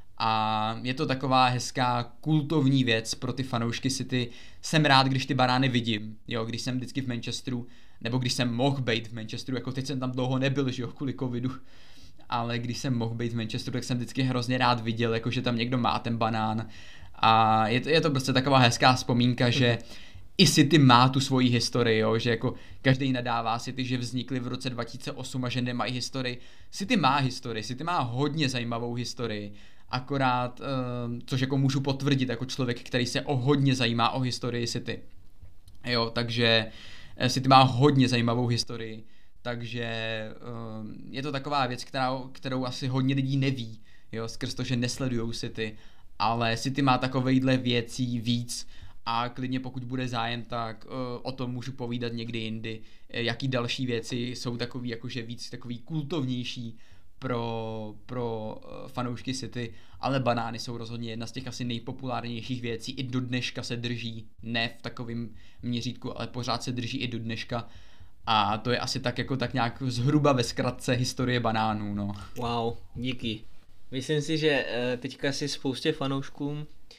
A je to taková hezká kultovní věc pro ty fanoušky City. Jsem rád, když ty banány vidím, jo, když jsem vždycky v Manchesteru, nebo když jsem mohl být v Manchesteru, jako teď jsem tam dlouho nebyl, že jo, kvůli covidu, ale když jsem mohl být v Manchesteru, tak jsem vždycky hrozně rád viděl, jako že tam někdo má ten banán a je to, je to prostě taková hezká vzpomínka, že i City má tu svoji historii, jo, že jako každý nadává City, že vznikly v roce dva tisíce osm a že nemají historii. City má historii, City má hodně zajímavou historii. Akorát, uh, což jako můžu potvrdit jako člověk, který se o hodně zajímá o historii City. Jo, takže City má hodně zajímavou historii, takže uh, je to taková věc, kterou, kterou asi hodně lidí neví, jo, skrz to, že nesledujou City, ale City má takovejhle věcí víc a klidně pokud bude zájem, tak uh, o tom můžu povídat někdy jindy, jaký další věci jsou takový, jakože víc takový kultovnější pro, pro uh, fanoušky City, ale banány jsou rozhodně jedna z těch asi nejpopulárnějších věcí, i do dneška se drží, ne v takovém měřítku, ale pořád se drží i do dneška a to je asi tak jako tak nějak zhruba ve zkratce historie banánů, no. Wow, díky. Myslím si, že uh, teďka si spoustě fanouškům uh,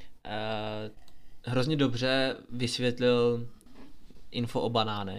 hrozně dobře vysvětlil info o banánech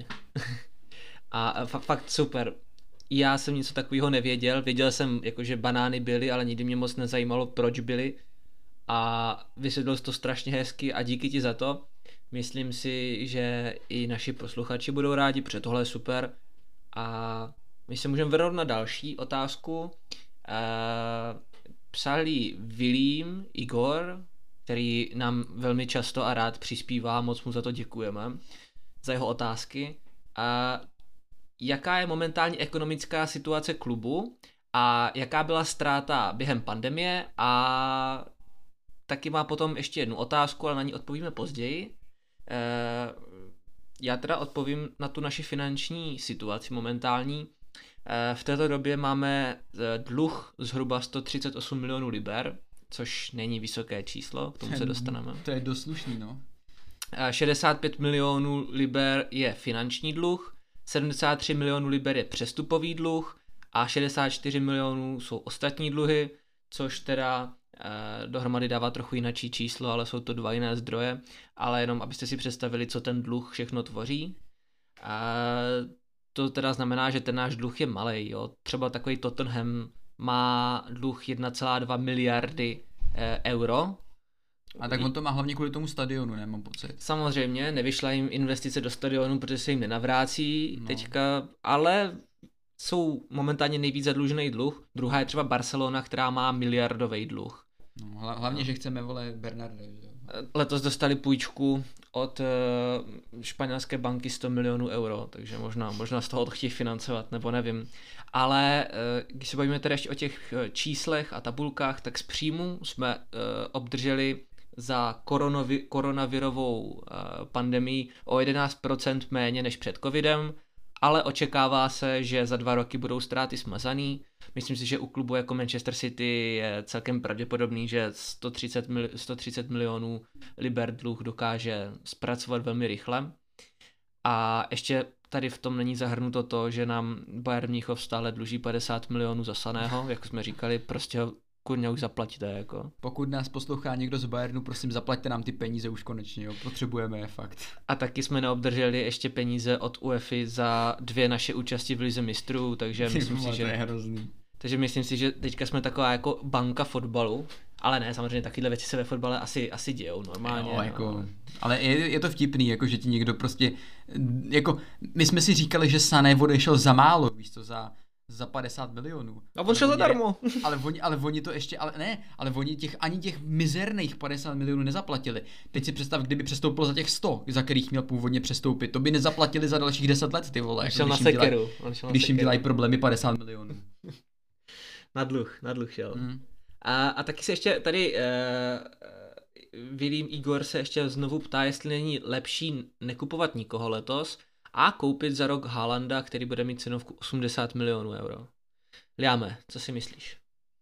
a uh, fakt super. Já jsem něco takového nevěděl, věděl jsem, jako, že banány byly, ale nikdy mě moc nezajímalo, proč byly a vysvětlil jsi to strašně hezky a díky ti za to. Myslím si, že i naši posluchači budou rádi, protože tohle je super a my se můžeme vrhnout na další otázku. Uh, psali Vilím, Igor, který nám velmi často a rád přispívá, moc mu za to děkujeme, za jeho otázky. Uh, Jaká je momentální ekonomická situace klubu a jaká byla ztráta během pandemie a taky má potom ještě jednu otázku, ale na ní odpovíme později. Já teda odpovím na tu naši finanční situaci momentální. V této době máme dluh zhruba sto třicet osm milionů liber, což není vysoké číslo, k tomu se dostaneme. To je dost slušný, no. šedesát pět milionů liber je finanční dluh, sedmdesát tři milionů liber je přestupový dluh a šedesát čtyři milionů jsou ostatní dluhy, což teda eh, dohromady dává trochu jináčí číslo, ale jsou to dva jiné zdroje, ale jenom abyste si představili, co ten dluh všechno tvoří. Eh, to teda znamená, že ten náš dluh je malej, jo. Třeba takový Tottenham má dluh jedna celá dva miliardy eh, euro. A tak on to má hlavně kvůli tomu stadionu, ne, mám pocit. Samozřejmě, nevyšla jim investice do stadionu, protože se jim nenavrácí no. teďka, ale jsou momentálně nejvíc zadlužený dluh. Druhá je třeba Barcelona, která má miliardový dluh. No, hlavně, no. že chceme, vole, Bernarda. Že? Letos dostali půjčku od uh, španělské banky sto milionů euro, takže možná, možná z toho to chtějí financovat, nebo nevím. Ale uh, když se bavíme teda ještě o těch číslech a tabulkách, tak z příjmu jsme uh, obdrželi za koronovi, koronavirovou uh, pandemii o jedenáct procent méně než před covidem, ale očekává se, že za dva roky budou ztráty smazaný. Myslím si, že u klubu jako Manchester City je celkem pravděpodobný, že sto třicet, sto třicet milionů liber dluh dokáže zpracovat velmi rychle. A ještě tady v tom není zahrnuto to, že nám Bayern Mnichov stále dluží padesát milionů za Saného, jak jsme říkali, prostě ho kurňa už zaplatíte, jako. Pokud nás poslouchá někdo z Bayernu, prosím, zaplaťte nám ty peníze už konečně, jo, potřebujeme je fakt. A taky jsme neobdrželi ještě peníze od UEFA za dvě naše účasti v Lize mistrů, takže myslím si, že... To je hrozný. Takže myslím si, že teďka jsme taková jako banka fotbalu, ale ne, samozřejmě takovéhle věci se ve fotbale asi, asi dějou normálně. Jo, jako, no. Ale je, je to vtipný, jako že ti někdo prostě, jako my jsme si říkali, že Sané odešel za málo, víš co, za, za padesát milionů. A on šel zadarmo. Ale oni, ale oni to ještě, ale ne, ale oni těch, ani těch mizerných padesát milionů nezaplatili. Teď si představ, kdyby přestoupil za těch sto, za kterých měl původně přestoupit, to by nezaplatili za dalších deset let, ty vole. On šel jako, na sekeru. On šel na když jim sekeru. dělají problémy padesát milionů. Na dluh, na dluh šel. Mm. A, a taky se ještě tady uh, Vilím Igor se ještě znovu ptá, jestli není lepší nekupovat nikoho letos a koupit za rok Haalanda, který bude mít cenovku osmdesát milionů euro. Liame, co si myslíš?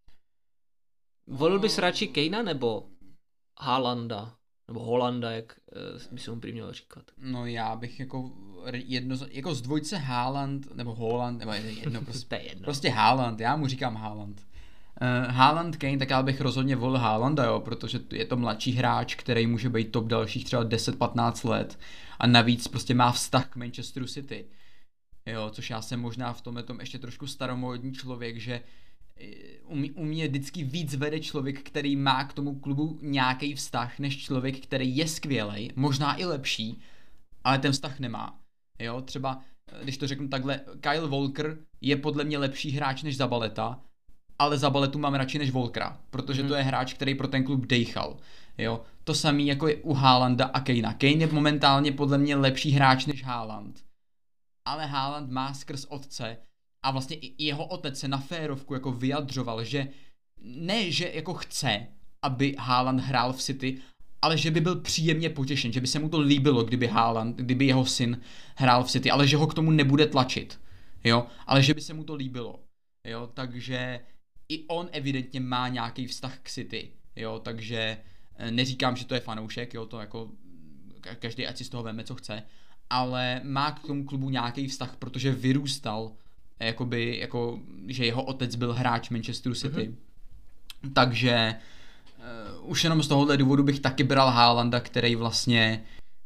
Volil bys radši Kanea nebo Haalanda? Nebo Holanda, jak uh, by se mu prý mělo říkat? No já bych jako jedno, jako z dvojce Haaland, nebo Holland, nebo jedno prostě, jedno. prostě Haaland, já mu říkám Haaland. Uh, Haaland, Kane, tak já bych rozhodně volil Haalanda, jo, protože je to mladší hráč, který může být top dalších třeba deset patnáct let a navíc prostě má vztah k Manchesteru City. Jo, což já jsem možná v tomhle tom ještě trošku staromódní člověk, že u mě, u mě vždycky víc vede člověk, který má k tomu klubu nějaký vztah, než člověk, který je skvělej, možná i lepší, ale ten vztah nemá. Jo, třeba, když to řeknu takhle, Kyle Walker je podle mě lepší hráč než Zabaleta, ale Zabaletu mám radši než Walkera, protože mm. to je hráč, který pro ten klub dejchal. Jo, to samý jako je u Haalanda a Kanea. Kane je momentálně podle mě lepší hráč než Haaland, ale Haaland má skrz otce a vlastně i jeho otec se na férovku jako vyjadřoval, že ne, že jako chce, aby Haaland hrál v City, ale že by byl příjemně potěšen, že by se mu to líbilo, kdyby Haaland, kdyby jeho syn hrál v City, ale že ho k tomu nebude tlačit, jo, ale že by se mu to líbilo, jo, takže i on evidentně má nějaký vztah k City, jo, takže neříkám, že to je fanoušek, jo, to jako každý ať si z toho veme, co chce, ale má k tomu klubu nějaký vztah, protože vyrůstal jakoby, jako, že jeho otec byl hráč Manchesteru City. Mm-hmm. Takže uh, už jenom z tohohle důvodu bych taky bral Haalanda, který vlastně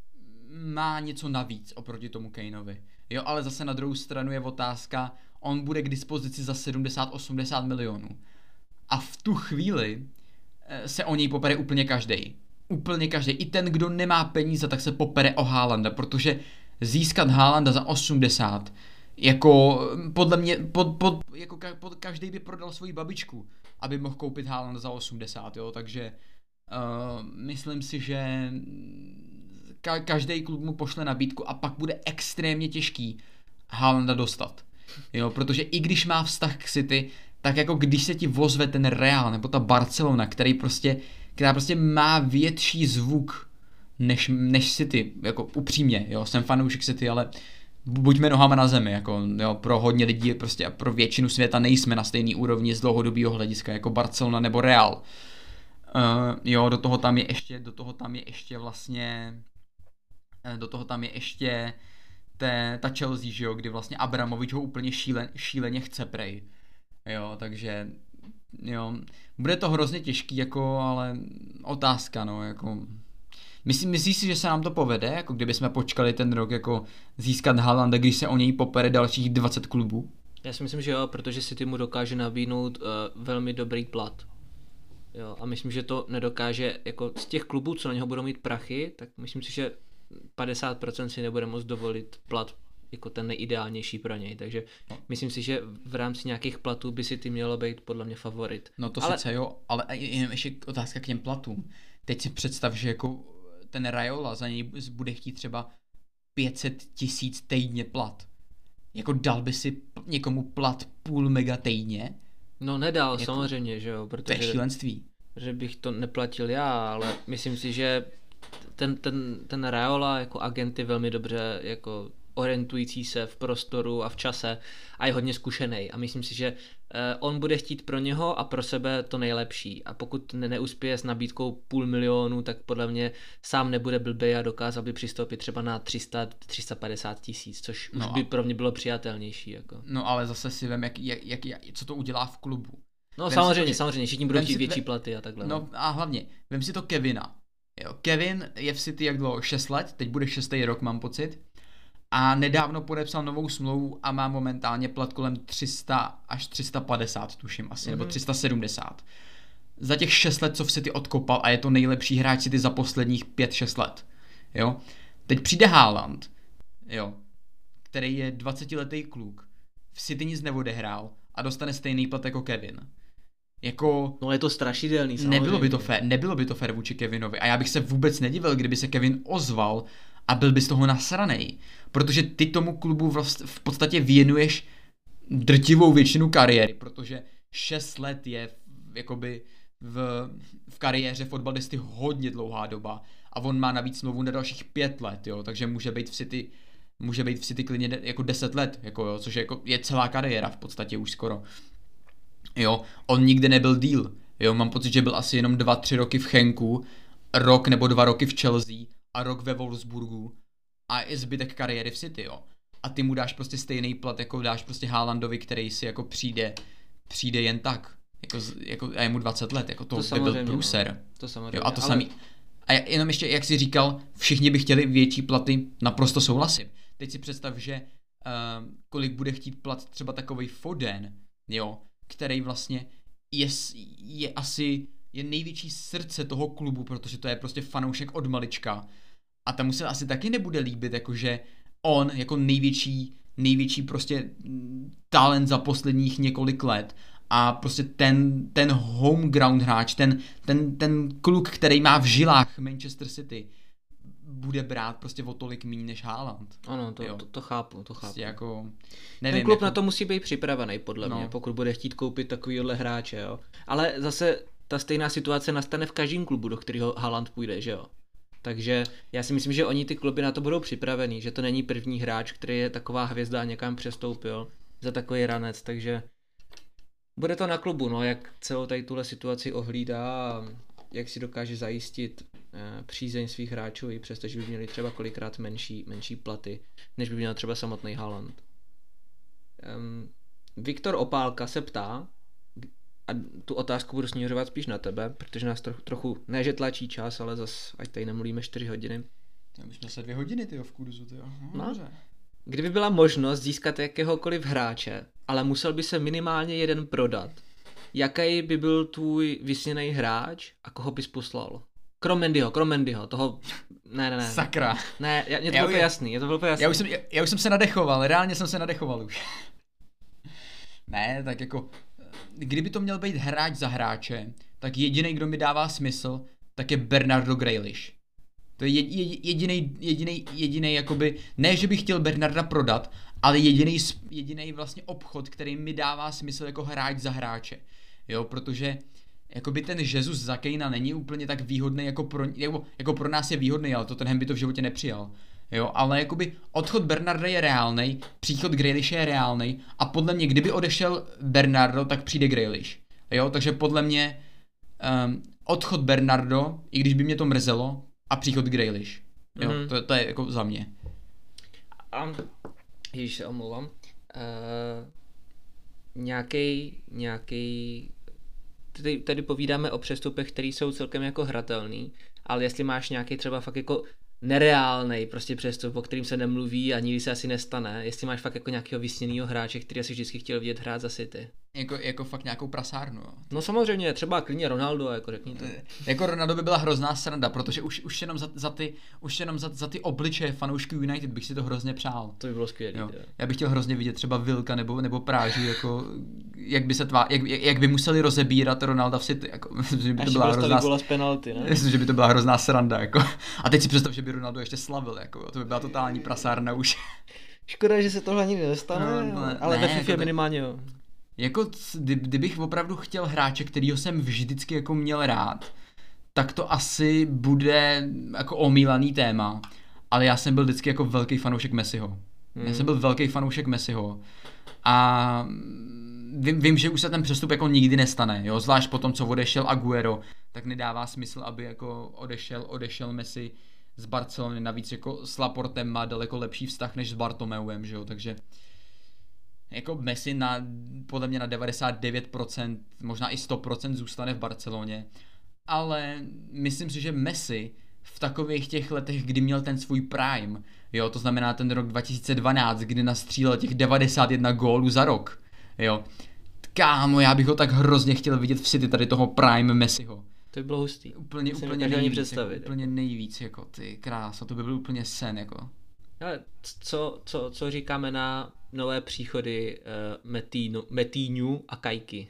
má něco navíc oproti tomu Kaneovi. Jo, ale zase na druhou stranu je otázka, on bude k dispozici za sedmdesát osmdesát milionů. A v tu chvíli uh, se o něj popere úplně každej. Úplně každý. I ten, kdo nemá peníze, tak se popere o Haalanda, protože získat Haalanda za osmdesát, jako podle mě, pod, pod, jako ka, pod, každý by prodal svoji babičku, aby mohl koupit Haalanda za osmdesát, jo, takže uh, myslím si, že ka, každý klub mu pošle nabídku a pak bude extrémně těžký Haalanda dostat, jo, protože i když má vztah k City, tak jako když se ti vozve ten Real nebo ta Barcelona, který prostě která prostě má větší zvuk než, než City, jako upřímně, jo, jsem fanoušek City, ale buďme nohama na zemi, jako jo, pro hodně lidí prostě a pro většinu světa nejsme na stejný úrovni z dlouhodobého hlediska jako Barcelona nebo Real. Uh, jo, do toho tam je ještě, do toho tam je ještě vlastně, do toho tam je ještě te, ta Chelsea, že jo, kdy vlastně Abramovič ho úplně šílen, šíleně chce prej. Jo, takže jo, bude to hrozně těžký, jako, ale otázka, no, jako, myslí, myslíš si, že se nám to povede, jako kdyby jsme počkali ten rok, jako získat Haalanda, když se o něj popere dalších dvacet klubů? Já si myslím, že jo, protože City mu dokáže nabídnout uh, velmi dobrý plat. Jo, a myslím, že to nedokáže, jako z těch klubů, co na něho budou mít prachy, tak myslím si, že padesát procent si nebude moct dovolit plat jako ten nejideálnější pro něj, takže no. Myslím si, že v rámci nějakých platů by si ty mělo být podle mě favorit. No to ale... sice jo, ale jenom ještě otázka k těm platům. Teď si představ, že jako ten Raiola za něj bude chtít třeba pět set tisíc týdně plat. Jako dal by si někomu plat půl mega týdně? No nedal, jako... samozřejmě, že jo, protože... To je šílenství. Že bych to neplatil já, ale myslím si, že ten, ten, ten Raiola jako agent je velmi dobře jako orientující se v prostoru a v čase a je hodně zkušený a myslím si, že on bude chtít pro něho a pro sebe to nejlepší a pokud ne- neuspěje s nabídkou půl milionu, tak podle mě sám nebude blbej a dokázal by přistoupit třeba na tři sta, tři sta padesát tisíc, což no už by pro mě bylo přijatelnější. Jako. No ale zase si vem, jak, jak, jak, jak, co to udělá v klubu. No vem samozřejmě, si, samozřejmě, všichni budou chtít větší platy a takhle. No a hlavně, vem si to Kevina. Jo, Kevin je v City jak dlouho? šest let, teď bude šestý rok, mám pocit. A nedávno podepsal novou smlouvu a má momentálně plat kolem tři sta až tři sta padesát, tuším asi, mm-hmm. nebo tři sta sedmdesát. Za těch šest let, co v City odkopal a je to nejlepší hráč City za posledních pět šest let. Jo? Teď přijde Haaland, jo, který je dvacetiletý kluk, v City nic neodehrál a dostane stejný plat jako Kevin. Jako, no je to strašidelný samozřejmě. Nebylo by to fér, nebylo by to fér vůči Kevinovi a já bych se vůbec nedivil, kdyby se Kevin ozval a byl by z toho nasranej, protože ty tomu klubu vlast, v podstatě věnuješ drtivou většinu kariéry, protože šest let je jakoby v, v kariéře fotbalisty hodně dlouhá doba a on má navíc smlouvu na dalších pět let, jo, takže může být v City, může být v City klidně de, jako deset let, jako jo, což je, jako, je celá kariéra v podstatě už skoro. Jo, on nikdy nebyl deal, jo, mám pocit, že byl asi jenom dva, tři roky v Chenku, rok nebo dva roky v Chelsea a rok ve Wolfsburgu a je zbytek kariéry v City, jo. A ty mu dáš prostě stejný plat, jako dáš prostě Haalandovi, který si jako přijde, přijde jen tak, jako, jako a je mu dvacet let, jako to, to by byl průser. No. To samozřejmě, jo, a to ale... samý. A jenom ještě, jak jsi říkal, všichni by chtěli větší platy, naprosto souhlasím. Teď si představ, že uh, kolik bude chtít plat třeba takovej Foden, jo, který vlastně je, je asi je největší srdce toho klubu, protože to je prostě fanoušek od malička. A tam se asi taky nebude líbit, jakože on jako největší, největší prostě talent za posledních několik let a prostě ten, ten home ground hráč, ten, ten, ten kluk, který má v žilách Manchester City, bude brát prostě o tolik míň než Haaland. Ano, to, to, to chápu, to chápu. Prostě jako, nevím, ten klub jako... na to musí být připravený, podle no. mě, pokud bude chtít koupit takovýhle hráče, jo. Ale zase ta stejná situace nastane v každém klubu, do kterého Haaland půjde, že jo. Takže já si myslím, že oni ty kluby na to budou připravený, že to není první hráč, který je taková hvězda a někam přestoupil za takový ranec, takže bude to na klubu, no, jak celou tady tuhle situaci ohlídá a jak si dokáže zajistit eh, přízeň svých hráčů, i přesto, že by měli třeba kolikrát menší, menší platy, než by měl třeba samotný Haaland. Um, Viktor Opálka se ptá, a tu otázku budu směřovat spíš na tebe, protože nás trochu, trochu ne, že tlačí čas, ale zas, ať tady nemluvíme čtyři hodiny. Já už jsme se dvě hodiny, tyjo, v kurzu, tyjo. No, no. Kdyby byla možnost získat jakéhokoliv hráče, ale musel by se minimálně jeden prodat, jaký by byl tvůj vysněný hráč a koho bys poslal? Krom Mendyho, krom Mendyho, toho, ne, ne, ne. Sakra. Ne, je to bylo jasný, je to bylo jasný. Já už, jsem, já, já už jsem se nadechoval, reálně jsem se nadechoval už. Ne, tak jako, kdyby to měl být hráč za hráče, tak jediný, kdo mi dává smysl, tak je Bernardo Grealish. To je jediný, jediný, jediný, jakoby, ne, že bych chtěl Bernarda prodat, ale jediný, jediný vlastně obchod, který mi dává smysl jako hráč za hráče. Jo, protože jakoby ten Jesus za Kejna není úplně tak výhodný jako pro, jako, jako pro nás je výhodný, ale to ten by to v životě nepřijal. Jo, ale jakoby odchod Bernarda je reálnej, příchod Grealishe je reálnej a podle mě, kdyby odešel Bernardo, tak přijde Grealish. Jo, takže podle mě um, odchod Bernardo, i když by mě to mrzelo, a příchod Grealish. Jo, mm-hmm. to, to je jako za mě. A, ježiš, se omlouvám. Uh, nějaký, nějaký, tady, tady povídáme o přestupech, které jsou celkem jako hratelný, ale jestli máš nějaký třeba fakt jako nereálnej prostě přestup, o kterým se nemluví a nikdy se asi nestane, jestli máš fakt jako nějakého vysněnýho hráče, který asi vždycky chtěl vidět hrát za City. Jako, jako fakt nějakou prasárnu, jo. No samozřejmě, třeba klidně Ronaldo, jako řekni to. Jako Ronaldo by byla hrozná sranda, protože už, už jenom, za, za, ty, už jenom za, za ty obličeje fanoušků United bych si to hrozně přál. To by bylo skvělé. Já bych chtěl hrozně vidět třeba Vilka nebo, nebo Prážu, jako, jak by se tvá, jak, jak by museli rozebírat Ronalda v City, jako, že by to byla hrozná, z penalty, ne? Myslím, že by to byla hrozná sranda, jako. A teď si představ, že by Ronaldo ještě slavil, jako, to by byla totální prasárna už. Škoda, že se tohle nikdy nestane, no, ale ne, ve FIFA jako minimálně jo. Jako, kdybych opravdu chtěl hráče, kterýho jsem vždycky jako měl rád, tak to asi bude jako omílaný téma, ale já jsem byl vždycky jako velký fanoušek Messiho. Hmm. Já jsem byl velký fanoušek Messiho a vím, vím, že už se ten přestup jako nikdy nestane, jo, zvlášť po tom, co odešel Agüero, tak nedává smysl, aby jako odešel, odešel Messi z Barcelony, navíc jako s Laportem má daleko lepší vztah než s Bartomeuem, že jo, takže jako Messi na, podle mě na devadesát devět procent, možná i sto procent zůstane v Barceloně, ale myslím si, že Messi v takových těch letech, kdy měl ten svůj prime, jo, to znamená ten rok dva tisíce dvanáct, kdy nastřílel těch devadesát jedna gólů za rok, jo, kámo, já bych ho tak hrozně chtěl vidět v City, tady toho prime Messiho. To by bylo hustý. Úplně, úplně nejvíc, jako, úplně nejvíc, jako ty krása, to by byl úplně sen, jako. Ale co, co, co říkáme na nové příchody uh, Metínu, Metíňu a Kajky?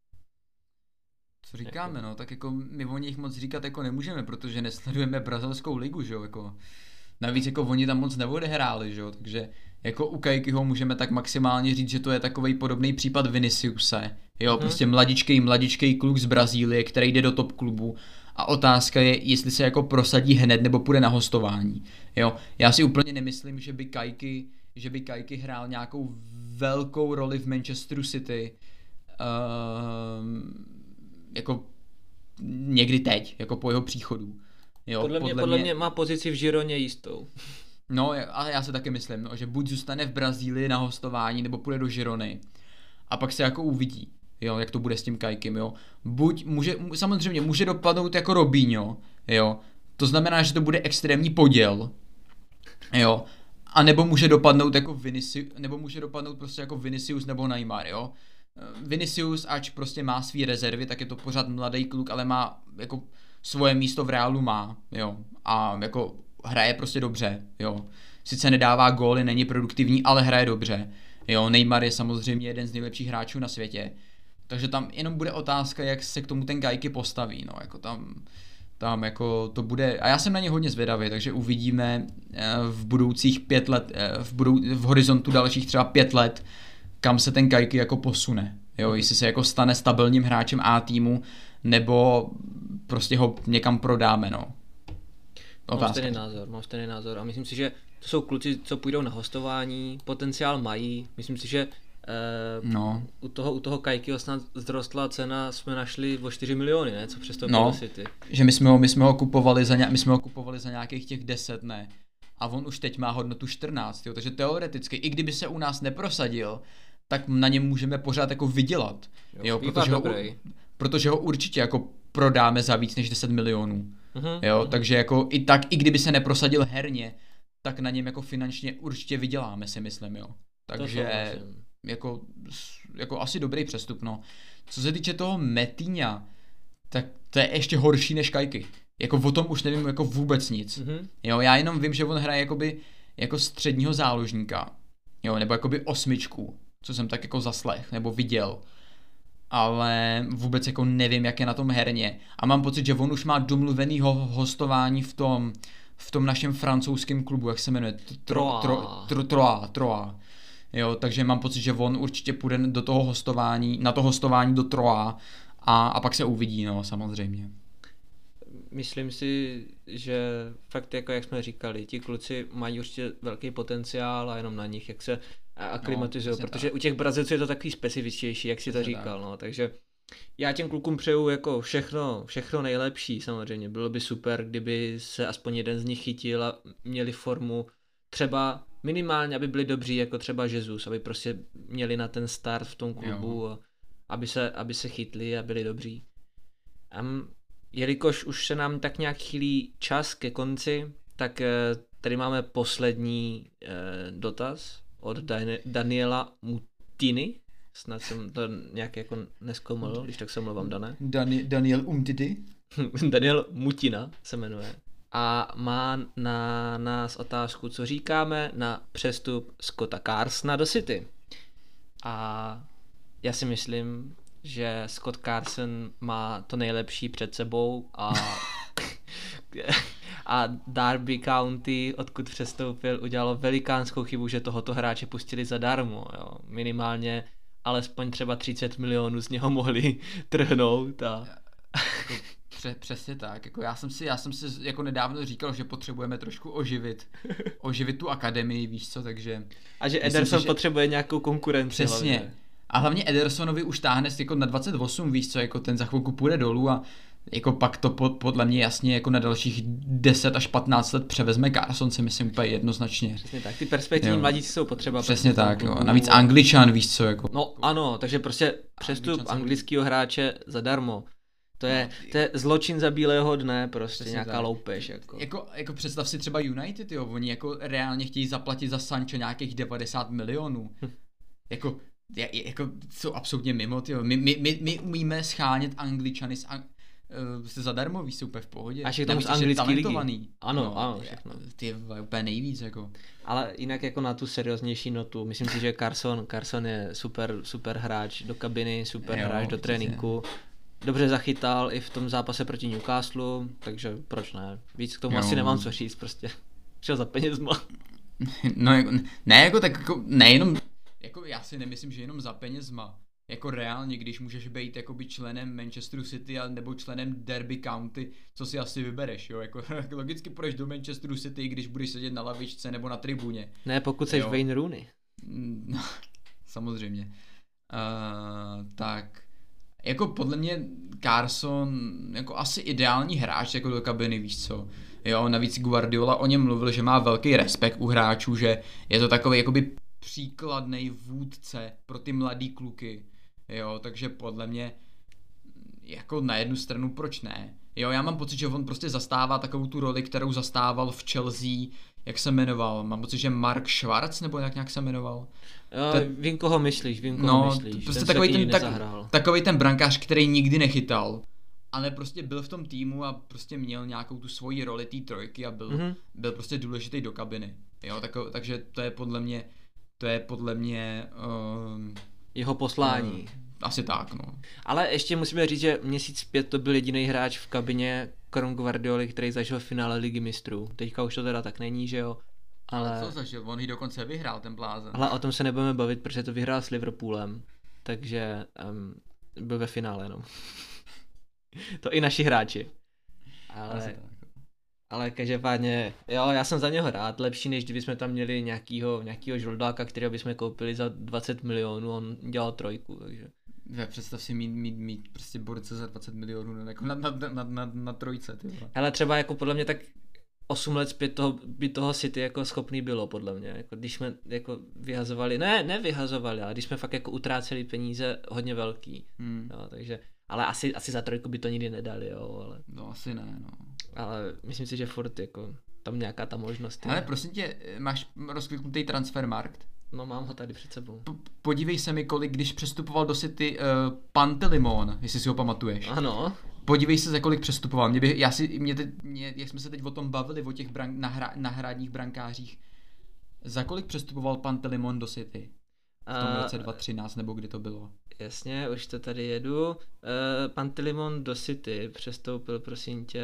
Co říkáme, no, tak jako my o nich moc říkat jako nemůžeme, protože nesledujeme brazilskou ligu, že jo, jako. Navíc jako oni tam moc neodehráli, že jo, takže jako u Kajkyho můžeme tak maximálně říct, že to je takovej podobný případ Viniciuse, jo, hmm. prostě mladičkej, mladičkej kluk z Brazílie, který jde do top klubu a otázka je, jestli se jako prosadí hned nebo půjde na hostování, jo, já si úplně nemyslím, že by Kajky, že by Kajky hrál nějakou velkou roli v Manchesteru City, uh, jako někdy teď, jako po jeho příchodu. Jo, podle, podle, mě, podle mě... mě má pozici v Gironě jistou. No, a já si taky myslím, no, že buď zůstane v Brazílii na hostování, nebo půjde do Girony. A pak se jako uvidí, jo, jak to bude s tím Kajkem, jo. Buď může, samozřejmě může dopadnout jako Robinho, jo. To znamená, že to bude extrémní poděl, jo. A nebo může dopadnout jako Vinicius, nebo může dopadnout prostě jako Vinicius nebo Neymar, jo. Vinicius, ač prostě má svý rezervy, tak je to pořád mladý kluk, ale má jako svoje místo v Reálu má, jo. A jako hraje prostě dobře, jo. Sice nedává góly, není produktivní, ale hraje dobře. Jo, Neymar je samozřejmě jeden z nejlepších hráčů na světě. Takže tam jenom bude otázka, jak se k tomu ten Kajky postaví, no, jako tam tam jako to bude, a já jsem na ně hodně zvědavý, takže uvidíme v budoucích pět let, v, budou, v horizontu dalších třeba pět let, kam se ten Kajky jako posune, jo, jestli se jako stane stabilním hráčem A týmu, nebo prostě ho někam prodáme, no. Otázka. Mám stejný názor, mám stejný názor a myslím si, že to jsou kluci, co půjdou na hostování, potenciál mají, myslím si, že eh, no. u toho, u toho Kajkyho snad zrostla cena, jsme našli o čtyři miliony, ne, co přestoupil no, do City. Že my jsme ho, my jsme ho kupovali za, my jsme ho kupovali za nějakých těch deset, ne, a on už teď má hodnotu čtrnáct, jo, takže teoreticky, i kdyby se u nás neprosadil, tak na něm můžeme pořád jako vydělat, jo, jo protože, ho, protože ho určitě jako prodáme za víc než deset milionů. Uhum, jo, uhum. Takže jako i tak, i kdyby se neprosadil herně, tak na něm jako finančně určitě vyděláme, si myslím, jo. Takže jako, jako asi dobrý přestup, no. Co se týče toho Metíňa, tak to je ještě horší než Kajky. Jako o tom už nevím jako vůbec nic. Uhum. Jo, já jenom vím, že on hraje jakoby jako středního záložníka, jo, nebo jakoby osmičku, co jsem tak jako zaslech, nebo viděl. Ale vůbec jako nevím, jak je na tom herně. A mám pocit, že on už má domluvenýho hostování v tom, v tom našem francouzském klubu, jak se jmenuje? Troa. Troa, Troa. Jo, takže mám pocit, že on určitě půjde do toho hostování, na to hostování do Troa a, a pak se uvidí, no, samozřejmě. Myslím si, že fakt jako jak jsme říkali, ti kluci mají určitě velký potenciál a jenom na nich, jak se aklimatizují, no, protože tak. U těch Brazilců je to takový specifičtější, jak si to říkal, tak. No, takže já těm klukům přeju jako všechno, všechno nejlepší samozřejmě, bylo by super, kdyby se aspoň jeden z nich chytil a měli formu třeba minimálně, aby byli dobří, jako třeba Jesus, aby prostě měli na ten start v tom klubu, a aby se, aby se chytli a byli dobří. Um, jelikož už se nám tak nějak chýlí čas ke konci, tak tady máme poslední eh, dotaz od Dan- Daniela Mutiny. Snad jsem to nějak jako nezkoumil, když tak se omlouvám, Dané. Dan- Daniel Umtity. Daniel Mutina se jmenuje. A má na nás otázku, co říkáme na přestup Scotta Carsona do City. A já si myslím, že Scott Carson má to nejlepší před sebou a a Derby County, odkud přestoupil, udělalo velikánskou chybu, že tohoto hráče pustili zadarmo. Jo. Minimálně alespoň třeba třicet milionů z něho mohli trhnout. A... Pře- přesně tak, jako já jsem si, já jsem si jako nedávno říkal, že potřebujeme trošku oživit, oživit tu akademii, víš co, takže... A že Ederson si, že... potřebuje nějakou konkurenci. Přesně. Hlavně. A hlavně Edersonovi už táhne jako na dvacet osm, víš co, jako ten za chvilku půjde dolů a jako pak to pod, podle mě jasně jako na dalších deset až patnáct let převezme Carson, si myslím úplně jednoznačně. Přesně tak, ty perspektivní mladíci jsou potřeba. Přesně tak, jo. Navíc Angličan, víš co, jako. No ano, takže prostě přestup anglického hráče zadarmo. To je, to je zločin za bílého dne, prostě přesně nějaká tak. Loupež. Jako. Jako, jako představ si třeba United, jo, oni jako reálně chtějí zaplatit za Sancho nějakých devadesát milionů. Hm. Jako, jako jsou absolutně mimo, tyjo. My, my, my, my umíme schánět Angličany z Ang- se zadarmo, víš, úplně v pohodě. A všechno z anglický ligy. Ano, no, ano, všechno. Ty úplně nejvíc, jako. Ale jinak jako na tu serióznější notu, myslím si, že Carson, Carson je super, super hráč do kabiny, super jo, hráč do tréninku. Dobře zachytal i v tom zápase proti Newcastlu, takže proč ne? Víc k tomu jo. asi nemám co říct, prostě. Šel za penězma. No jako, ne, jako tak jako, nejenom, jako já si nemyslím, že jenom za penězma. Jako reálně, když můžeš být jakoby členem Manchesteru City a nebo členem Derby County, co si asi vybereš, jo? Jako logicky půjdeš do Manchesteru City, když budeš sedět na lavičce nebo na tribuně. Ne, pokud seš Wayne Rooney. No, samozřejmě. Uh, tak, jako podle mě Carson jako asi ideální hráč jako do kabiny, víš co. Jo, navíc Guardiola o něm mluvil, že má velký respekt u hráčů, že je to takový jakoby příkladnej vůdce pro ty mladý kluky. Jo, takže podle mě jako na jednu stranu proč ne? Jo, já mám pocit, že on prostě zastává takovou tu roli, kterou zastával v Chelsea, jak se jmenoval, mám pocit, že Mark Schwarz, nebo jak nějak se jmenoval. Jo, ten... vím, koho myslíš, vím, koho no, myslíš. Prostě ten takový ten, tak, takový ten brankář, který nikdy nechytal, ale prostě byl v tom týmu a prostě měl nějakou tu svoji roli té trojky a byl, mm-hmm. byl prostě důležitý do kabiny. Jo, tak, takže to je podle mě, to je podle mě... Um, jeho poslání. Um, asi tak, no. Ale ještě musíme říct, že měsíc zpět to byl jediný hráč v kabině krom Guardioli, který zažil finále Ligy mistrů. Teďka už to teda tak není, že jo? Ale... ale co zažil? On ji dokonce vyhrál, ten blázen. Ale o tom se nebudeme bavit, protože to vyhrál s Liverpoolem. Takže um, byl ve finále jenom. To i naši hráči. Ale... Ale každopádně, jo, já jsem za něho rád, lepší než kdybychom tam měli nějakýho, nějakýho žoldáka, kterého bychom koupili za dvacet milionů, on dělal trojku, takže. Já představ si mít, mít, mít prostě borce za dvacet milionů jako na, na, na, na, na trojce, ty. Ale třeba jako podle mě tak osm let zpět toho, by toho City jako schopný bylo, podle mě, jako když jsme jako vyhazovali, ne, ne vyhazovali, ale když jsme fakt jako utráceli peníze hodně velký, hmm. jo, takže, ale asi, asi za trojku by to nikdy nedali, jo, ale. No asi ne, no. Ale myslím si, že furt jako tam nějaká ta možnost je. Ale prosím tě, máš rozkliknutý Transfermarkt? No mám ho tady před sebou. P- podívej se mi, kolik, když přestupoval do City uh, Pantelimon, jestli si ho pamatuješ. Ano. Podívej se, za kolik přestupoval. Mě by, já si, mě teď, mě, jak jsme se teď o tom bavili, o těch brank, nahra, nahradních brankářích, za kolik přestupoval Pantelimon do City? V tom uh, roce dva tisíce třináct nebo kdy to bylo? Jasně, už to tady jedu. Uh, Pantelimon do City přestoupil, prosím tě,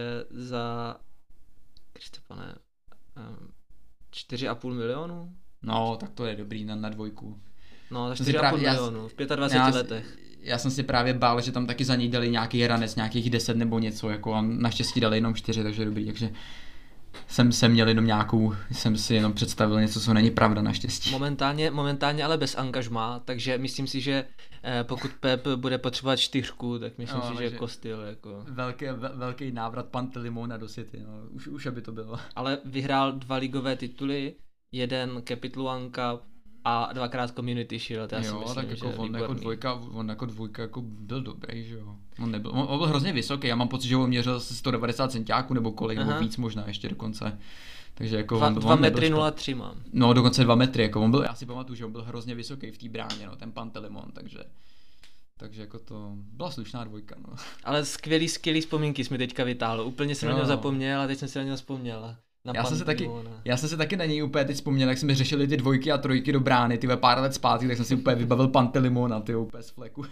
za Kristopane, um, čtyři a půl milionu? No, tak to je dobrý na, na dvojku. No, za čtyři a půl milionu, v dvaceti pěti letech. Já jsem si právě bál, že tam taky za něj dali nějaký ranec, nějakých deset nebo něco, jako a naštěstí dali jenom čtyři, takže dobrý, takže jsem, jsem měl jenom nějakou, jsem si jenom představil něco, co není pravda naštěstí. Momentálně, momentálně ale bez angažmá, takže myslím si, že eh, pokud Pep bude potřebovat čtyřku, tak myslím no, si, že Kostil jako... Velký, velký návrat Pantelimona do City, no, už, už aby to bylo. Ale vyhrál dva ligové tituly, jeden Capital One Cup a dvakrát Community Shield, já jo, si myslím, tak jako že on jako dvojka, on jako dvojka jako byl dobrý, že jo. On nebyl, on, on byl hrozně vysoký, já mám pocit, že on měřil sto devadesát centiáků nebo kolik, Aha. nebo víc možná ještě dokonce. Takže jako dva, on, dva on metry nula tři mám. No dokonce dva metry, jako on byl, já si pamatuju, že on byl hrozně vysoký v té bráně, no, ten Pantelimon, takže takže jako to byla slušná dvojka, no. Ale skvělý, skvělý vzpomínky jsme teďka vytáhl, úplně jsem no. na něho zapomněl a teď jsem si na něho vzpomněl. Já jsem, se taky, já jsem se taky na něj úplně teď vzpomněl, jak jsme řešili ty dvojky a trojky do brány, ty pár let zpátky, tak jsem si úplně vybavil Pantelimona, ty úplně z fleku.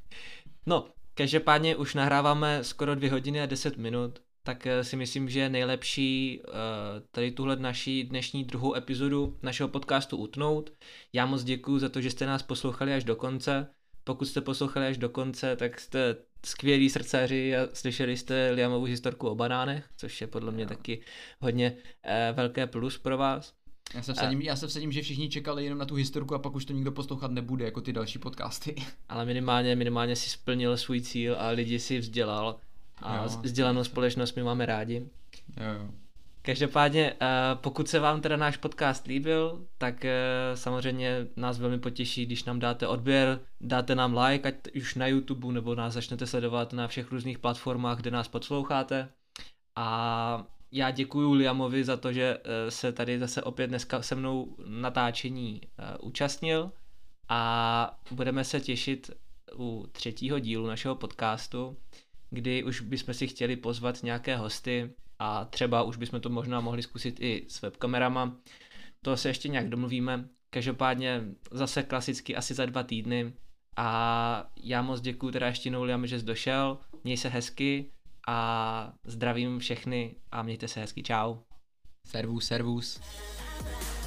No, každopádně už nahráváme skoro dvě hodiny a deset minut, tak si myslím, že je nejlepší uh, tady tuhle naší dnešní druhou epizodu našeho podcastu utnout. Já moc děkuju za to, že jste nás poslouchali až do konce. Pokud jste poslouchali až do konce, tak jste skvělí srdcaři a slyšeli jste Liamovu historku o banánech, což je podle mě taky hodně eh, velké plus pro vás. Já se vsadím, já se vsadím, že všichni čekali jenom na tu historku a pak už to nikdo poslouchat nebude, jako ty další podcasty. Ale minimálně, minimálně si splnil svůj cíl a lidi si vzdělal a jo, vzdělanou společnost my máme rádi. Jo, jo. Každopádně, pokud se vám teda náš podcast líbil, tak samozřejmě nás velmi potěší, když nám dáte odběr, dáte nám like, ať už na YouTube, nebo nás začnete sledovat na všech různých platformách, kde nás posloucháte. A já děkuju Liamovi za to, že se tady zase opět dneska se mnou natáčení účastnil a budeme se těšit u třetího dílu našeho podcastu, kdy už bychom si chtěli pozvat nějaké hosty a třeba už bychom to možná mohli zkusit i s webkamerama. To se ještě nějak domluvíme. Každopádně zase klasicky asi za dva týdny a já moc děkuju teda ještě jednou, Liame, že jsi došel. Měj se hezky a zdravím všechny a mějte se hezky. Čau. Servus, servus.